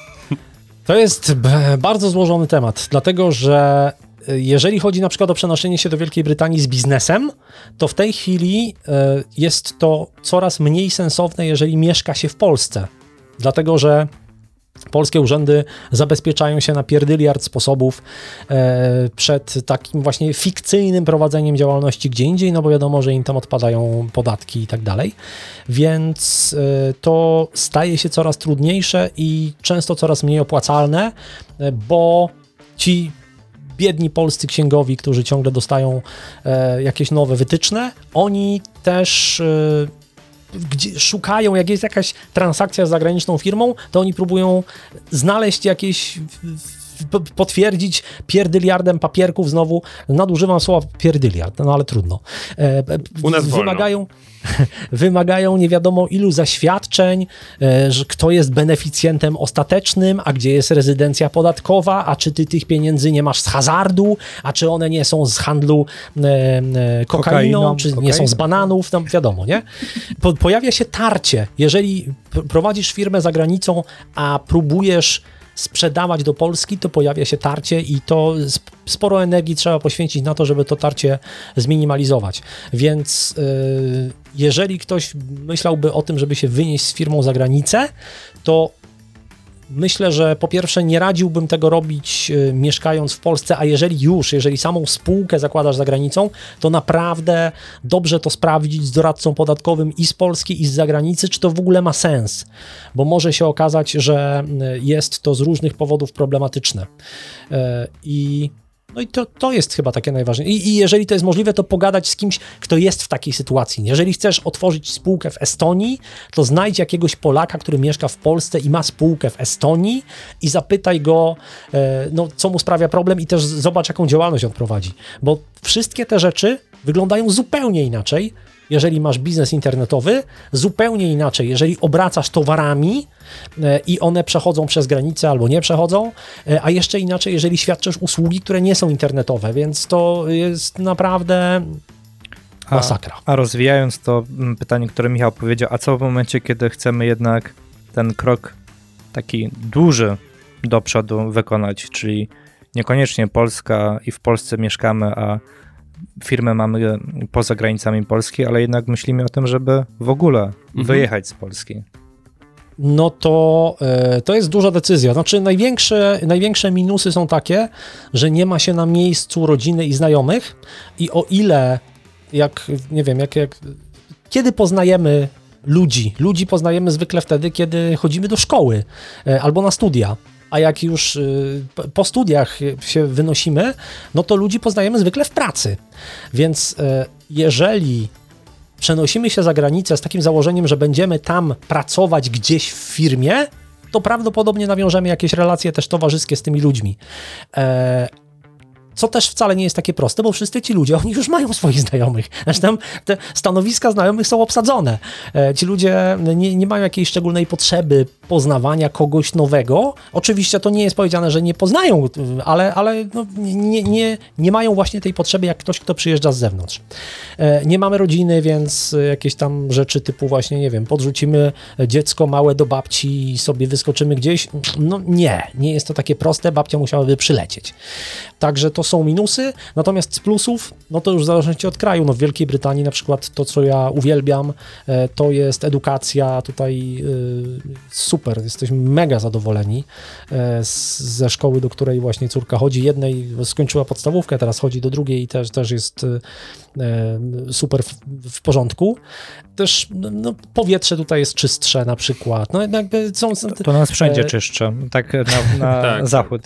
To jest bardzo złożony temat, dlatego że jeżeli chodzi na przykład o przenoszenie się do Wielkiej Brytanii z biznesem, to w tej chwili jest to coraz mniej sensowne, jeżeli mieszka się w Polsce. Dlatego, że polskie urzędy zabezpieczają się na pierdyliard sposobów przed takim właśnie fikcyjnym prowadzeniem działalności gdzie indziej, no bo wiadomo, że im tam odpadają podatki i tak dalej. Więc to staje się coraz trudniejsze i często coraz mniej opłacalne, bo ci biedni polscy księgowi, którzy ciągle dostają jakieś nowe wytyczne, oni też gdzie szukają, jak jest jakaś transakcja z zagraniczną firmą, to oni próbują znaleźć jakieś, potwierdzić pierdyliardem papierków, znowu nadużywam słowa pierdyliard, no ale trudno. U nas wymagają nie wiadomo ilu zaświadczeń, że kto jest beneficjentem ostatecznym, a gdzie jest rezydencja podatkowa, a czy ty tych pieniędzy nie masz z hazardu, a czy one nie są z handlu kokainą, czy nie są z bananów, tam wiadomo, nie? Pojawia się tarcie. Jeżeli prowadzisz firmę za granicą, a próbujesz sprzedawać do Polski, to pojawia się tarcie i to sporo energii trzeba poświęcić na to, żeby to tarcie zminimalizować. Więc jeżeli ktoś myślałby o tym, żeby się wynieść z firmą za granicę, to myślę, że po pierwsze nie radziłbym tego robić mieszkając w Polsce, a jeżeli samą spółkę zakładasz za granicą, to naprawdę dobrze to sprawdzić z doradcą podatkowym i z Polski, i z zagranicy, czy to w ogóle ma sens, bo może się okazać, że jest to z różnych powodów problematyczne. No i to jest chyba takie najważniejsze. I jeżeli to jest możliwe, to pogadać z kimś, kto jest w takiej sytuacji. Jeżeli chcesz otworzyć spółkę w Estonii, to znajdź jakiegoś Polaka, który mieszka w Polsce i ma spółkę w Estonii i zapytaj go, co mu sprawia problem i też zobacz, jaką działalność on prowadzi. Bo wszystkie te rzeczy wyglądają zupełnie inaczej, jeżeli masz biznes internetowy, zupełnie inaczej, jeżeli obracasz towarami i one przechodzą przez granicę albo nie przechodzą, a jeszcze inaczej, jeżeli świadczysz usługi, które nie są internetowe, więc to jest naprawdę masakra. A rozwijając to pytanie, które Michał powiedział, a co w momencie, kiedy chcemy jednak ten krok taki duży do przodu wykonać, czyli niekoniecznie Polska i w Polsce mieszkamy, a firmę mamy poza granicami Polski, ale jednak myślimy o tym, żeby w ogóle wyjechać z Polski. No to jest duża decyzja. Znaczy największe minusy są takie, że nie ma się na miejscu rodziny i znajomych i o ile, kiedy poznajemy ludzi poznajemy zwykle wtedy, kiedy chodzimy do szkoły albo na studia. A jak już po studiach się wynosimy, no to ludzi poznajemy zwykle w pracy. Więc jeżeli przenosimy się za granicę z takim założeniem, że będziemy tam pracować gdzieś w firmie, to prawdopodobnie nawiążemy jakieś relacje też towarzyskie z tymi ludźmi. Co też wcale nie jest takie proste, bo wszyscy ci ludzie, oni już mają swoich znajomych. Zresztą te stanowiska znajomych są obsadzone. Ci ludzie nie mają jakiejś szczególnej potrzeby poznawania kogoś nowego. Oczywiście to nie jest powiedziane, że nie poznają, ale nie mają właśnie tej potrzeby jak ktoś, kto przyjeżdża z zewnątrz. Nie mamy rodziny, więc jakieś tam rzeczy typu właśnie, nie wiem, podrzucimy dziecko małe do babci i sobie wyskoczymy gdzieś. No nie jest to takie proste, babcia musiałaby przylecieć. Także to są minusy, natomiast z plusów, no to już w zależności od kraju, no w Wielkiej Brytanii na przykład to, co ja uwielbiam, to jest edukacja, tutaj super, jesteśmy mega zadowoleni ze szkoły, do której właśnie córka chodzi, jednej skończyła podstawówkę, teraz chodzi do drugiej i też jest super w porządku. Też powietrze tutaj jest czystsze na przykład, no jakby są... To nas wszędzie czystsze, tak na tak. zachód.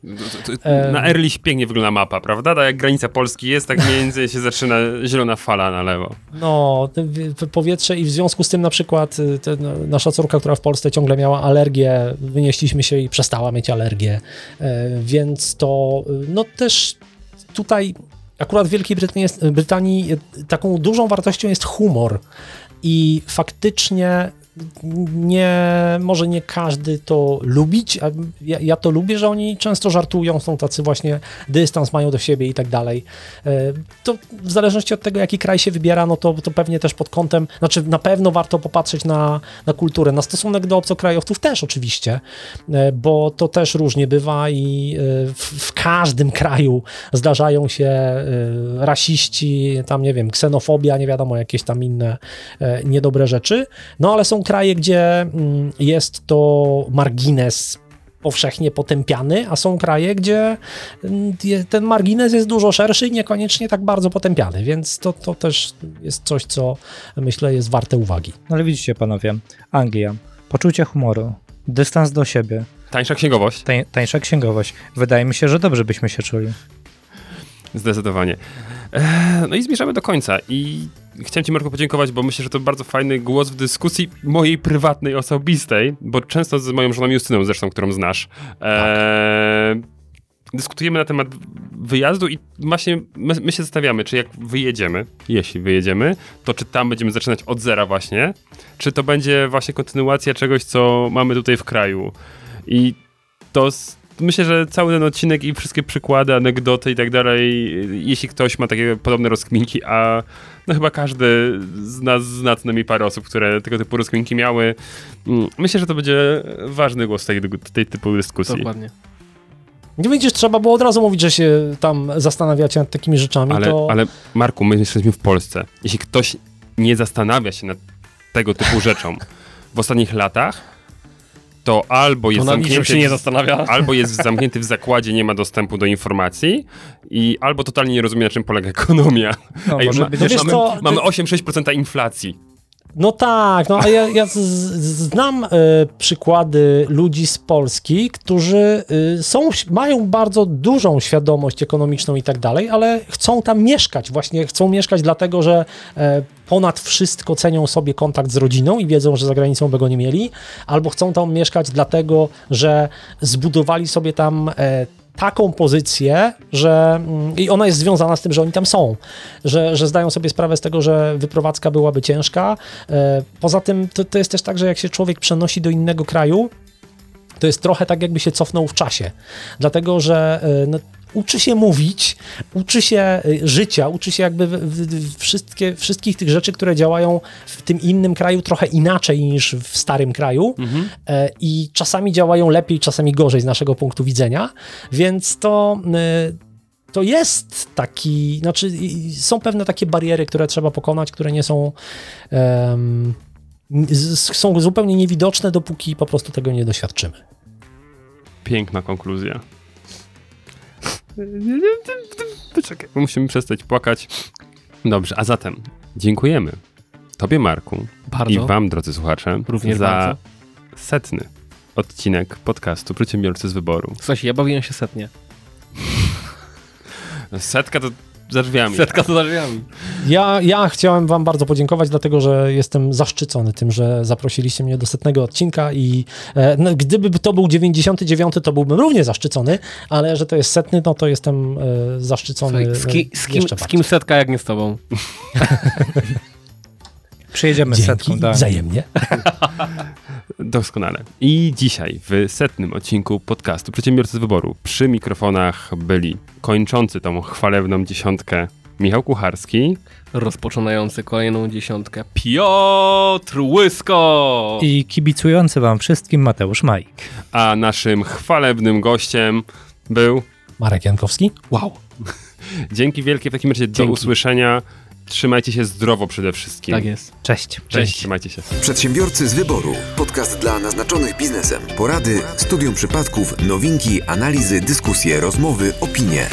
Na Erliś pięknie wygląda mapa, prawda? Tak jak granica Polski jest, tak mniej więcej się zaczyna zielona fala na lewo. No, powietrze i w związku z tym na przykład nasza córka, która w Polsce ciągle miała alergię, wynieśliśmy się i przestała mieć alergię, więc to no też tutaj akurat w Wielkiej Brytanii taką dużą wartością jest humor i faktycznie może nie każdy to lubić, a ja to lubię, że oni często żartują, są tacy właśnie, dystans mają do siebie i tak dalej. To w zależności od tego, jaki kraj się wybiera, no to pewnie też pod kątem, znaczy na pewno warto popatrzeć na kulturę, na stosunek do obcokrajowców też oczywiście, bo to też różnie bywa i w każdym kraju zdarzają się rasiści, tam nie wiem, ksenofobia, nie wiadomo, jakieś tam inne niedobre rzeczy, no ale są kraje, gdzie jest to margines powszechnie potępiany, a są kraje, gdzie ten margines jest dużo szerszy i niekoniecznie tak bardzo potępiany, więc to też jest coś, co myślę jest warte uwagi. No ale widzicie panowie, Anglia, poczucie humoru, dystans do siebie. Tańsza księgowość. Tańsza księgowość. Wydaje mi się, że dobrze byśmy się czuli. Zdecydowanie. No i zmierzamy do końca i chciałem ci, Marku, podziękować, bo myślę, że to bardzo fajny głos w dyskusji mojej prywatnej, osobistej, bo często z moją żoną Justyną zresztą, którą znasz, dyskutujemy na temat wyjazdu i właśnie my się zastanawiamy, czy jak wyjedziemy, jeśli wyjedziemy, to czy tam będziemy zaczynać od zera właśnie, czy to będzie właśnie kontynuacja czegoś, co mamy tutaj w kraju. I to myślę, że cały ten odcinek i wszystkie przykłady, anegdoty i tak dalej, jeśli ktoś ma takie podobne rozkminki, a no chyba każdy z nas zna co najmniej parę osób, które tego typu rozkminki miały, myślę, że to będzie ważny głos tej typu dyskusji. Dokładnie. Nie widzisz, trzeba było od razu mówić, że się tam zastanawiacie nad takimi rzeczami. Ale Marku, my jesteśmy w Polsce. Jeśli ktoś nie zastanawia się nad tego typu rzeczą w ostatnich latach, to albo jest zamknięty, się nie zastanawia. Albo jest zamknięty w zakładzie, nie ma dostępu do informacji, albo totalnie nie rozumie, na czym polega ekonomia. No, mamy 8-6% inflacji. No tak, no a ja znam przykłady ludzi z Polski, którzy mają bardzo dużą świadomość ekonomiczną i tak dalej, ale chcą tam mieszkać, właśnie chcą mieszkać dlatego, że ponad wszystko cenią sobie kontakt z rodziną i wiedzą, że za granicą by go nie mieli, albo chcą tam mieszkać dlatego, że zbudowali sobie tam taką pozycję, że i ona jest związana z tym, że oni tam są, że zdają sobie sprawę z tego, że wyprowadzka byłaby ciężka. Poza tym to jest też tak, że jak się człowiek przenosi do innego kraju, to jest trochę tak, jakby się cofnął w czasie. Dlatego, że uczy się mówić, uczy się życia, uczy się jakby wszystkich tych rzeczy, które działają w tym innym kraju trochę inaczej niż w starym kraju i czasami działają lepiej, czasami gorzej z naszego punktu widzenia, więc to jest taki, znaczy są pewne takie bariery, które trzeba pokonać, które nie są są zupełnie niewidoczne, dopóki po prostu tego nie doświadczymy. Piękna konkluzja. Poczekaj, musimy przestać płakać. Dobrze, a zatem dziękujemy Tobie, Marku, bardzo. I Wam, drodzy słuchacze, również za bardzo. 100. odcinek podcastu Przedsiębiorcy z Wyboru. Słuchajcie, ja bawiłem się setnie. 100 to za drzwiami. 100 to za drzwiami. Ja chciałem wam bardzo podziękować, dlatego że jestem zaszczycony tym, że zaprosiliście mnie do 100. odcinka i gdyby to był 99, to byłbym równie zaszczycony, ale że to jest 100, no to jestem zaszczycony. Słuchaj, z kim 100 jak nie z tobą? Przyjedziemy z 100. Tak. Wzajemnie. Doskonale. I dzisiaj w 100. odcinku podcastu Przedsiębiorcy z Wyboru przy mikrofonach byli kończący tą chwalebną 10 Michał Kucharski, rozpoczynający kolejną 10 Piotr Łysko i kibicujący wam wszystkim Mateusz Majk. A naszym chwalebnym gościem był Marek Jankowski. Wow. Dzięki wielkie w takim razie. Do usłyszenia. Trzymajcie się zdrowo przede wszystkim. Tak jest. Cześć. Trzymajcie się. Przedsiębiorcy z Wyboru. Podcast dla naznaczonych biznesem. Porady, studium przypadków, nowinki, analizy, dyskusje, rozmowy, opinie.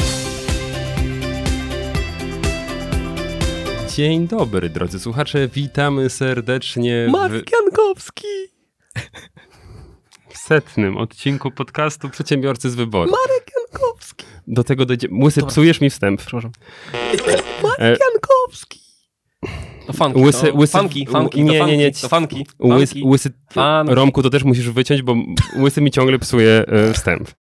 Dzień dobry, drodzy słuchacze. Witamy serdecznie Marek Jankowski. w 100. odcinku podcastu Przedsiębiorcy z Wyboru. Marek Jankowski. Do tego dojdziemy. Łysy, psujesz mi wstęp. Przepraszam. E, Jankowski. To funky, Nie. To funky. Łysy, Funky. Romku, to też musisz wyciąć, bo Łysy mi ciągle psuje wstęp.